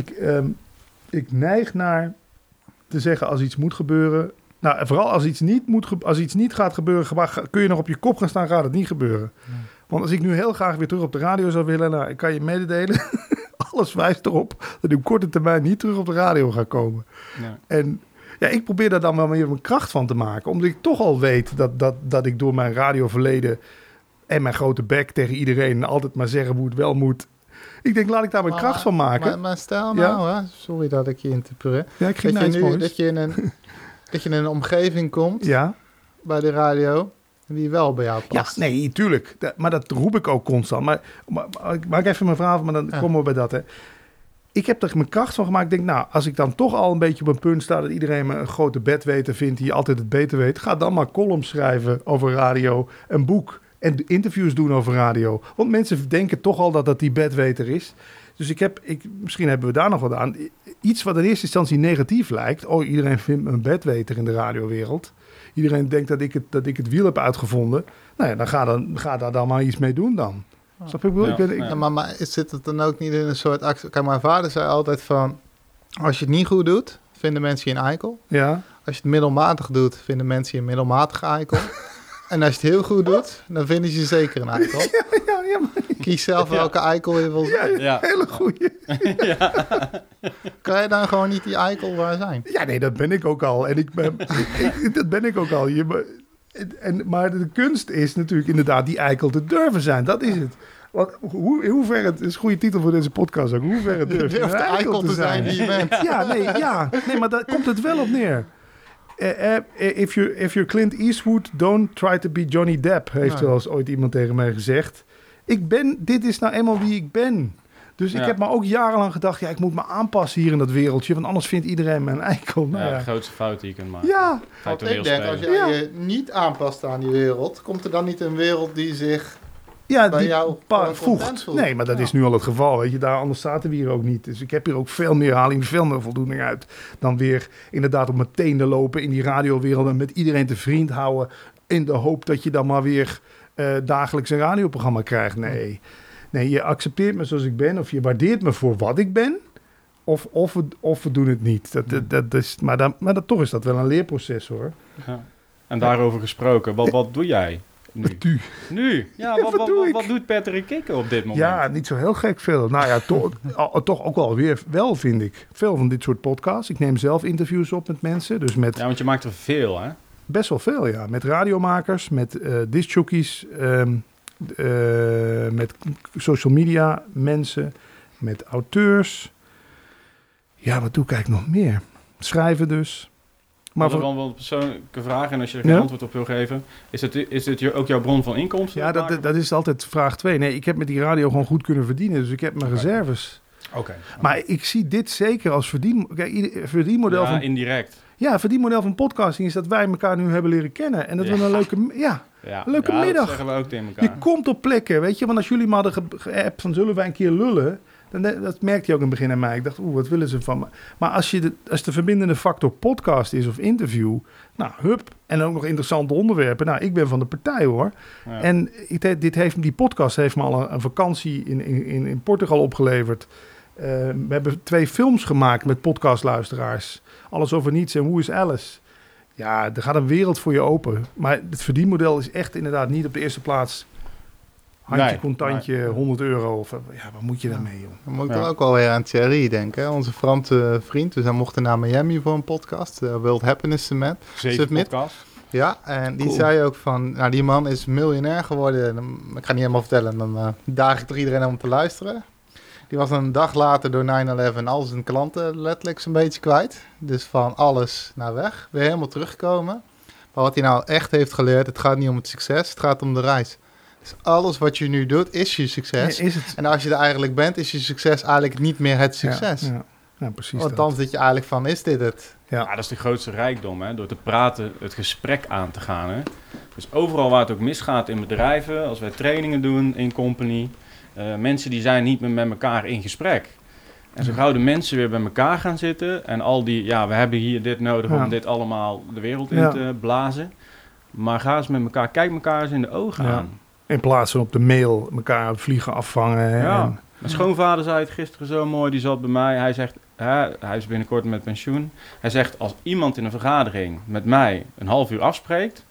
Ik neig naar te zeggen als iets moet gebeuren... Nou, vooral als iets niet gaat gebeuren... kun je nog op je kop gaan staan, gaat het niet gebeuren. Ja. Want als ik nu heel graag weer terug op de radio zou willen... Nou, ik kan je mededelen... Alles wijst erop dat ik op korte termijn niet terug op de radio ga komen. Ja. En ja, ik probeer daar dan wel meer mijn kracht van te maken. Omdat ik toch al weet dat ik door mijn radioverleden... en mijn grote bek tegen iedereen... altijd maar zeggen hoe het wel moet... Ik denk, laat ik daar mijn kracht van maken. Maar stel nou, hè, sorry dat ik je interpreteer. Ja, ik ging dat je in een omgeving komt bij de radio die wel bij jou past. Ja, nee, tuurlijk. Maar dat roep ik ook constant. Maar ik maak even mijn verhaal, maar dan komen we bij dat. Hè. Ik heb er mijn kracht van gemaakt. Ik denk, nou, als ik dan toch al een beetje op een punt sta... dat iedereen me een grote bedweter vindt die altijd het beter weet... ga dan maar columns schrijven over radio, een boek... en interviews doen over radio. Want mensen denken toch al dat die bedweter is. Dus misschien hebben we daar nog wat aan. Iets wat in eerste instantie negatief lijkt. Oh, iedereen vindt me een bedweter in de radiowereld. Iedereen denkt dat ik het wiel heb uitgevonden. Nou ja, dan ga daar dan maar iets mee doen dan. Snap je? Maar zit het dan ook niet in een soort actie? Kijk, mijn vader zei altijd van... als je het niet goed doet, vinden mensen je een eikel. Ja. Als je het middelmatig doet, vinden mensen je een middelmatige eikel. En als je het heel goed doet, dan vinden ze je zeker een eikel. Ja, kies zelf welke eikel je wil zijn. Ja, hele goeie. Kan je dan gewoon niet die eikel waar zijn? Ja, nee, dat ben ik ook al. En dat ben ik ook al. Maar de kunst is natuurlijk inderdaad die eikel te durven zijn. Dat is het. Want hoe ver het is een goede titel voor deze podcast ook. Hoe ver het durft de eikel te zijn die je bent. Nee, maar daar komt het wel op neer. If you're Clint Eastwood, don't try to be Johnny Depp, heeft wel eens ooit iemand tegen mij gezegd. Dit is nou eenmaal wie ik ben. Dus ik heb me ook jarenlang gedacht, ik moet me aanpassen hier in dat wereldje, want anders vindt iedereen me een eikel. Nou, de grootste fout die je kunt maken. Ja. Want ik denk, als jij je niet aanpast aan die wereld, komt er dan niet een wereld die zich bij jou voegt. Nee, maar dat is nu al het geval. Weet je, anders zaten we hier ook niet. Dus ik heb hier ook veel meer voldoening uit dan weer inderdaad op mijn tenen lopen in die radiowereld en met iedereen te vriend houden in de hoop dat je dan maar weer dagelijks een radioprogramma krijgt. Nee, je accepteert me zoals ik ben of je waardeert me voor wat ik ben of we doen het niet. Dat is, maar toch is dat wel een leerproces, hoor. Ja. En daarover gesproken, wat doe jij? Nu? Ja, wat doet Patrick Kikker op dit moment? Ja, niet zo heel gek veel. Nou ja, toch ook wel vind ik. Veel van dit soort podcasts. Ik neem zelf interviews op met mensen. Dus ja, want je maakt er veel, hè? Best wel veel, ja. Met radiomakers, met discjockeys, met social media mensen, met auteurs. Ja, wat doe ik eigenlijk nog meer? Schrijven dus. Maar dat is wel een persoonlijke vraag en als je er geen antwoord op wil geven, is het ook jouw bron van inkomsten? Ja, dat is altijd vraag 2. Nee, ik heb met die radio gewoon goed kunnen verdienen, dus ik heb mijn reserves. Oké. Maar ik zie dit zeker als verdienmodel van... indirect. Ja, verdienmodel van podcasting is dat wij elkaar nu hebben leren kennen. En dat we een leuke middag. Dat zeggen we ook tegen elkaar. Je komt op plekken, weet je. Want als jullie me hadden geappt van zullen wij een keer lullen... Dat merkte je ook in het begin aan mij. Ik dacht, wat willen ze van me? Maar als de verbindende factor podcast is of interview... Nou, en ook nog interessante onderwerpen. Nou, ik ben van de partij, hoor. Ja. En die podcast heeft me al een vakantie in Portugal opgeleverd. We hebben 2 films gemaakt met podcastluisteraars. Alles over niets en Hoe is Alice? Ja, er gaat een wereld voor je open. Maar het verdienmodel is echt inderdaad niet op de eerste plaats... Handje, contantje, €100. Of wat moet je daarmee, joh? Dan moet ik dan ook wel weer aan Thierry denken. Onze Franse vriend. Dus hij mocht naar Miami voor een podcast. World Happiness Summit. 7 podcast. Ja, en die zei ook van... Nou, die man is miljonair geworden. Ik ga niet helemaal vertellen. Dan daag ik er iedereen om te luisteren. Die was een dag later door 9/11 al zijn klanten letterlijk zo'n beetje kwijt. Dus van alles naar weg. Weer helemaal teruggekomen. Maar wat hij nou echt heeft geleerd, het gaat niet om het succes, het gaat om de reis. Dus alles wat je nu doet, is je succes. Ja, is het? En als je er eigenlijk bent, is je succes eigenlijk niet meer het succes. Ja, precies. Want dan zit je eigenlijk van, is dit het? Ja, dat is de grootste rijkdom, hè? Door te praten, het gesprek aan te gaan. Hè? Dus overal waar het ook misgaat in bedrijven, als wij trainingen doen in company, mensen die zijn niet meer met elkaar in gesprek. En zo gauw de mensen weer bij elkaar gaan zitten en al die, we hebben hier dit nodig om dit allemaal de wereld in te blazen. Maar ga eens met elkaar, kijk elkaar eens in de ogen aan. In plaats van op de mail elkaar vliegen afvangen. Ja. En... Mijn schoonvader zei het gisteren zo mooi, die zat bij mij. Hij zegt, hij is binnenkort met pensioen. Hij zegt, als iemand in een vergadering met mij een half uur afspreekt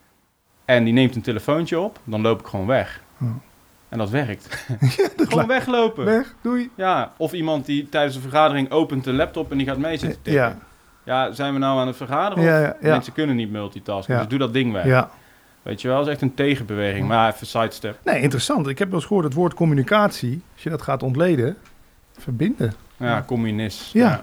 en die neemt een telefoontje op, dan loop ik gewoon weg. En dat werkt. Gewoon weglopen. Weg, doei. Ja, of iemand die tijdens een vergadering opent de laptop en die gaat mee zitten tikken. Ja, zijn we nou aan het vergaderen? Mensen kunnen niet multitasken, dus doe dat ding weg. Ja. Weet je wel, dat is echt een tegenbeweging. Maar even sidestep. Nee, interessant. Ik heb wel eens gehoord het woord communicatie, als je dat gaat ontleden, verbinden. Ja, communist. Ja,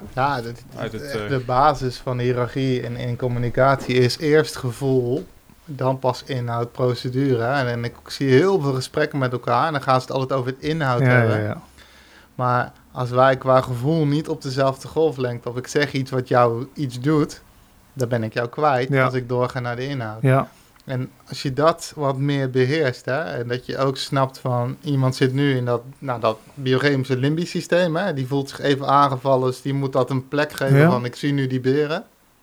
de basis van de hiërarchie in communicatie is eerst gevoel, dan pas inhoud, procedure. En ik zie heel veel gesprekken met elkaar en dan gaan ze het altijd over het inhoud hebben. Ja. Maar als wij qua gevoel niet op dezelfde golflengte, of ik zeg iets wat jou iets doet, dan ben ik jou kwijt als ik doorga naar de inhoud. Ja. En als je dat wat meer beheerst, hè, en dat je ook snapt van iemand zit nu in dat biochemische limbisch systeem, hè, die voelt zich even aangevallen, dus die moet dat een plek geven van ik zie nu die beren.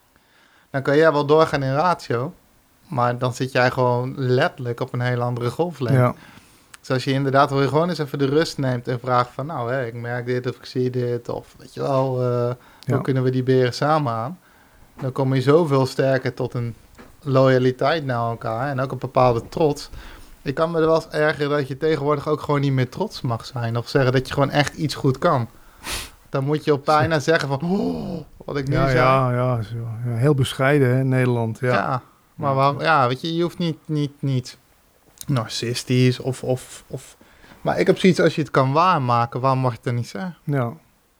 Dan kan jij wel doorgaan in ratio, maar dan zit jij gewoon letterlijk op een hele andere golflengte. Ja. Dus als je inderdaad wel gewoon eens even de rust neemt en vraagt van ik merk dit of ik zie dit, of weet je wel, hoe kunnen we die beren samen aan? Dan kom je zoveel sterker tot een loyaliteit naar elkaar en ook een bepaalde trots. Ik kan me er wel eens ergeren dat je tegenwoordig ook gewoon niet meer trots mag zijn of zeggen dat je gewoon echt iets goed kan. Dan moet je op bijna zeggen van, wat ik nu zei. Ja, heel bescheiden hè, in Nederland. Ja, maar weet je hoeft niet narcistisch of... Maar ik heb zoiets, als je het kan waarmaken, waarom mag je het dan niet zeggen? Ja.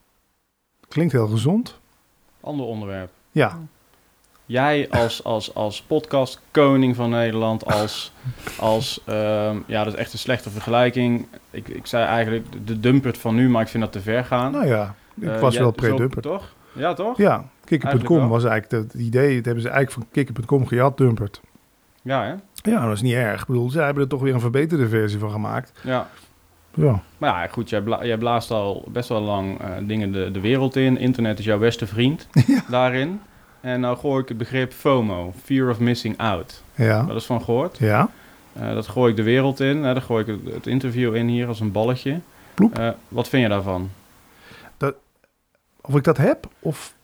Klinkt heel gezond. Ander onderwerp. Ja. Jij als podcastkoning van Nederland, dat is echt een slechte vergelijking. Ik zei eigenlijk de Dumpert van nu, maar ik vind dat te ver gaan. Nou ja, ik was wel pre-Dumpert. Toch? Ja, toch? Ja, Kikker.com was eigenlijk het idee. Dat hebben ze eigenlijk van Kikker.com gejat, Dumpert. Ja, hè? Ja, dat is niet erg. Ik bedoel, zij hebben er toch weer een verbeterde versie van gemaakt. Ja. Ja. Maar ja, goed, jij blaast al best wel lang dingen de wereld in. Internet is jouw beste vriend daarin. En nou gooi ik het begrip FOMO, Fear of Missing Out. Ja. Dat is van gehoord. Ja. Dat gooi ik de wereld in. Dan gooi ik het interview in hier als een balletje. Ploep. Wat vind je daarvan? Of ik dat heb? Of?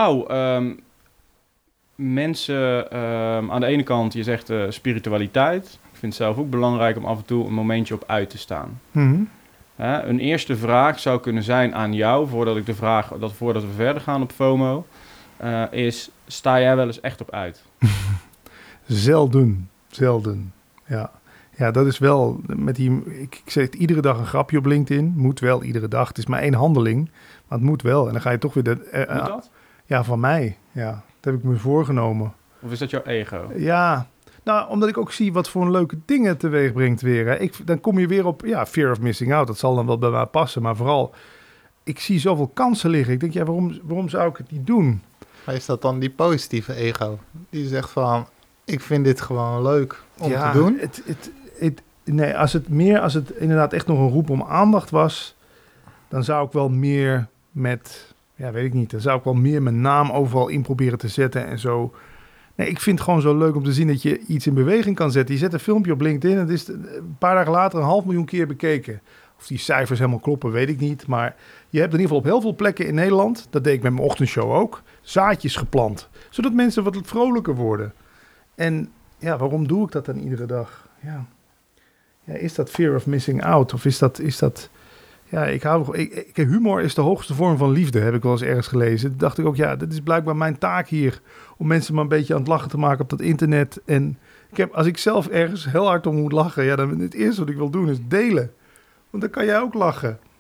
Mensen aan de ene kant, je zegt spiritualiteit. Ik vind het zelf ook belangrijk om af en toe een momentje op uit te staan. Mm-hmm. Een eerste vraag zou kunnen zijn aan jou, voordat we verder gaan op FOMO, is, sta jij wel eens echt op uit? Zelden. Ja, dat is wel met die. Ik zeg iedere dag een grapje op LinkedIn. Moet wel iedere dag. Het is maar één handeling, maar het moet wel. En dan ga je toch weer moet dat? Ja, van mij. Ja, dat heb ik me voorgenomen. Of is dat jouw ego? Ja. Nou, omdat ik ook zie wat voor leuke dingen teweeg brengt weer. Hè. Dan kom je weer op, fear of missing out. Dat zal dan wel bij mij passen. Maar vooral, ik zie zoveel kansen liggen. Ik denk, waarom zou ik het niet doen? Maar is dat dan die positieve ego? Die zegt van, ik vind dit gewoon leuk om te doen? Nee, als het inderdaad echt nog een roep om aandacht was, dan zou ik wel meer weet ik niet. Dan zou ik wel meer mijn naam overal in proberen te zetten en zo. Nee, ik vind het gewoon zo leuk om te zien dat je iets in beweging kan zetten. Je zet een filmpje op LinkedIn en het is een paar dagen later 500.000 keer bekeken. Of die cijfers helemaal kloppen, weet ik niet. Maar je hebt in ieder geval op heel veel plekken in Nederland, dat deed ik met mijn ochtendshow ook, zaadjes geplant. Zodat mensen wat vrolijker worden. En waarom doe ik dat dan iedere dag? Ja, is dat fear of missing out? Of is dat humor is de hoogste vorm van liefde, heb ik wel eens ergens gelezen. Toen dacht ik ook, dat is blijkbaar mijn taak hier, om mensen maar een beetje aan het lachen te maken op dat internet. En als ik zelf ergens heel hard om moet lachen, dan het eerste wat ik wil doen is delen. Want dan kan jij ook lachen.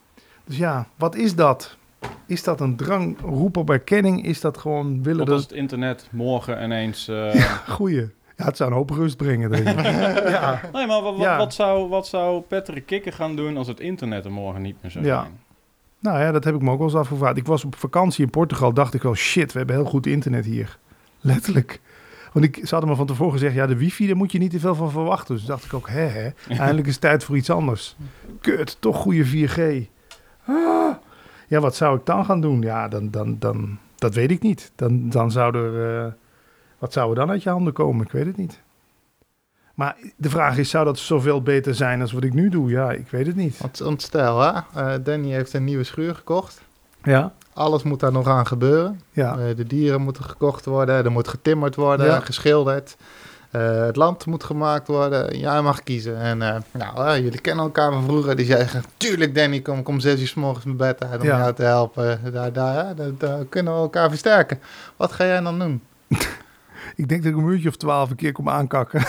Dus ja, wat is dat? Is dat een drang, roep op erkenning? Is dat gewoon willen Wat als dat... het internet morgen ineens... Goeie. Ja, het zou een hoop rust brengen, denk ik. Ja. Nee, maar Ja. wat zou Patrick Kikker gaan doen als het internet er morgen niet meer zou Ja. zijn? Nou ja, dat heb ik me ook wel eens afgevraagd. Ik was op vakantie in Portugal, dacht ik wel, shit, we hebben heel goed internet hier. Letterlijk. Want ze hadden me van tevoren gezegd, ja, de wifi, daar moet je niet te veel van verwachten. Dus dacht ik ook, eindelijk is het tijd voor iets anders. Kut, toch goede 4G. Ah. Ja, wat zou ik dan gaan doen? Ja, dan dat weet ik niet. Dan zou er... wat zou er dan uit je handen komen? Ik weet het niet. Maar de vraag is, zou dat zoveel beter zijn als wat ik nu doe? Ja, ik weet het niet. Want stel, hè? Danny heeft een nieuwe schuur gekocht. Ja, Alles moet daar nog aan gebeuren. ja. De dieren moeten gekocht worden, er moet getimmerd worden, Ja. geschilderd. Het land moet gemaakt worden. Jij mag kiezen. En jullie kennen elkaar van vroeger. Die zeggen, tuurlijk Danny, kom 6 uur 's morgens mijn bed uit om Ja. jou te helpen. Daar kunnen we elkaar versterken. Wat ga jij dan doen? Ik denk dat ik een uurtje of 12 een keer kom aankakken.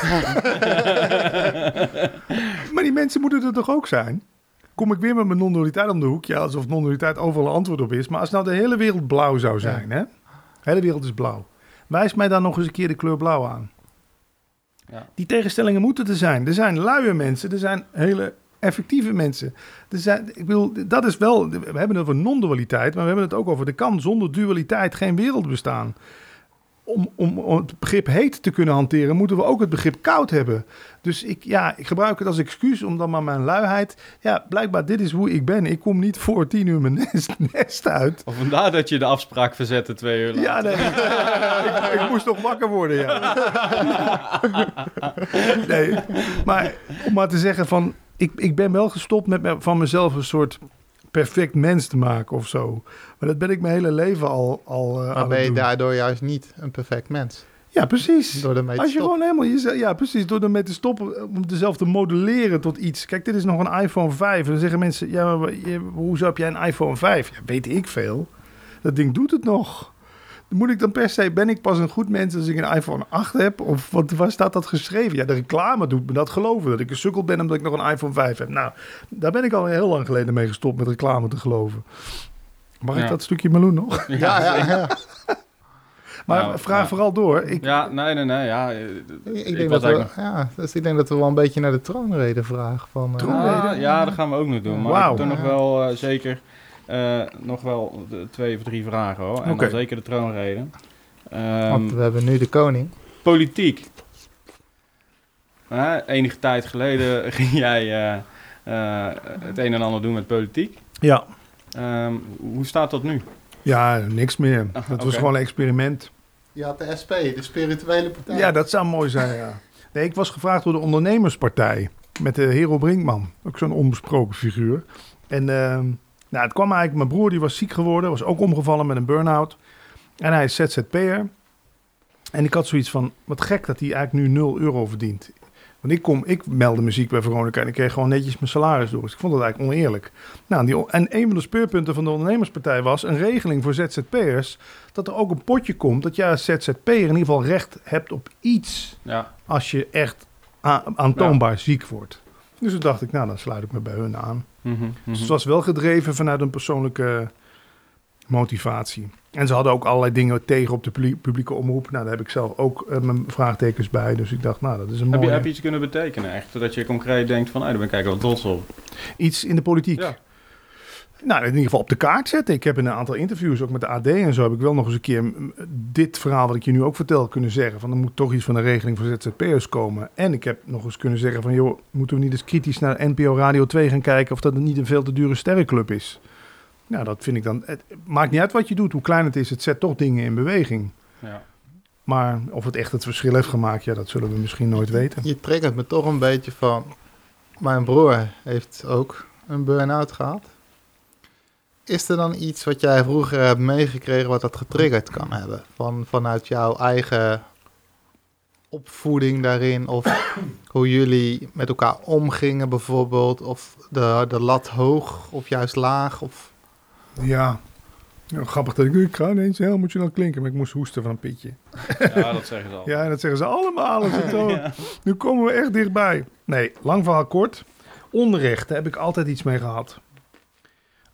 Maar die mensen moeten er toch ook zijn? Kom ik weer met mijn non-dualiteit om de hoek? Ja, alsof non-dualiteit overal een antwoord op is. Maar als nou de hele wereld blauw zou zijn, hè? De hele wereld is blauw. Wijs mij dan nog eens een keer de kleur blauw aan. Ja. Die tegenstellingen moeten er zijn. Er zijn luie mensen, er zijn hele effectieve mensen. Ik bedoel, dat is wel... We hebben het over non-dualiteit, maar we hebben het ook over... Er kan zonder dualiteit geen wereld bestaan. Om het begrip heet te kunnen hanteren, moeten we ook het begrip koud hebben. Dus ik gebruik het als excuus om dan maar mijn luiheid... Ja, blijkbaar dit is hoe ik ben. Ik kom niet voor 10 uur mijn nest uit. Of vandaar dat je de afspraak verzette 2 uur later. Ja, nee. ik moest nog wakker worden, ja. Nee, maar om maar te zeggen van... Ik ben wel gestopt met van mezelf een soort perfect mens te maken of zo. Maar dat ben ik mijn hele leven al Maar aan ben het je doen. daardoor juist niet een perfect mens? Ja, precies. Door ermee te Als je stoppen. gewoon helemaal jezelf... Ja, precies. Door ermee te stoppen, om jezelf te modelleren tot iets. Kijk, dit is nog een iPhone 5. En dan zeggen mensen, ja, maar hoezo heb jij een iPhone 5? Ja, weet ik veel. Dat ding doet het nog. Moet ik dan per se, ben ik pas een goed mens als ik een iPhone 8 heb? Of waar staat dat geschreven? Ja, de reclame doet me dat geloven. Dat ik een sukkel ben omdat ik nog een iPhone 5 heb. Nou, daar ben ik al heel lang geleden mee gestopt met reclame te geloven. Mag ik dat stukje meloen nog? Ja. Maar vraag vooral door. Ik denk dat we wel een beetje naar de troonrede vragen. Troonrede? Ja, dat gaan we ook nog doen. Maar Wauw. ik heb toch nog wel zeker... nog wel 2 of 3 vragen hoor. En dan zeker de troonrede. Want we hebben nu de koning. Politiek. Enige tijd geleden ging jij het een en ander doen met politiek. Ja. Hoe staat dat nu? Ja, niks meer. Dat was gewoon een experiment. Je had de SP, de spirituele partij. Ja, dat zou mooi zijn, ja. Nee, ik was gevraagd door de ondernemerspartij. Met de Hero Brinkman. Ook zo'n onbesproken figuur. En het kwam eigenlijk... Mijn broer die was ziek geworden. Was ook omgevallen met een burn-out. En hij is ZZP'er. En ik had zoiets van... Wat gek dat hij eigenlijk nu €0 verdient. Want ik meldde muziek bij Veronica... en ik kreeg gewoon netjes mijn salaris door. Dus ik vond dat eigenlijk oneerlijk. En een van de speurpunten van de ondernemerspartij was... een regeling voor ZZP'ers... dat er ook een potje komt... dat jij als ZZP'er in ieder geval recht hebt op iets... als je echt aantoonbaar ziek wordt. Dus toen dacht ik, dan sluit ik me bij hun aan. Dus het was wel gedreven vanuit een persoonlijke motivatie. En ze hadden ook allerlei dingen tegen op de publieke omroep. Nou, daar heb ik zelf ook mijn vraagtekens bij. Dus ik dacht, dat is een mooie... Heb je iets kunnen betekenen echt? Dat je concreet denkt van, daar ben ik eigenlijk wel trots op. Iets in de politiek? Ja. Nou, in ieder geval op de kaart zetten. Ik heb in een aantal interviews, ook met de AD en zo... heb ik wel nog eens een keer dit verhaal wat ik je nu ook vertel kunnen zeggen. Van er moet toch iets van een regeling voor ZZP'ers komen. En ik heb nog eens kunnen zeggen van... joh, moeten we niet eens kritisch naar NPO Radio 2 gaan kijken... of dat het niet een veel te dure sterrenclub is. Nou, dat vind ik dan... Het maakt niet uit wat je doet, hoe klein het is. Het zet toch dingen in beweging. Ja. Maar of het echt het verschil heeft gemaakt... ja, dat zullen we misschien nooit weten. Je triggert me toch een beetje van... Mijn broer heeft ook een burn-out gehad. Is er dan iets wat jij vroeger hebt meegekregen... wat dat getriggerd kan hebben? Vanuit jouw eigen opvoeding daarin... of hoe jullie met elkaar omgingen bijvoorbeeld... of de lat hoog of juist laag... of... Ja, grappig dat ik ga ineens heel emotioneel klinken, maar ik moest hoesten van een pitje. Ja, dat zeggen ze al. Ja, dat zeggen ze allemaal. Nu komen we echt dichtbij. Nee, lang verhaal kort. Onrecht, daar heb ik altijd iets mee gehad.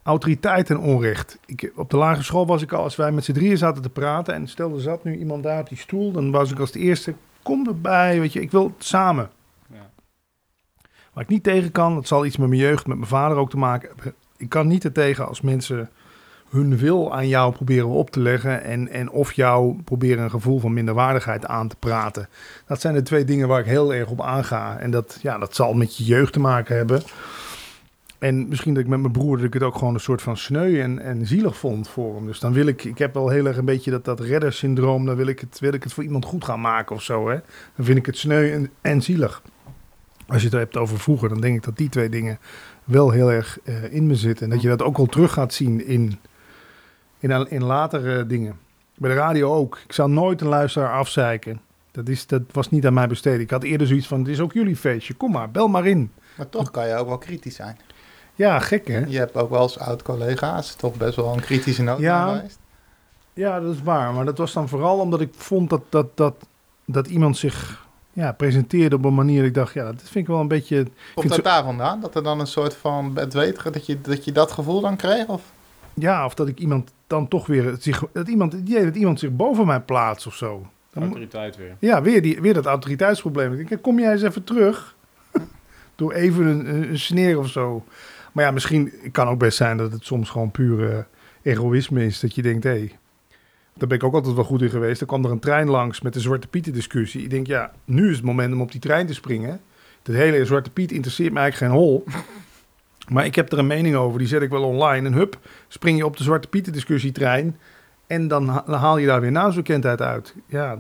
autoriteit en onrecht. Op de lagere school was ik al, als wij met z'n drieën zaten te praten en stel er zat nu iemand daar op die stoel, dan was ik als de eerste, kom erbij, weet je, ik wil het samen. Ja. Waar ik niet tegen kan, dat zal iets met mijn jeugd, met mijn vader ook te maken hebben. Ik kan niet ertegen als mensen hun wil aan jou proberen op te leggen en of jou proberen een gevoel van minderwaardigheid aan te praten. Dat zijn de twee dingen waar ik heel erg op aanga. En dat zal met je jeugd te maken hebben. En misschien dat ik met mijn broer dat ik het ook gewoon een soort van sneu en zielig vond voor hem. Dus dan wil ik heb wel heel erg een beetje dat reddersyndroom, dan wil ik het voor iemand goed gaan maken of zo. Hè? Dan vind ik het sneu en zielig. Als je het hebt over vroeger, dan denk ik dat die twee dingen wel heel erg in me zitten. En dat je dat ook wel terug gaat zien in latere dingen. Bij de radio ook. Ik zou nooit een luisteraar afzeiken. Dat was niet aan mij besteed. Ik had eerder zoiets van, het is ook jullie feestje. Kom maar, bel maar in. Maar toch kan je ook wel kritisch zijn. Ja, gek hè? Je hebt ook wel eens oud-collega's toch best wel een kritische noot geweest. Ja, dat is waar. Maar dat was dan vooral omdat ik vond dat iemand zich presenteerde op een manier dat ik dacht, dat vind ik wel een beetje... Komt dat daar vandaan? Dat er dan een soort van bedwetige, dat je dat gevoel dan kreeg? Of? Ja, of dat ik iemand dan toch weer... dat iemand zich boven mij plaatst of zo. Autoriteit weer. Ja, weer dat autoriteitsprobleem. Ik denk, kom jij eens even terug. Door even een sneer of zo. Maar ja, misschien kan ook best zijn dat het soms gewoon puur egoïsme is. Dat je denkt, daar ben ik ook altijd wel goed in geweest. Dan kwam er een trein langs met de Zwarte Pieten discussie. Ik denk, nu is het moment om op die trein te springen. Dat hele Zwarte Piet interesseert me eigenlijk geen hol. Maar ik heb er een mening over, die zet ik wel online. En hup, spring je op de Zwarte Pieten discussietrein. En dan haal je daar weer naamsbekendheid uit. Ja,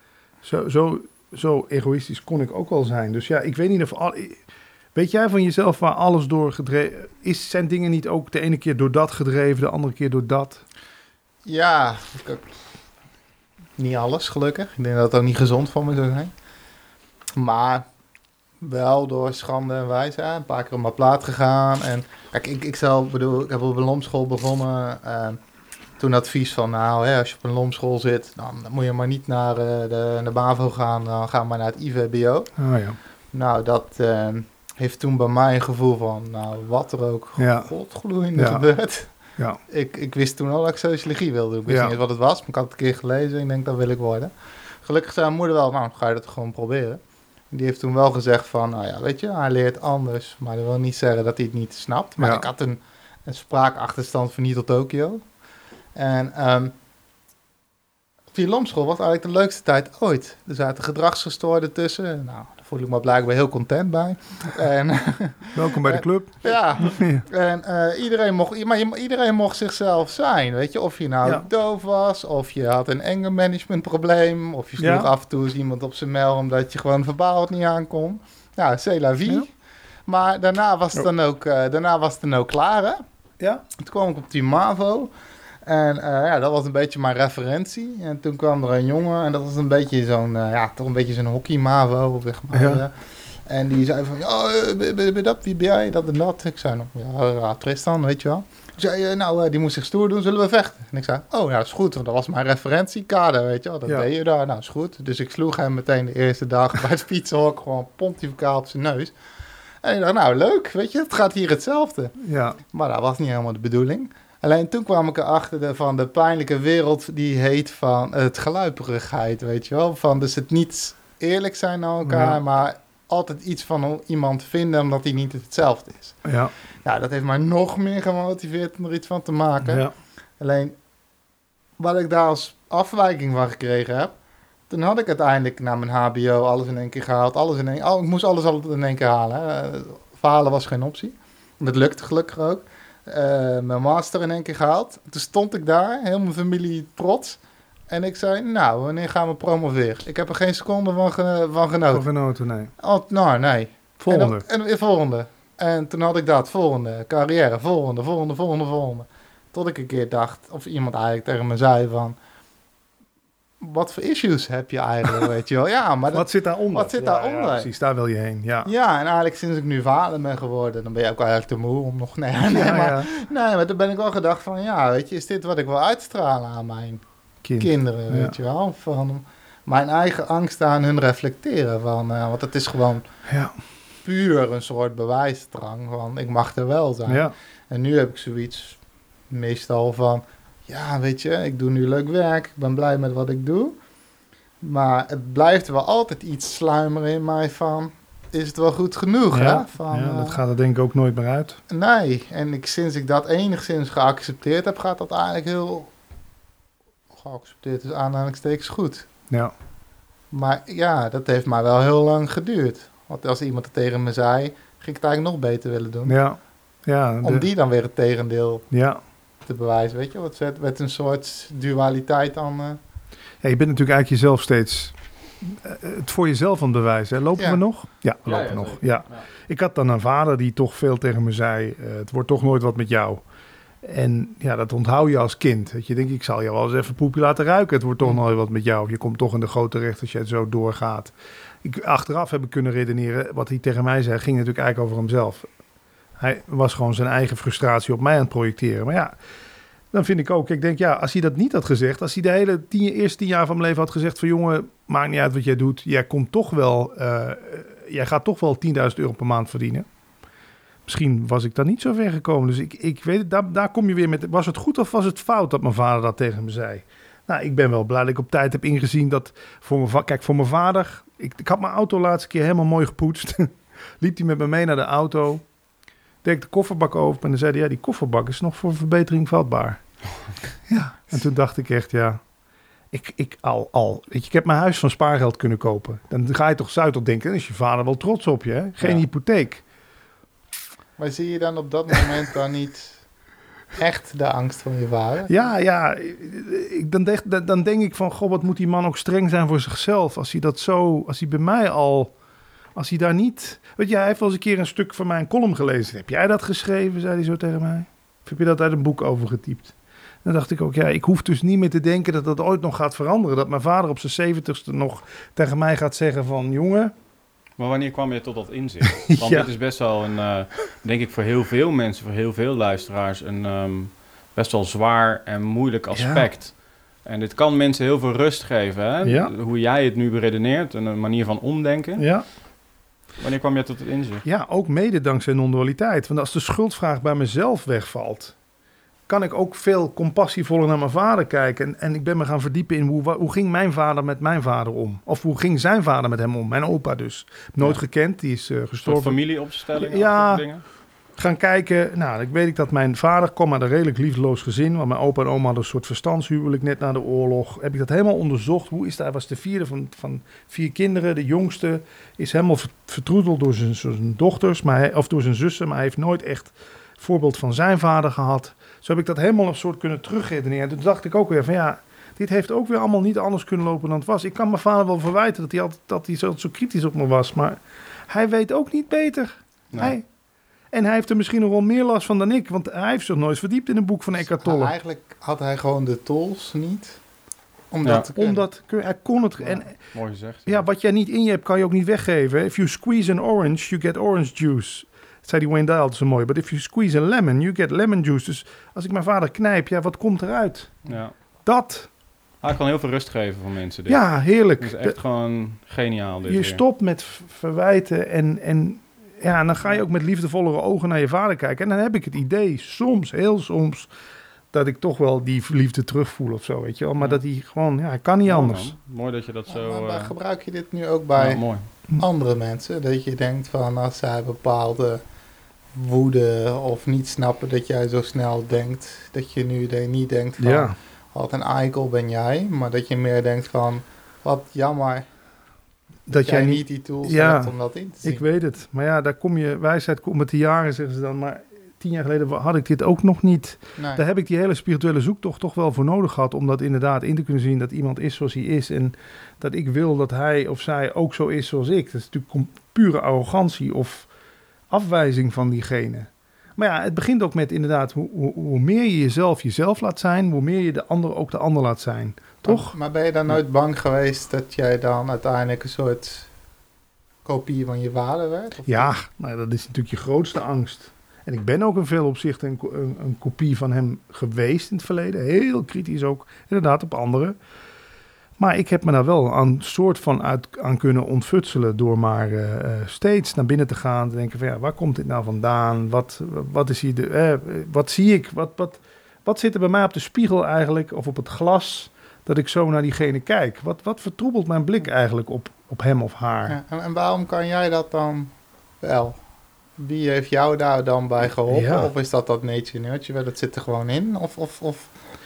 zo egoïstisch kon ik ook wel zijn. Dus ja, ik weet niet of... Weet jij van jezelf waar alles door gedreven is? Zijn dingen niet ook de ene keer door dat gedreven, de andere keer door dat? Ja, niet alles gelukkig. Ik denk dat het ook niet gezond voor me zou zijn. Maar wel door schande en wijze. Een paar keer op mijn plaat gegaan. En kijk, ik heb op een lomschool begonnen. Toen advies van, als je op een lomschool zit, dan moet je maar niet naar de BAVO gaan. Dan ga maar naar het IVBO. Oh ja. Nou, dat heeft toen bij mij een gevoel van, wat er ook godgloeiende gebeurt. Ja. Ik wist toen al dat ik sociologie wilde. Ik wist niet eens wat het was, maar ik had het een keer gelezen en ik denk, dat wil ik worden. Gelukkig zei mijn moeder wel, dan ga je dat gewoon proberen. Die heeft toen wel gezegd van, weet je, hij leert anders. Maar dat wil niet zeggen dat hij het niet snapt. Maar ik had een spraakachterstand van hier tot Tokio. En op die lomschool was eigenlijk de leukste tijd ooit. Er zaten gedragsgestoorden tussen. Nou, daar voel ik me blijkbaar heel content bij. En, welkom bij de club. Ja, en iedereen mocht zichzelf zijn. Weet je, of je doof was, of je had een anger management probleem, of je sloeg af en toe eens iemand op zijn mel omdat je gewoon verbaal het niet aankon. Nou, c'est la vie. Ja. Maar daarna was het dan ook klaar, hè? Ja. Toen kwam ik op die MAVO. En dat was een beetje mijn referentie. En toen kwam er een jongen en dat was een beetje zo'n hockey-mavo, zeg maar. Ja. En die zei van, wie ben jij, dat en dat. Ik zei nog, Tristan, weet je wel. Ik zei, die moest zich stoer doen, zullen we vechten? En ik zei, dat is goed, want dat was mijn referentiekader, weet je wel. Dat deed je daar, is goed. Dus ik sloeg hem meteen de eerste dag bij het fietsenhok gewoon pontificaal op zijn neus. En ik dacht, leuk, weet je, het gaat hier hetzelfde. Ja. Maar dat was niet helemaal de bedoeling. Alleen toen kwam ik erachter van de pijnlijke wereld die heet van het geluiperigheid, weet je wel. Van dus het niet eerlijk zijn naar elkaar, maar altijd iets van iemand vinden omdat hij niet hetzelfde is. Ja. Nou, dat heeft mij nog meer gemotiveerd om er iets van te maken. Ja. Alleen, wat ik daar als afwijking van gekregen heb, toen had ik uiteindelijk na mijn HBO alles in één keer gehaald. Ik moest alles in één keer halen. Hè. Verhalen was geen optie. Dat lukte gelukkig ook. Mijn master in één keer gehaald. Toen stond ik daar, heel mijn familie trots. En ik zei, wanneer gaan we promoveren? Ik heb er geen seconde van genoten. Van genoten, nee. Nee. Volgende. En volgende. En toen had ik dat, volgende. Carrière, volgende. Tot ik een keer dacht, of iemand eigenlijk tegen me zei van, wat voor issues heb je eigenlijk, weet je wel? Ja, maar wat zit daaronder? Ja, precies, daar wil je heen, ja. Ja, en eigenlijk sinds ik nu vader ben geworden, dan ben je ook eigenlijk te moe om nog... maar toen ben ik wel gedacht van, weet je, is dit wat ik wil uitstralen aan mijn kinderen, weet je wel? Van mijn eigen angst aan hun reflecteren van, want het is gewoon puur een soort bewijsdrang van, ik mag er wel zijn. Ja. En nu heb ik zoiets meestal van, ja, weet je, ik doe nu leuk werk, ik ben blij met wat ik doe. Maar het blijft wel altijd iets sluimeren in mij van, is het wel goed genoeg? Ja, Hè? Van, dat gaat er denk ik ook nooit meer uit. Nee, en sinds ik dat enigszins geaccepteerd heb, gaat dat eigenlijk heel geaccepteerd, dus aanhalingstekens goed. Ja. Maar ja, dat heeft mij wel heel lang geduurd. Want als iemand het tegen me zei, ging ik het eigenlijk nog beter willen doen. Ja. Ja, Om die dan weer het tegendeel ja. te bewijzen, weet je. Het werd een soort dualiteit dan. Ja, je bent natuurlijk eigenlijk jezelf steeds het voor jezelf aan het bewijzen. Hè? Lopen we nog? Ja, we lopen nog. Ja. Ik had dan een vader die toch veel tegen me zei, het wordt toch nooit wat met jou. En ja, dat onthoud je als kind. Dat je denkt, ik zal je wel eens even poepje laten ruiken. Het wordt toch nooit wat met jou. Je komt toch in de goot terecht als je het zo doorgaat. Achteraf heb ik kunnen redeneren, wat hij tegen mij zei, ging natuurlijk eigenlijk over hemzelf. Hij was gewoon zijn eigen frustratie op mij aan het projecteren. Maar ja, dan vind ik ook, ik denk ja, als hij dat niet had gezegd, als hij de hele eerste 10 jaar van mijn leven had gezegd van jongen, maakt niet uit wat jij doet, jij komt toch wel, jij gaat toch wel €10.000 per maand verdienen. Misschien was ik dan niet zo ver gekomen. Dus ik weet het, daar kom je weer met, was het goed of was het fout dat mijn vader dat tegen me zei? Nou, ik ben wel blij dat ik op tijd heb ingezien dat voor mijn vader, ik had mijn auto de laatste keer helemaal mooi gepoetst. Liep hij met me mee naar de auto. Deed ik de kofferbak open en dan zei hij, ja, die kofferbak is nog voor verbetering vatbaar. Ja. En toen dacht ik echt, ja, weet je, ik heb mijn huis van spaargeld kunnen kopen. Dan ga je toch zuidelijk denken, dan is je vader wel trots op je, hè? Geen hypotheek. Maar zie je dan op dat moment dan niet echt de angst van je vader? Ja, dan denk ik van, goh, wat moet die man ook streng zijn voor zichzelf. Als hij bij mij al, als hij daar niet... Weet je, hij heeft wel eens een keer een stuk van mijn column gelezen. Heb jij dat geschreven, zei hij zo tegen mij? Of heb je dat uit een boek overgetypt? Dan dacht ik ook, ja, ik hoef dus niet meer te denken dat dat ooit nog gaat veranderen. Dat mijn vader op zijn 70ste nog tegen mij gaat zeggen van, jongen... Maar wanneer kwam je tot dat inzicht? Want dit is best wel een, denk ik voor heel veel mensen, voor heel veel luisteraars, een best wel zwaar en moeilijk aspect. Ja. En dit kan mensen heel veel rust geven, hè? Ja. Hoe jij het nu beredeneert, een manier van omdenken. Ja. Wanneer kwam je tot het inzicht? Ja, ook mede dankzij non-dualiteit. Want als de schuldvraag bij mezelf wegvalt, kan ik ook veel compassievoller naar mijn vader kijken. En ik ben me gaan verdiepen in hoe ging mijn vader met mijn vader om? Of hoe ging zijn vader met hem om? Mijn opa dus. Nooit gekend, die is gestorven. Familieopstelling? Ja, gaan kijken. Nou, dan weet ik dat mijn vader kwam uit een redelijk liefdeloos gezin. Want mijn opa en oma hadden een soort verstandshuwelijk net na de oorlog. Heb ik dat helemaal onderzocht. Hoe is dat? Hij was de vierde van 4 kinderen. De jongste is helemaal vertroeteld door zijn dochters. Of door zijn zussen. Maar hij heeft nooit echt voorbeeld van zijn vader gehad. Zo heb ik dat helemaal een soort kunnen terugredeneren. Toen dacht ik ook weer van ja, dit heeft ook weer allemaal niet anders kunnen lopen dan het was. Ik kan mijn vader wel verwijten dat hij zo kritisch op me was. Maar hij weet ook niet beter. Nee. En hij heeft er misschien nog wel meer last van dan ik. Want hij heeft zich nooit verdiept in een boek van Eckhart Tolle. Eigenlijk had hij gewoon de tools niet. Hij kon het. Ja, en, mooi gezegd. Ja, wat jij niet in je hebt, kan je ook niet weggeven. If you squeeze an orange, you get orange juice. Dat zei die Wayne Dyer altijd zo mooi. But if you squeeze a lemon, you get lemon juice. Dus als ik mijn vader knijp, ja, wat komt eruit? Ja. Dat. Hij kan heel veel rust geven voor mensen. Dit. Ja, heerlijk. Het is echt gewoon geniaal. Dit je stopt met verwijten en ja, dan ga je ook met liefdevollere ogen naar je vader kijken. En dan heb ik het idee, soms, heel soms, dat ik toch wel die liefde terugvoel of zo, weet je wel. Maar dat hij gewoon, ja, hij kan niet anders. Mooi dat je dat zo... Maar gebruik je dit nu ook bij andere mensen? Dat je denkt van, als zij bepaalde woede of niet snappen dat jij zo snel denkt, dat je nu niet denkt van, wat een eikel ben jij, maar dat je meer denkt van, wat jammer dat jij niet die tools hebt om dat in te zien. Ik weet het. Maar ja, daar kom je, wijsheid komt met de jaren, zeggen ze dan. Maar 10 jaar geleden had ik dit ook nog niet. Nee. Daar heb ik die hele spirituele zoektocht toch wel voor nodig gehad, om dat inderdaad in te kunnen zien dat iemand is zoals hij is. En dat ik wil dat hij of zij ook zo is zoals ik. Dat is natuurlijk pure arrogantie of afwijzing van diegene. Maar ja, het begint ook met inderdaad, hoe meer je jezelf laat zijn, hoe meer je de ander ook de ander laat zijn. Toch? Maar ben je dan nooit bang geweest dat jij dan uiteindelijk een soort kopie van je vader werd? Of ja, nou, dat is natuurlijk je grootste angst. En ik ben ook in veel opzichten een kopie van hem geweest in het verleden. Heel kritisch ook, inderdaad, op anderen. Maar ik heb me daar wel een soort van aan kunnen ontfutselen door maar steeds naar binnen te gaan. Te denken van ja, waar komt dit nou vandaan? Wat is hier wat zie ik? Wat zit er bij mij op de spiegel eigenlijk? Of op het glas dat ik zo naar diegene kijk? Wat vertroebelt mijn blik eigenlijk op hem of haar? Ja, en waarom kan jij dat dan wel? Wie heeft jou daar dan bij geholpen? Ja. Of is dat nature nurture? Dat zit er gewoon in? Of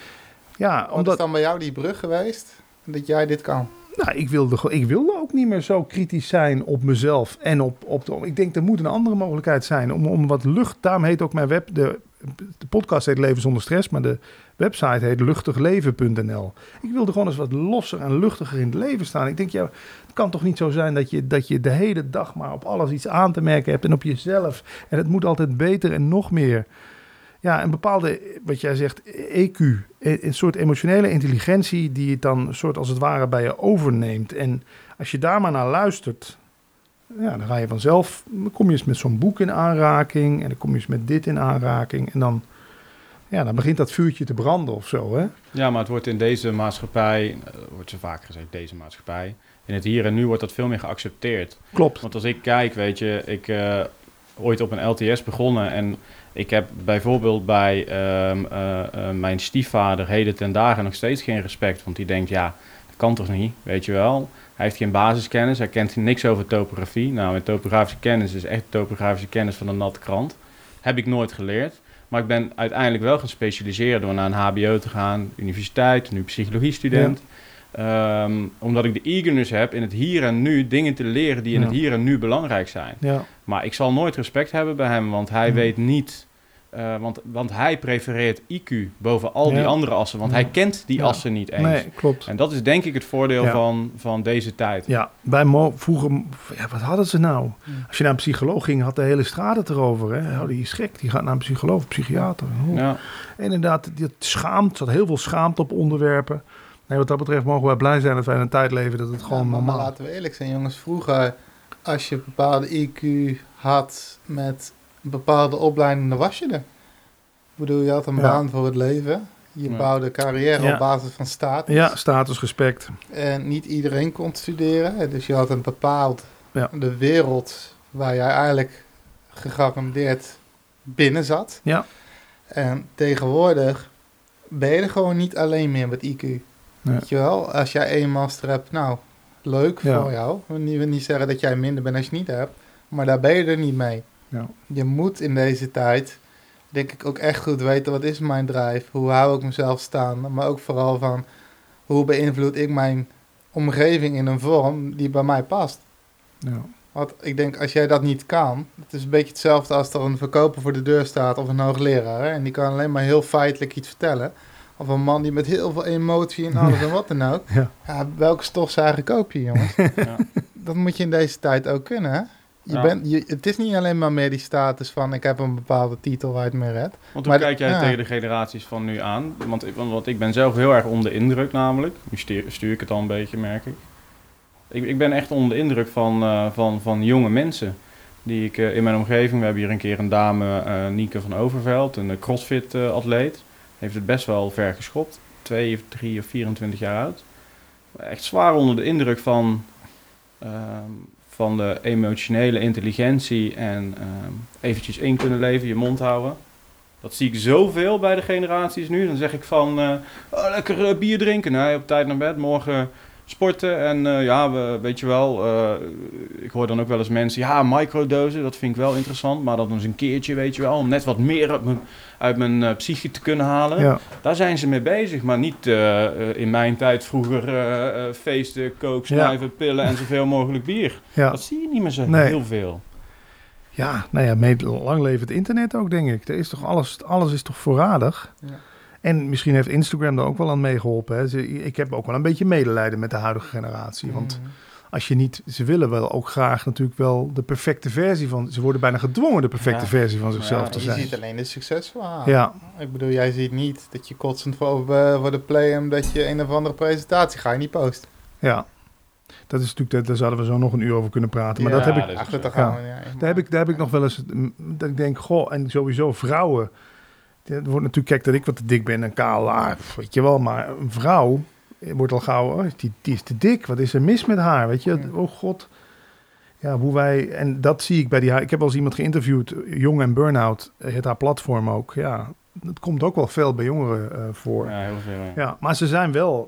Ja, wat is dan bij jou die brug geweest? Dat jij dit kan? Nou, ik wilde ook niet meer zo kritisch zijn op mezelf en ik denk, er moet een andere mogelijkheid zijn om wat lucht. Daarom heet ook mijn de podcast heet Leven zonder stress, maar de website heet luchtigleven.nl. Ik wilde gewoon eens wat losser en luchtiger in het leven staan. Ik denk, ja, het kan toch niet zo zijn dat je de hele dag maar op alles iets aan te merken hebt en op jezelf. En het moet altijd beter en nog meer. Ja, een bepaalde, wat jij zegt, EQ, een soort emotionele intelligentie die het dan soort als het ware bij je overneemt. En als je daar maar naar luistert, ja, dan ga je vanzelf, dan kom je eens met zo'n boek in aanraking en dan kom je eens met dit in aanraking en dan begint dat vuurtje te branden of zo, hè? Ja, maar het wordt in deze maatschappij, wordt zo vaak gezegd, deze maatschappij, in het hier en nu wordt dat veel meer geaccepteerd. Klopt. Want als ik kijk, weet je, ik ooit op een LTS begonnen en ik heb bijvoorbeeld bij mijn stiefvader heden ten dagen nog steeds geen respect. Want die denkt, ja, dat kan toch niet, weet je wel. Hij heeft geen basiskennis, hij kent niks over topografie. Nou, mijn topografische kennis is echt topografische kennis van een natte krant. Heb ik nooit geleerd. Maar ik ben uiteindelijk wel gaan specialiseren door naar een hbo te gaan, universiteit, nu psychologiestudent. Ja. Omdat ik de eagerness heb in het hier en nu dingen te leren die in het hier en nu belangrijk zijn. Ja. Maar ik zal nooit respect hebben bij hem, want hij weet niet... Want hij prefereert IQ boven al die andere assen. Want hij kent die assen niet eens. Nee, klopt. En dat is denk ik het voordeel van deze tijd. Ja, vroeger... Ja, wat hadden ze nou? Als je naar een psycholoog ging, had de hele straat het erover. Hè? Oh, die is gek, die gaat naar een psycholoog of psychiater. Oh. Ja. En inderdaad, er zat heel veel schaamte op onderwerpen. Nee, wat dat betreft mogen wij blij zijn dat wij in een tijd leven dat het gewoon normaal... Maar laten we eerlijk zijn, jongens. Vroeger, als je een bepaalde IQ had met een bepaalde opleiding, dan was je er. Ik bedoel, je had een baan voor het leven. Je bouwde carrière op basis van status. Ja, status, respect. En niet iedereen kon studeren. Dus je had een bepaald de wereld waar jij eigenlijk gegarandeerd binnen zat. Ja. En tegenwoordig ben je er gewoon niet alleen meer met IQ. Nee. Weet je wel, als jij één master hebt, nou, leuk voor jou. Ik wil niet zeggen dat jij minder bent als je niet hebt. Maar daar ben je er niet mee. Ja. Je moet in deze tijd, denk ik, ook echt goed weten, wat is mijn drive? Hoe hou ik mezelf staan? Maar ook vooral van, hoe beïnvloed ik mijn omgeving in een vorm die bij mij past? Ja. Want ik denk, als jij dat niet kan, het is een beetje hetzelfde als er een verkoper voor de deur staat of een hoogleraar. Hè? En die kan alleen maar heel feitelijk iets vertellen. Of een man die met heel veel emotie en alles en wat dan ook. Ja, welke stofzuiger koop je, jongens? Ja. Dat moet je in deze tijd ook kunnen, hè? Het is niet alleen maar meer die status van ik heb een bepaalde titel waar je het mee redt. Want hoe kijk jij tegen de generaties van nu aan? Want ik ben zelf heel erg onder de indruk namelijk. Nu stuur ik het al een beetje, merk ik. Ik ben echt onder de indruk van jonge mensen die ik in mijn omgeving... We hebben hier een keer een dame, Nieke van Overveld, een crossfit-atleet. Heeft het best wel ver geschopt. 2 of 3 of 24 jaar oud. Echt zwaar onder de indruk van de emotionele intelligentie en eventjes in kunnen leven, je mond houden. Dat zie ik zoveel bij de generaties nu. Dan zeg ik van, lekker bier drinken. Nee, op tijd naar bed, morgen sporten. En weet je wel, ik hoor dan ook wel eens mensen, microdosen, dat vind ik wel interessant. Maar dat eens een keertje, weet je wel, om net wat meer uit mijn psyche te kunnen halen. Ja. Daar zijn ze mee bezig, maar niet in mijn tijd vroeger feesten, kook, snuiven, pillen en zoveel mogelijk bier. Ja. Dat zie je niet meer zo heel veel. Ja, nou ja, lang leven het internet ook, denk ik. Er is toch alles is toch voorradig. Ja. En misschien heeft Instagram er ook wel aan meegeholpen. Hè. Ik heb ook wel een beetje medelijden met de huidige generatie. Want als je niet... Ze willen wel ook graag natuurlijk wel de perfecte versie van... Ze worden bijna gedwongen de perfecte versie van zichzelf te zijn. Je ziet alleen de succesverhalen. Ja. Ik bedoel, jij ziet niet dat je kotsend voor de play... omdat je een of andere presentatie ga je niet posten. Ja. Dat is natuurlijk... Daar zouden we zo nog een uur over kunnen praten. Maar dat heb ik... Daar heb ik nog wel eens... Dat ik denk, en sowieso vrouwen... Het wordt natuurlijk, kijk dat ik wat te dik ben en kaal, weet je wel. Maar een vrouw wordt al gauw, oh, die is te dik. Wat is er mis met haar? Weet je, Ja. oh god. Ja, hoe wij, en dat zie ik bij ik heb wel eens iemand geïnterviewd, Jong en Burnout, heet haar platform ook. Ja, dat komt ook wel veel bij jongeren voor. Ja, heel veel. Ja, maar ze zijn wel,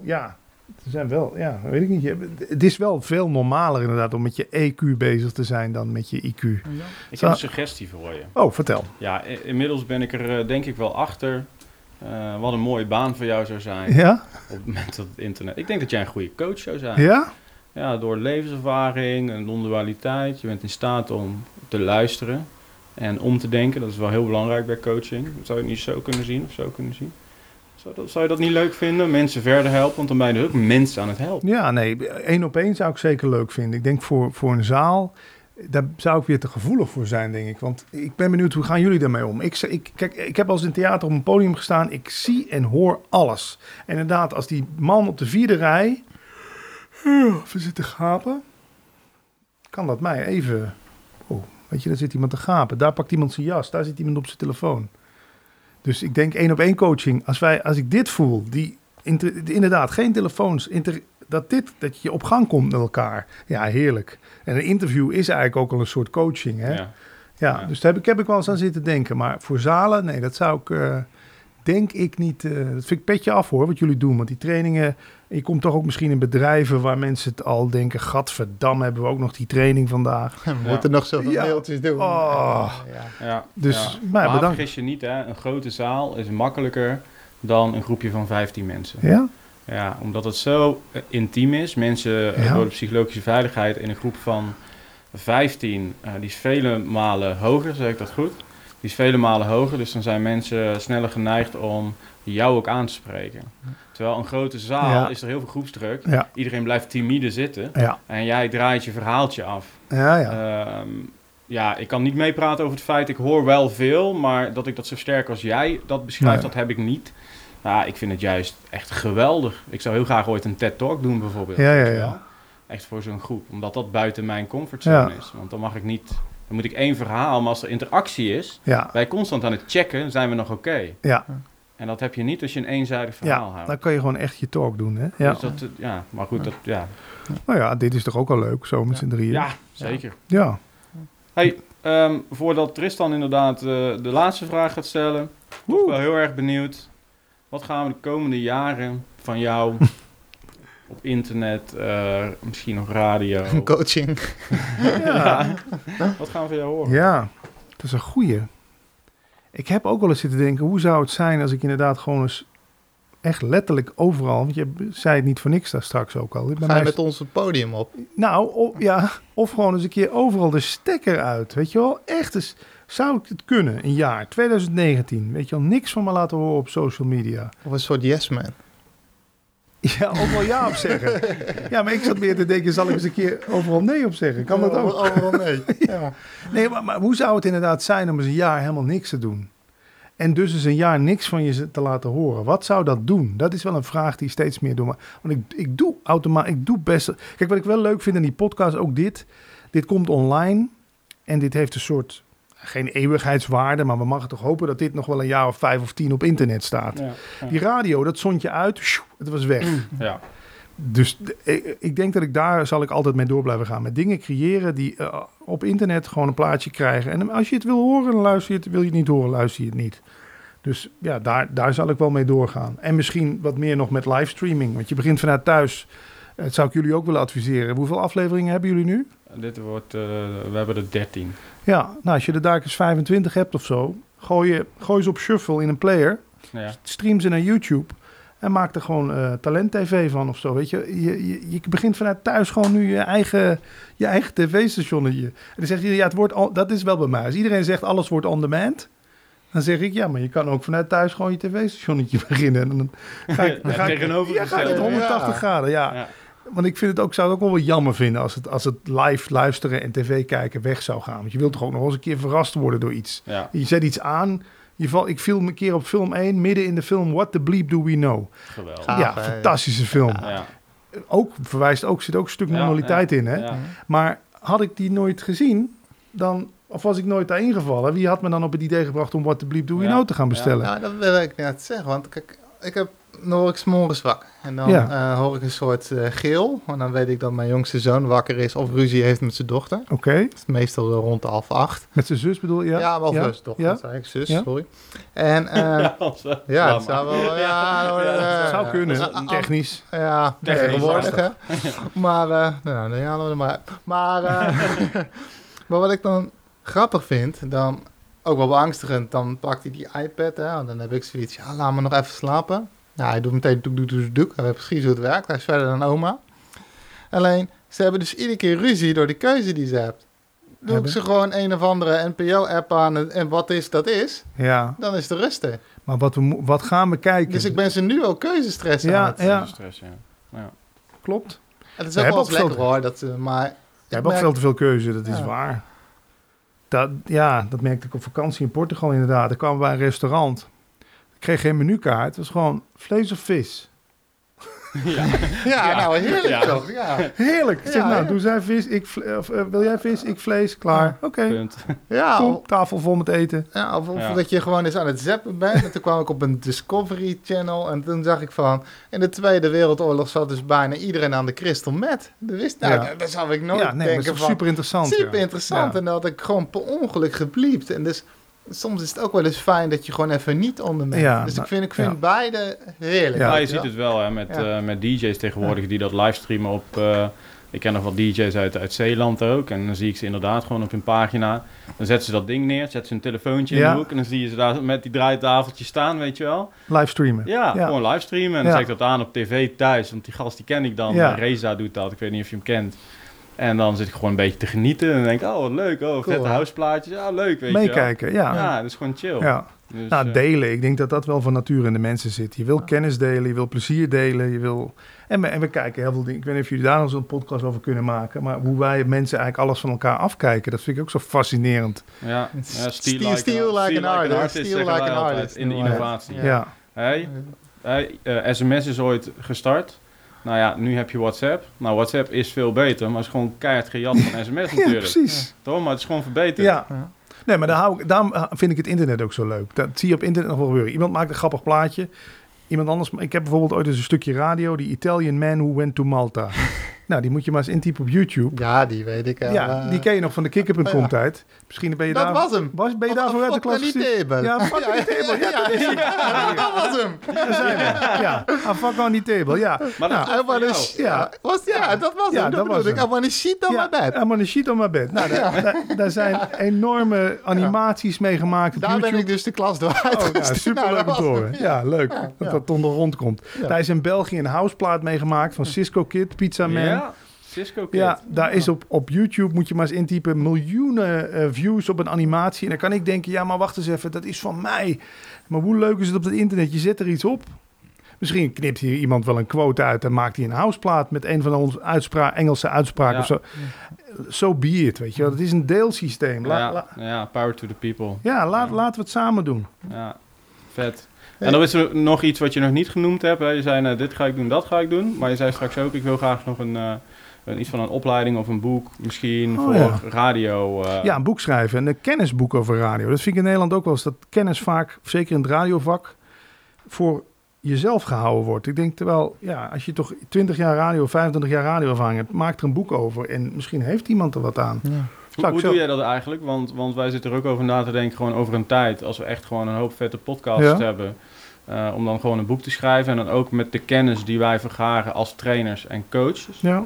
weet ik niet. Het is wel veel normaler inderdaad om met je EQ bezig te zijn dan met je IQ. Ik heb een suggestie voor je. Oh, vertel. Ja, inmiddels ben ik er denk ik wel achter wat een mooie baan voor jou zou zijn Ja? op het moment dat het internet. Ik denk dat jij een goede coach zou zijn. Ja? Ja, door levenservaring en non-dualiteit. Je bent in staat om te luisteren en om te denken. Dat is wel heel belangrijk bij coaching. Zou je het niet zo kunnen zien of zo kunnen zien? Zou je dat niet leuk vinden? Mensen verder helpen, want dan ben je ook mensen aan het helpen. Ja, nee, 1-op-1 zou ik zeker leuk vinden. Ik denk voor een zaal, daar zou ik weer te gevoelig voor zijn, denk ik. Want ik ben benieuwd, hoe gaan jullie daarmee om? Kijk, ik heb als in theater op een podium gestaan. Ik zie en hoor alles. En inderdaad, als die man op de 4e rij even zit te gapen, kan dat mij even... Oh, weet je, daar zit iemand te gapen. Daar pakt iemand zijn jas. Daar zit iemand op zijn telefoon. Dus ik denk 1-op-1 coaching. Als ik dit voel, inderdaad geen telefoons, dat je op gang komt met elkaar. Ja, heerlijk. En een interview is eigenlijk ook al een soort coaching. Hè? Ja. Dus daar heb ik wel eens aan zitten denken. Maar voor zalen, nee, dat zou ik, denk ik niet... dat vind ik petje af hoor, wat jullie doen. Want die trainingen, je komt toch ook misschien in bedrijven waar mensen het al denken, gadverdamme, hebben we ook nog die training vandaag. We moeten nog zoveel Ja. mailtjes doen. Oh. Ja. Dus, Maar bedankt. vergis je niet, hè? Een grote zaal is makkelijker dan een groepje van 15 mensen. Ja? Ja, omdat het zo intiem is. Mensen Ja. door de psychologische veiligheid in een groep van 15, die is vele malen hoger, zeg ik dat goed? Die is vele malen hoger, dus dan zijn mensen sneller geneigd om jou ook aan te spreken. Terwijl een grote zaal is er heel veel groepsdruk. Ja. Iedereen blijft timide zitten Ja. en jij draait je verhaaltje af. Ja. Ik kan niet meepraten over het feit, ik hoor wel veel, maar dat ik dat zo sterk als jij dat beschrijft, Nee. dat heb ik niet. Nou, ik vind het juist echt geweldig. Ik zou heel graag ooit een TED-talk doen bijvoorbeeld. Ja. weet je wel. Echt voor zo'n groep, omdat dat buiten mijn comfortzone Ja. is. Want dan mag ik niet, dan moet ik één verhaal, maar als er interactie is, Ja. wij constant aan het checken, zijn we nog oké. Ja. En dat heb je niet als je een eenzijdig verhaal houdt. Dan kan je gewoon echt je talk doen, hè? Ja. Dus dat, maar goed, Nou ja, dit is toch ook al leuk, zo met z'n drieën? Ja, zeker. Ja. Hey, voordat Tristan inderdaad de laatste vraag gaat stellen, toch wel heel erg benieuwd. Wat gaan we de komende jaren van jou op internet, misschien nog radio? Coaching. Ja. Wat gaan we van jou horen? Ja, dat is een goeie. Ik heb ook wel eens zitten denken, hoe zou het zijn als ik inderdaad gewoon eens echt letterlijk overal, want je zei het niet voor niks daar straks ook al. Bij Ga mij je met ons het podium op? Nou, of gewoon eens een keer overal de stekker uit, weet je wel? Echt eens, zou ik het kunnen, een jaar, 2019, weet je wel, niks van me laten horen op social media. Of een soort yes man? Ja, overal ja op zeggen. Ja, maar ik zat meer te denken, zal ik eens een keer overal nee op zeggen? Kan dat ook? Overal nee. Ja. Nee, maar hoe zou het inderdaad zijn om eens een jaar helemaal niks te doen? En dus eens een jaar niks van je te laten horen. Wat zou dat doen? Dat is wel een vraag die steeds meer door me... Want ik doe best... Kijk, wat ik wel leuk vind aan die podcast, ook dit. Dit komt online en dit heeft een soort... Geen eeuwigheidswaarde, maar we mogen toch hopen dat dit nog wel een jaar of 5 of 10 op internet staat. Ja. Die radio, dat zond je uit, het was weg. Ja. Dus ik denk dat daar zal ik altijd mee door blijven gaan. Met dingen creëren die op internet gewoon een plaatje krijgen. En als je het wil horen, dan luister je het. Wil je het niet horen, luister je het niet. Dus ja, daar zal ik wel mee doorgaan. En misschien wat meer nog met livestreaming. Want je begint vanuit thuis. Dat zou ik jullie ook willen adviseren. Hoeveel afleveringen hebben jullie nu? Dit wordt, we hebben er 13. Ja, nou als je er daar eens 25 hebt of zo. Gooi ze op shuffle in een player. Ja. Stream ze naar YouTube. En maak er gewoon talent tv van of zo, weet je. Je begint vanuit thuis gewoon nu je eigen tv-stationnetje. En dan zeg je, ja, dat is wel bij mij. Als iedereen zegt, alles wordt on demand... Dan zeg ik, ja, maar je kan ook vanuit thuis gewoon je tv-stationnetje beginnen. En dan ga ik het 180 graden, ja. Want ik vind het ook, zou het ook wel jammer vinden als het live luisteren en tv kijken weg zou gaan. Want je wilt toch ook nog eens een keer verrast worden door iets. Ja. Je zet iets aan... Ik viel een keer op film 1, midden in de film What the Bleep Do We Know. Geweldig. Ja, fantastische film. Ja. Zit ook een stuk normaliteit in, hè? Ja. Maar had ik die nooit gezien, of was ik nooit daarin gevallen, wie had me dan op het idee gebracht om What the Bleep Do We Know te gaan bestellen? Nou, dat wil ik net zeggen, want kijk, ik heb dan word ik 's morgens wakker. En dan hoor ik een soort geel. En dan weet ik dat mijn jongste zoon wakker is of ruzie heeft met zijn dochter. Oké. Dat is meestal rond de 7:30. Met zijn zus bedoel je? Ja, wel zus, toch? Ja. Dat zei ik, zus, Ja. sorry. En dat zou wel... Dat zou kunnen, technisch. Ja, tegenwoordig, hè. Maar, nou, dan halen we er maar uit. Maar, maar wat ik dan grappig vind, dan ook wel beangstigend, dan pakt hij die iPad, hè, en dan heb ik zoiets, ja, laat me nog even slapen. Nou, hij doet meteen doek. Hij weet precies hoe het werkt. Hij is verder dan oma. Alleen, ze hebben dus iedere keer ruzie door de keuze die ze hebt. Doe ik ze gewoon een of andere NPO-app aan en wat is, dat is. Ja. Dan is de rust er. Maar wat gaan we kijken? Dus ik ben ze nu ook keuzestress aan het. Keuzestress, ja. Klopt. En het is ook wel eens lekker hoor. Maar je hebt ook veel te veel keuze, dat is waar. Dat merkte ik op vakantie in Portugal inderdaad. Dan kwamen we bij een restaurant. Ik kreeg geen menukaart. Het was gewoon vlees of vis. Nou heerlijk toch? Ja. Heerlijk. Ik zeg, doe zij vis, wil jij vis, ik vlees, klaar. Oké. Ja, cool, tafel vol met eten. Ja, of dat je gewoon eens aan het zappen bent. En toen kwam ik op een Discovery Channel en toen zag ik van... In de Tweede Wereldoorlog zat dus bijna iedereen aan de crystal meth. Dat zou ik nooit denken dat is van... super interessant. Super interessant. En dat had ik gewoon per ongeluk gebliept. En dus... Soms is het ook wel eens fijn dat je gewoon even niet onderneemt. Ja, dus ik vind beide heerlijk. Ja, je ziet het wel hè, met DJ's tegenwoordig die dat livestreamen op... ik ken nog wat DJ's uit Zeeland ook. En dan zie ik ze inderdaad gewoon op hun pagina. Dan zetten ze dat ding neer, zetten ze een telefoontje in de hoek. En dan zie je ze daar met die draaitafeltjes staan, weet je wel. Livestreamen. Ja, gewoon livestreamen. En dan zet ik dat aan op tv thuis. Want die gast die ken ik dan. Reza doet dat. Ik weet niet of je hem kent. En dan zit ik gewoon een beetje te genieten. En dan denk ik, wat leuk. Cool, vette houseplaatjes. Ja, leuk, weet je wel. Meekijken, Ja, dat is gewoon chill. Ja. Dus, delen. Ik denk dat dat wel van nature in de mensen zit. Je wil kennis delen, je wil plezier delen. Je wil... En we kijken heel veel dingen. Ik weet niet of jullie daar nog zo'n podcast over kunnen maken. Maar hoe wij mensen eigenlijk alles van elkaar afkijken. Dat vind ik ook zo fascinerend. Ja, steal like an artist. In de innovatie. Ja. SMS is ooit gestart. Nou ja, nu heb je WhatsApp. Nou, WhatsApp is veel beter, maar het is gewoon keihard gejat van sms natuurlijk. Ja, precies. Toch? Maar het is gewoon verbeterd. Ja. Nee, maar daarom vind ik het internet ook zo leuk. Dat zie je op internet nog wel gebeuren. Iemand maakt een grappig plaatje. Iemand anders... Ik heb bijvoorbeeld ooit eens een stukje radio. Die Italian Man Who Went to Malta. Nou, die moet je maar eens intypen op YouTube. Ja, die weet ik. Die ken je nog van de Kikker.com tijd. Misschien ben je daar... Dat was hem. Ben je daarvoor uit de klas gestuurd? Ja, fuck on die table. Ja, dat was hem. Daar zijn we. Ja, fuck on die table. Ja. Maar dat dat was hem. Dat bedoel ik. I want a sheet on my bed. I want a sheet on my bed. Nou, daar zijn enorme animaties mee gemaakt op daar YouTube. ben ik dus de klas door uitgestuurd. Super leuk om te horen. Ja, leuk. Dat onder rond komt. Daar is in België een houseplaat meegemaakt van Cisco Kid, Pizza Man. Ja, Cisco Kid. Ja, daar is op YouTube, moet je maar eens intypen, miljoenen views op een animatie. En dan kan ik denken, ja, maar wacht eens even, dat is van mij. Maar hoe leuk is het op het internet? Je zet er iets op. Misschien knipt hier iemand wel een quote uit en maakt hij een houseplaat met een van onze Engelse uitspraken of zo. So be it, weet je wel. Het is een deelsysteem. Power to the people. Ja, laten we het samen doen. Ja, vet. En dan is er nog iets wat je nog niet genoemd hebt. Hè. Je zei, dit ga ik doen, dat ga ik doen. Maar je zei straks ook, ik wil graag nog iets van een opleiding of een boek. Misschien voor radio. Ja, een boek schrijven. Een kennisboek over radio. Dat vind ik in Nederland ook wel eens. Dat kennis vaak, zeker in het radiovak, voor jezelf gehouden wordt. Ik denk terwijl, als je toch 20 jaar radio, 25 jaar radioervaring hebt, maak er een boek over. En misschien heeft iemand er wat aan. Ja. Hoe doe jij dat eigenlijk? Want wij zitten er ook over na te denken, gewoon over een tijd. Als we echt gewoon een hoop vette podcasts hebben. Om dan gewoon een boek te schrijven. En dan ook met de kennis die wij vergaren als trainers en coaches. Ja.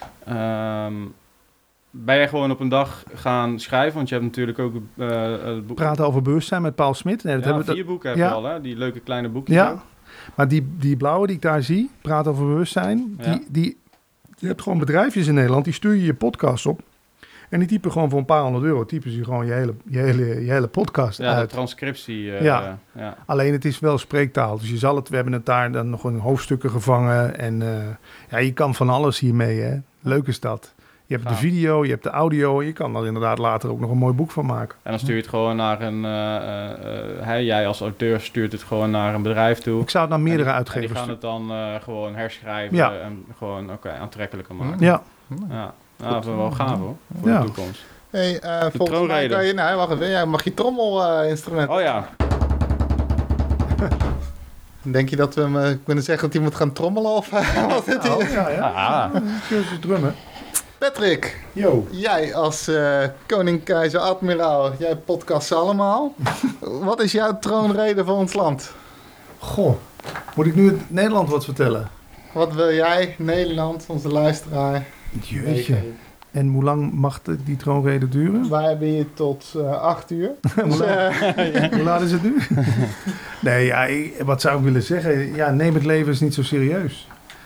Ben je gewoon op een dag gaan schrijven? Want je hebt natuurlijk ook het boek... Praten over bewustzijn met Paul Smit. Nee, 4 boeken heb je al, hè? Die leuke kleine boekjes. Ja, maar die blauwe die ik daar zie, Praten over bewustzijn. Je hebt gewoon bedrijfjes in Nederland, die stuur je podcast op. En die typen gewoon voor een paar €100, typen ze gewoon je hele podcast uit. Ja, de transcriptie. Alleen het is wel spreektaal. Dus we hebben het daar dan nog in hoofdstukken gevangen. En je kan van alles hiermee, hè. Leuk is dat. Je hebt de video, je hebt de audio. Je kan er inderdaad later ook nog een mooi boek van maken. En dan stuur je het gewoon naar een... jij als auteur stuurt het gewoon naar een bedrijf toe. Ik zou het naar meerdere uitgevers die gaan het dan gewoon herschrijven en gewoon aantrekkelijker maken. Ja. Dat is wel gaaf hoor, voor de toekomst. Hey, volgens mij kan je... Nou, wacht even. Jij mag je trommelinstrument... Oh ja. Denk je dat we hem kunnen zeggen dat hij moet gaan trommelen? Of wat zit hier? Ja. Serieus drummen. Patrick, Yo. jij als koning, keizer, admiraal, jij podcast ze allemaal. Wat is jouw troonrede voor ons land? Goh, moet ik nu het Nederland wat vertellen? Wat wil jij, Nederland, onze luisteraar? Jeetje. En hoe lang mag die troonrede duren? Wij hebben hier tot 8 uur. Hoe laat is het nu? Nee, ja, wat zou ik willen zeggen? Ja, neem het leven eens niet zo serieus.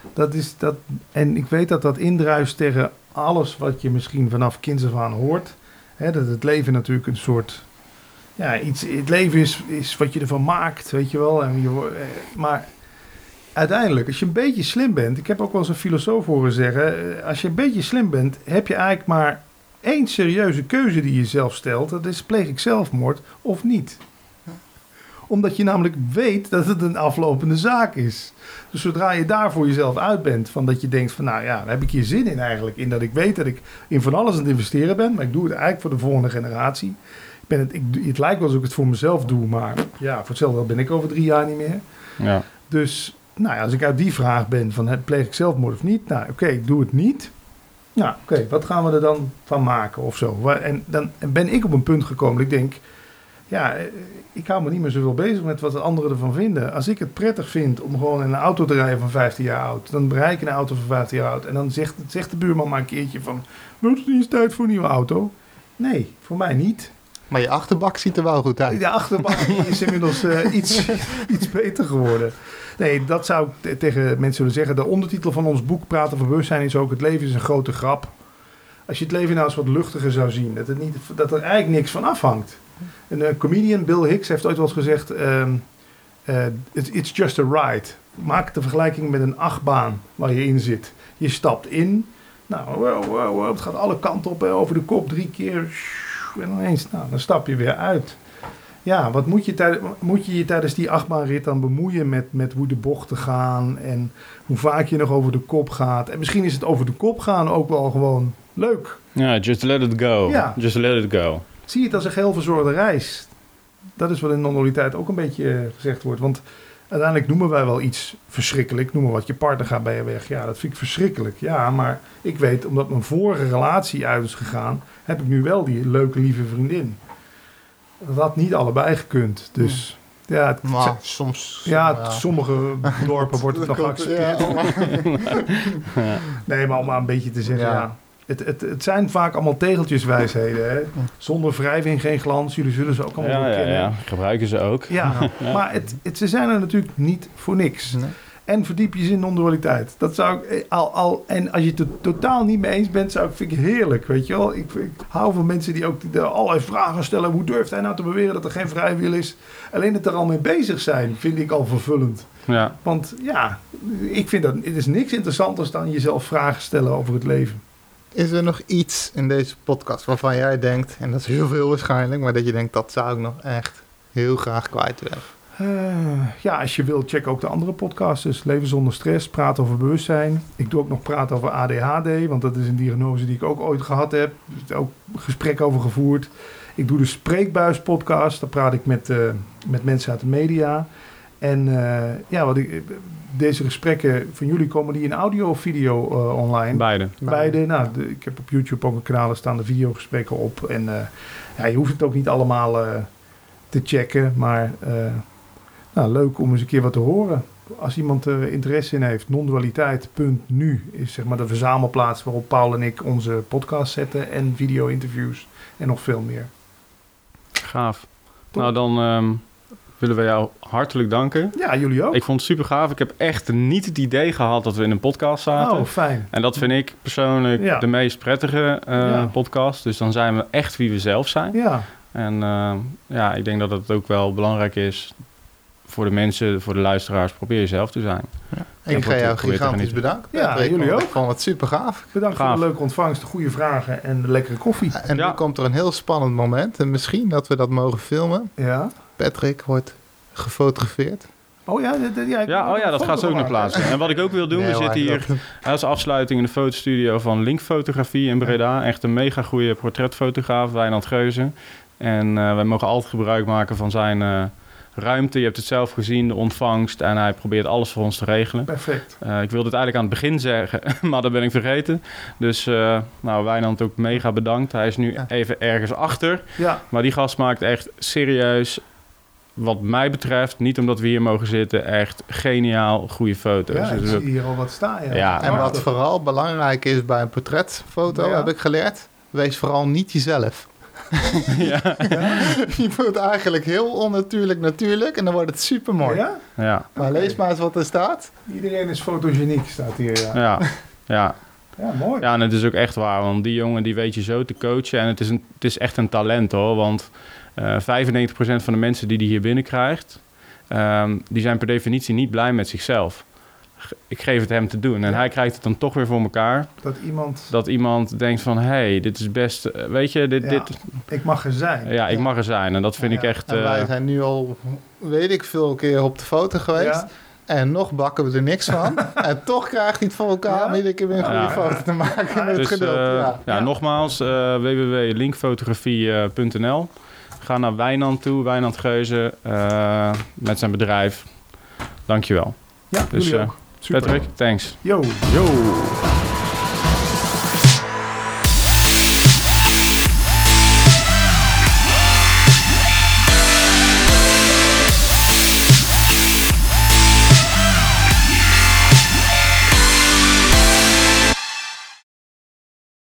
En ik weet dat dat indruist tegen alles wat je misschien vanaf kinds af aan hoort. Hè, dat het leven natuurlijk een soort... Ja, het leven is wat je ervan maakt, weet je wel. Maar uiteindelijk, als je een beetje slim bent... Ik heb ook wel eens een filosoof horen zeggen... Als je een beetje slim bent, heb je eigenlijk maar 1 serieuze keuze die je zelf stelt. Dat is, pleeg ik zelfmoord of niet? Omdat je namelijk weet dat het een aflopende zaak is. Dus zodra je daar voor jezelf uit bent... van dat je denkt van nou ja, daar heb ik hier zin in eigenlijk. In dat ik weet dat ik in van alles aan het investeren ben... maar ik doe het eigenlijk voor de volgende generatie. Het lijkt wel alsof ik het voor mezelf doe... maar ja, voor hetzelfde ben ik over 3 jaar niet meer. Ja. Dus nou ja, als ik uit die vraag ben van pleeg ik zelfmoord of niet... nou oké, ik doe het niet... Nou oké, wat gaan we er dan van maken of zo? En dan ben ik op een punt gekomen dat ik denk... Ja, ik hou me niet meer zoveel bezig met wat de anderen ervan vinden. Als ik het prettig vind om gewoon in een auto te rijden van 15 jaar oud... dan bereik ik een auto van 15 jaar oud... en dan zegt de buurman maar een keertje van... wordt het niet eens tijd voor een nieuwe auto? Nee, voor mij niet. Maar je achterbak ziet er wel goed uit. De achterbak is inmiddels iets beter geworden. Nee, dat zou ik tegen mensen willen zeggen. De ondertitel van ons boek Praten over bewustzijn is ook... Het leven is een grote grap. Als je het leven nou eens wat luchtiger zou zien... dat er eigenlijk niks van afhangt. Een comedian, Bill Hicks, heeft ooit wel eens gezegd... it's just a ride. Maak de vergelijking met een achtbaan waar je in zit. Je stapt in. Nou, wow, het gaat alle kanten op. Over de kop 3 keer. En ineens, dan stap je weer uit. Ja, wat moet je tijdens die achtbaanrit dan bemoeien met hoe de bochten gaan... en hoe vaak je nog over de kop gaat. En misschien is het over de kop gaan ook wel gewoon leuk. Ja, just let it go. Ja. Just let it go. Zie het als een geheel verzorgde reis. Dat is wat in non-dualiteit ook een beetje gezegd wordt. Want uiteindelijk noemen wij wel iets verschrikkelijk. Noemen wat je partner gaat bij je weg. Ja, dat vind ik verschrikkelijk. Ja, maar ik weet, omdat mijn vorige relatie uit is gegaan... heb ik nu wel die leuke, lieve vriendin. Dat had niet allebei gekund. Dus ja, soms... Ja, sommige dorpen wordt het nog geaccepteerd. Ja. Nee, maar om maar een beetje te zeggen... Ja. Het zijn vaak allemaal tegeltjeswijsheden. Hè? Zonder wrijving geen glans. Jullie zullen ze ook allemaal wel kennen. Ja, gebruiken ze ook. Ja, maar ze zijn er natuurlijk niet voor niks. Nee. En verdiep je in non-dualiteit. Dat zou ik en als je het er totaal niet mee eens bent, vind ik heerlijk. Weet je wel? Ik hou van mensen die ook allerlei vragen stellen. Hoe durft hij nou te beweren dat er geen vrije wil is? Alleen het er al mee bezig zijn, vind ik al vervullend. Ja. Want ja, ik vind dat het is niks interessanters dan jezelf vragen stellen over het leven. Is er nog iets in deze podcast waarvan jij denkt, en dat is heel veel waarschijnlijk, maar dat je denkt, dat zou ik nog echt heel graag kwijt willen? Ja, als je wilt, check ook de andere podcasts. Dus Leven zonder stress, Praten over bewustzijn. Ik doe ook nog Praten over ADHD, want dat is een diagnose die ik ook ooit gehad heb. Er is ook gesprek over gevoerd. Ik doe de Spreekbuis podcast, daar praat ik met mensen uit de media. En deze gesprekken van jullie, komen die in audio of video online? Beide. Nou, ik heb op YouTube ook een kanaal staan de videogesprekken op. En je hoeft het ook niet allemaal te checken, maar leuk om eens een keer wat te horen. Als iemand er interesse in heeft, non-dualiteit.nu is zeg maar de verzamelplaats waarop Paul en ik onze podcast zetten en video-interviews en nog veel meer. Gaaf. Top. Nou, dan willen we jou hartelijk danken. Ja, jullie ook. Ik vond het super gaaf. Ik heb echt niet het idee gehad dat we in een podcast zaten. Oh, fijn. En dat vind ik persoonlijk de meest prettige podcast. Dus dan zijn we echt wie we zelf zijn. Ja. En ik denk dat het ook wel belangrijk is voor de mensen, voor de luisteraars. Probeer jezelf te zijn. Ja. En ik ga jou gigantisch bedanken. Ja, jullie ook. Ik vond het super gaaf. Bedankt voor de leuke ontvangst, de goede vragen en de lekkere koffie. En nu komt er een heel spannend moment. En misschien dat we dat mogen filmen. Ja. Patrick wordt gefotografeerd. Oh ja, dat gaat zo ook naar plaatsen. En wat ik ook wil doen, we zitten hier als afsluiting in de fotostudio van Link Fotografie in Breda. Echt een mega goede portretfotograaf, Wijnand Geuze. En wij mogen altijd gebruik maken van zijn ruimte. Je hebt het zelf gezien, de ontvangst. En hij probeert alles voor ons te regelen. Perfect. Ik wilde het eigenlijk aan het begin zeggen, maar dat ben ik vergeten. Dus Wijnand ook mega bedankt. Hij is nu even ergens achter. Ja. Maar die gast maakt echt serieus, wat mij betreft, niet omdat we hier mogen zitten, echt geniaal goede foto's. Ja, ik Dus zie hier al wat staan. Ja. En wat vooral belangrijk is bij een portretfoto, heb ik geleerd, wees vooral niet jezelf. ja. Je moet eigenlijk heel onnatuurlijk natuurlijk en dan wordt het super mooi. Ja? Ja. Maar lees maar eens wat er staat. Iedereen is fotogeniek, staat hier. Ja, Ja. ja mooi. Ja, en het is ook echt waar, want die jongen die weet je zo te coachen. En het is echt een talent hoor, want 95% van de mensen die hier binnenkrijgt, die zijn per definitie niet blij met zichzelf. Ik geef het hem te doen en hij krijgt het dan toch weer voor elkaar. Dat iemand denkt van, hey, dit is best, weet je, dit... Ik mag er zijn. Ja, ik mag er zijn en dat vind ik echt... En wij zijn nu al, weet ik veel keer op de foto geweest. Ja. En nog bakken we er niks van. En toch krijgt hij het voor elkaar om iedere keer weer een goede foto te maken. Met dus, het geduld. Nogmaals, www.linkfotografie.nl. Ga naar Wijnand toe, Wijnand Geuze, met zijn bedrijf. Dankjewel. Ja, dus, jullie ook. Super. Patrick, thanks. Yo.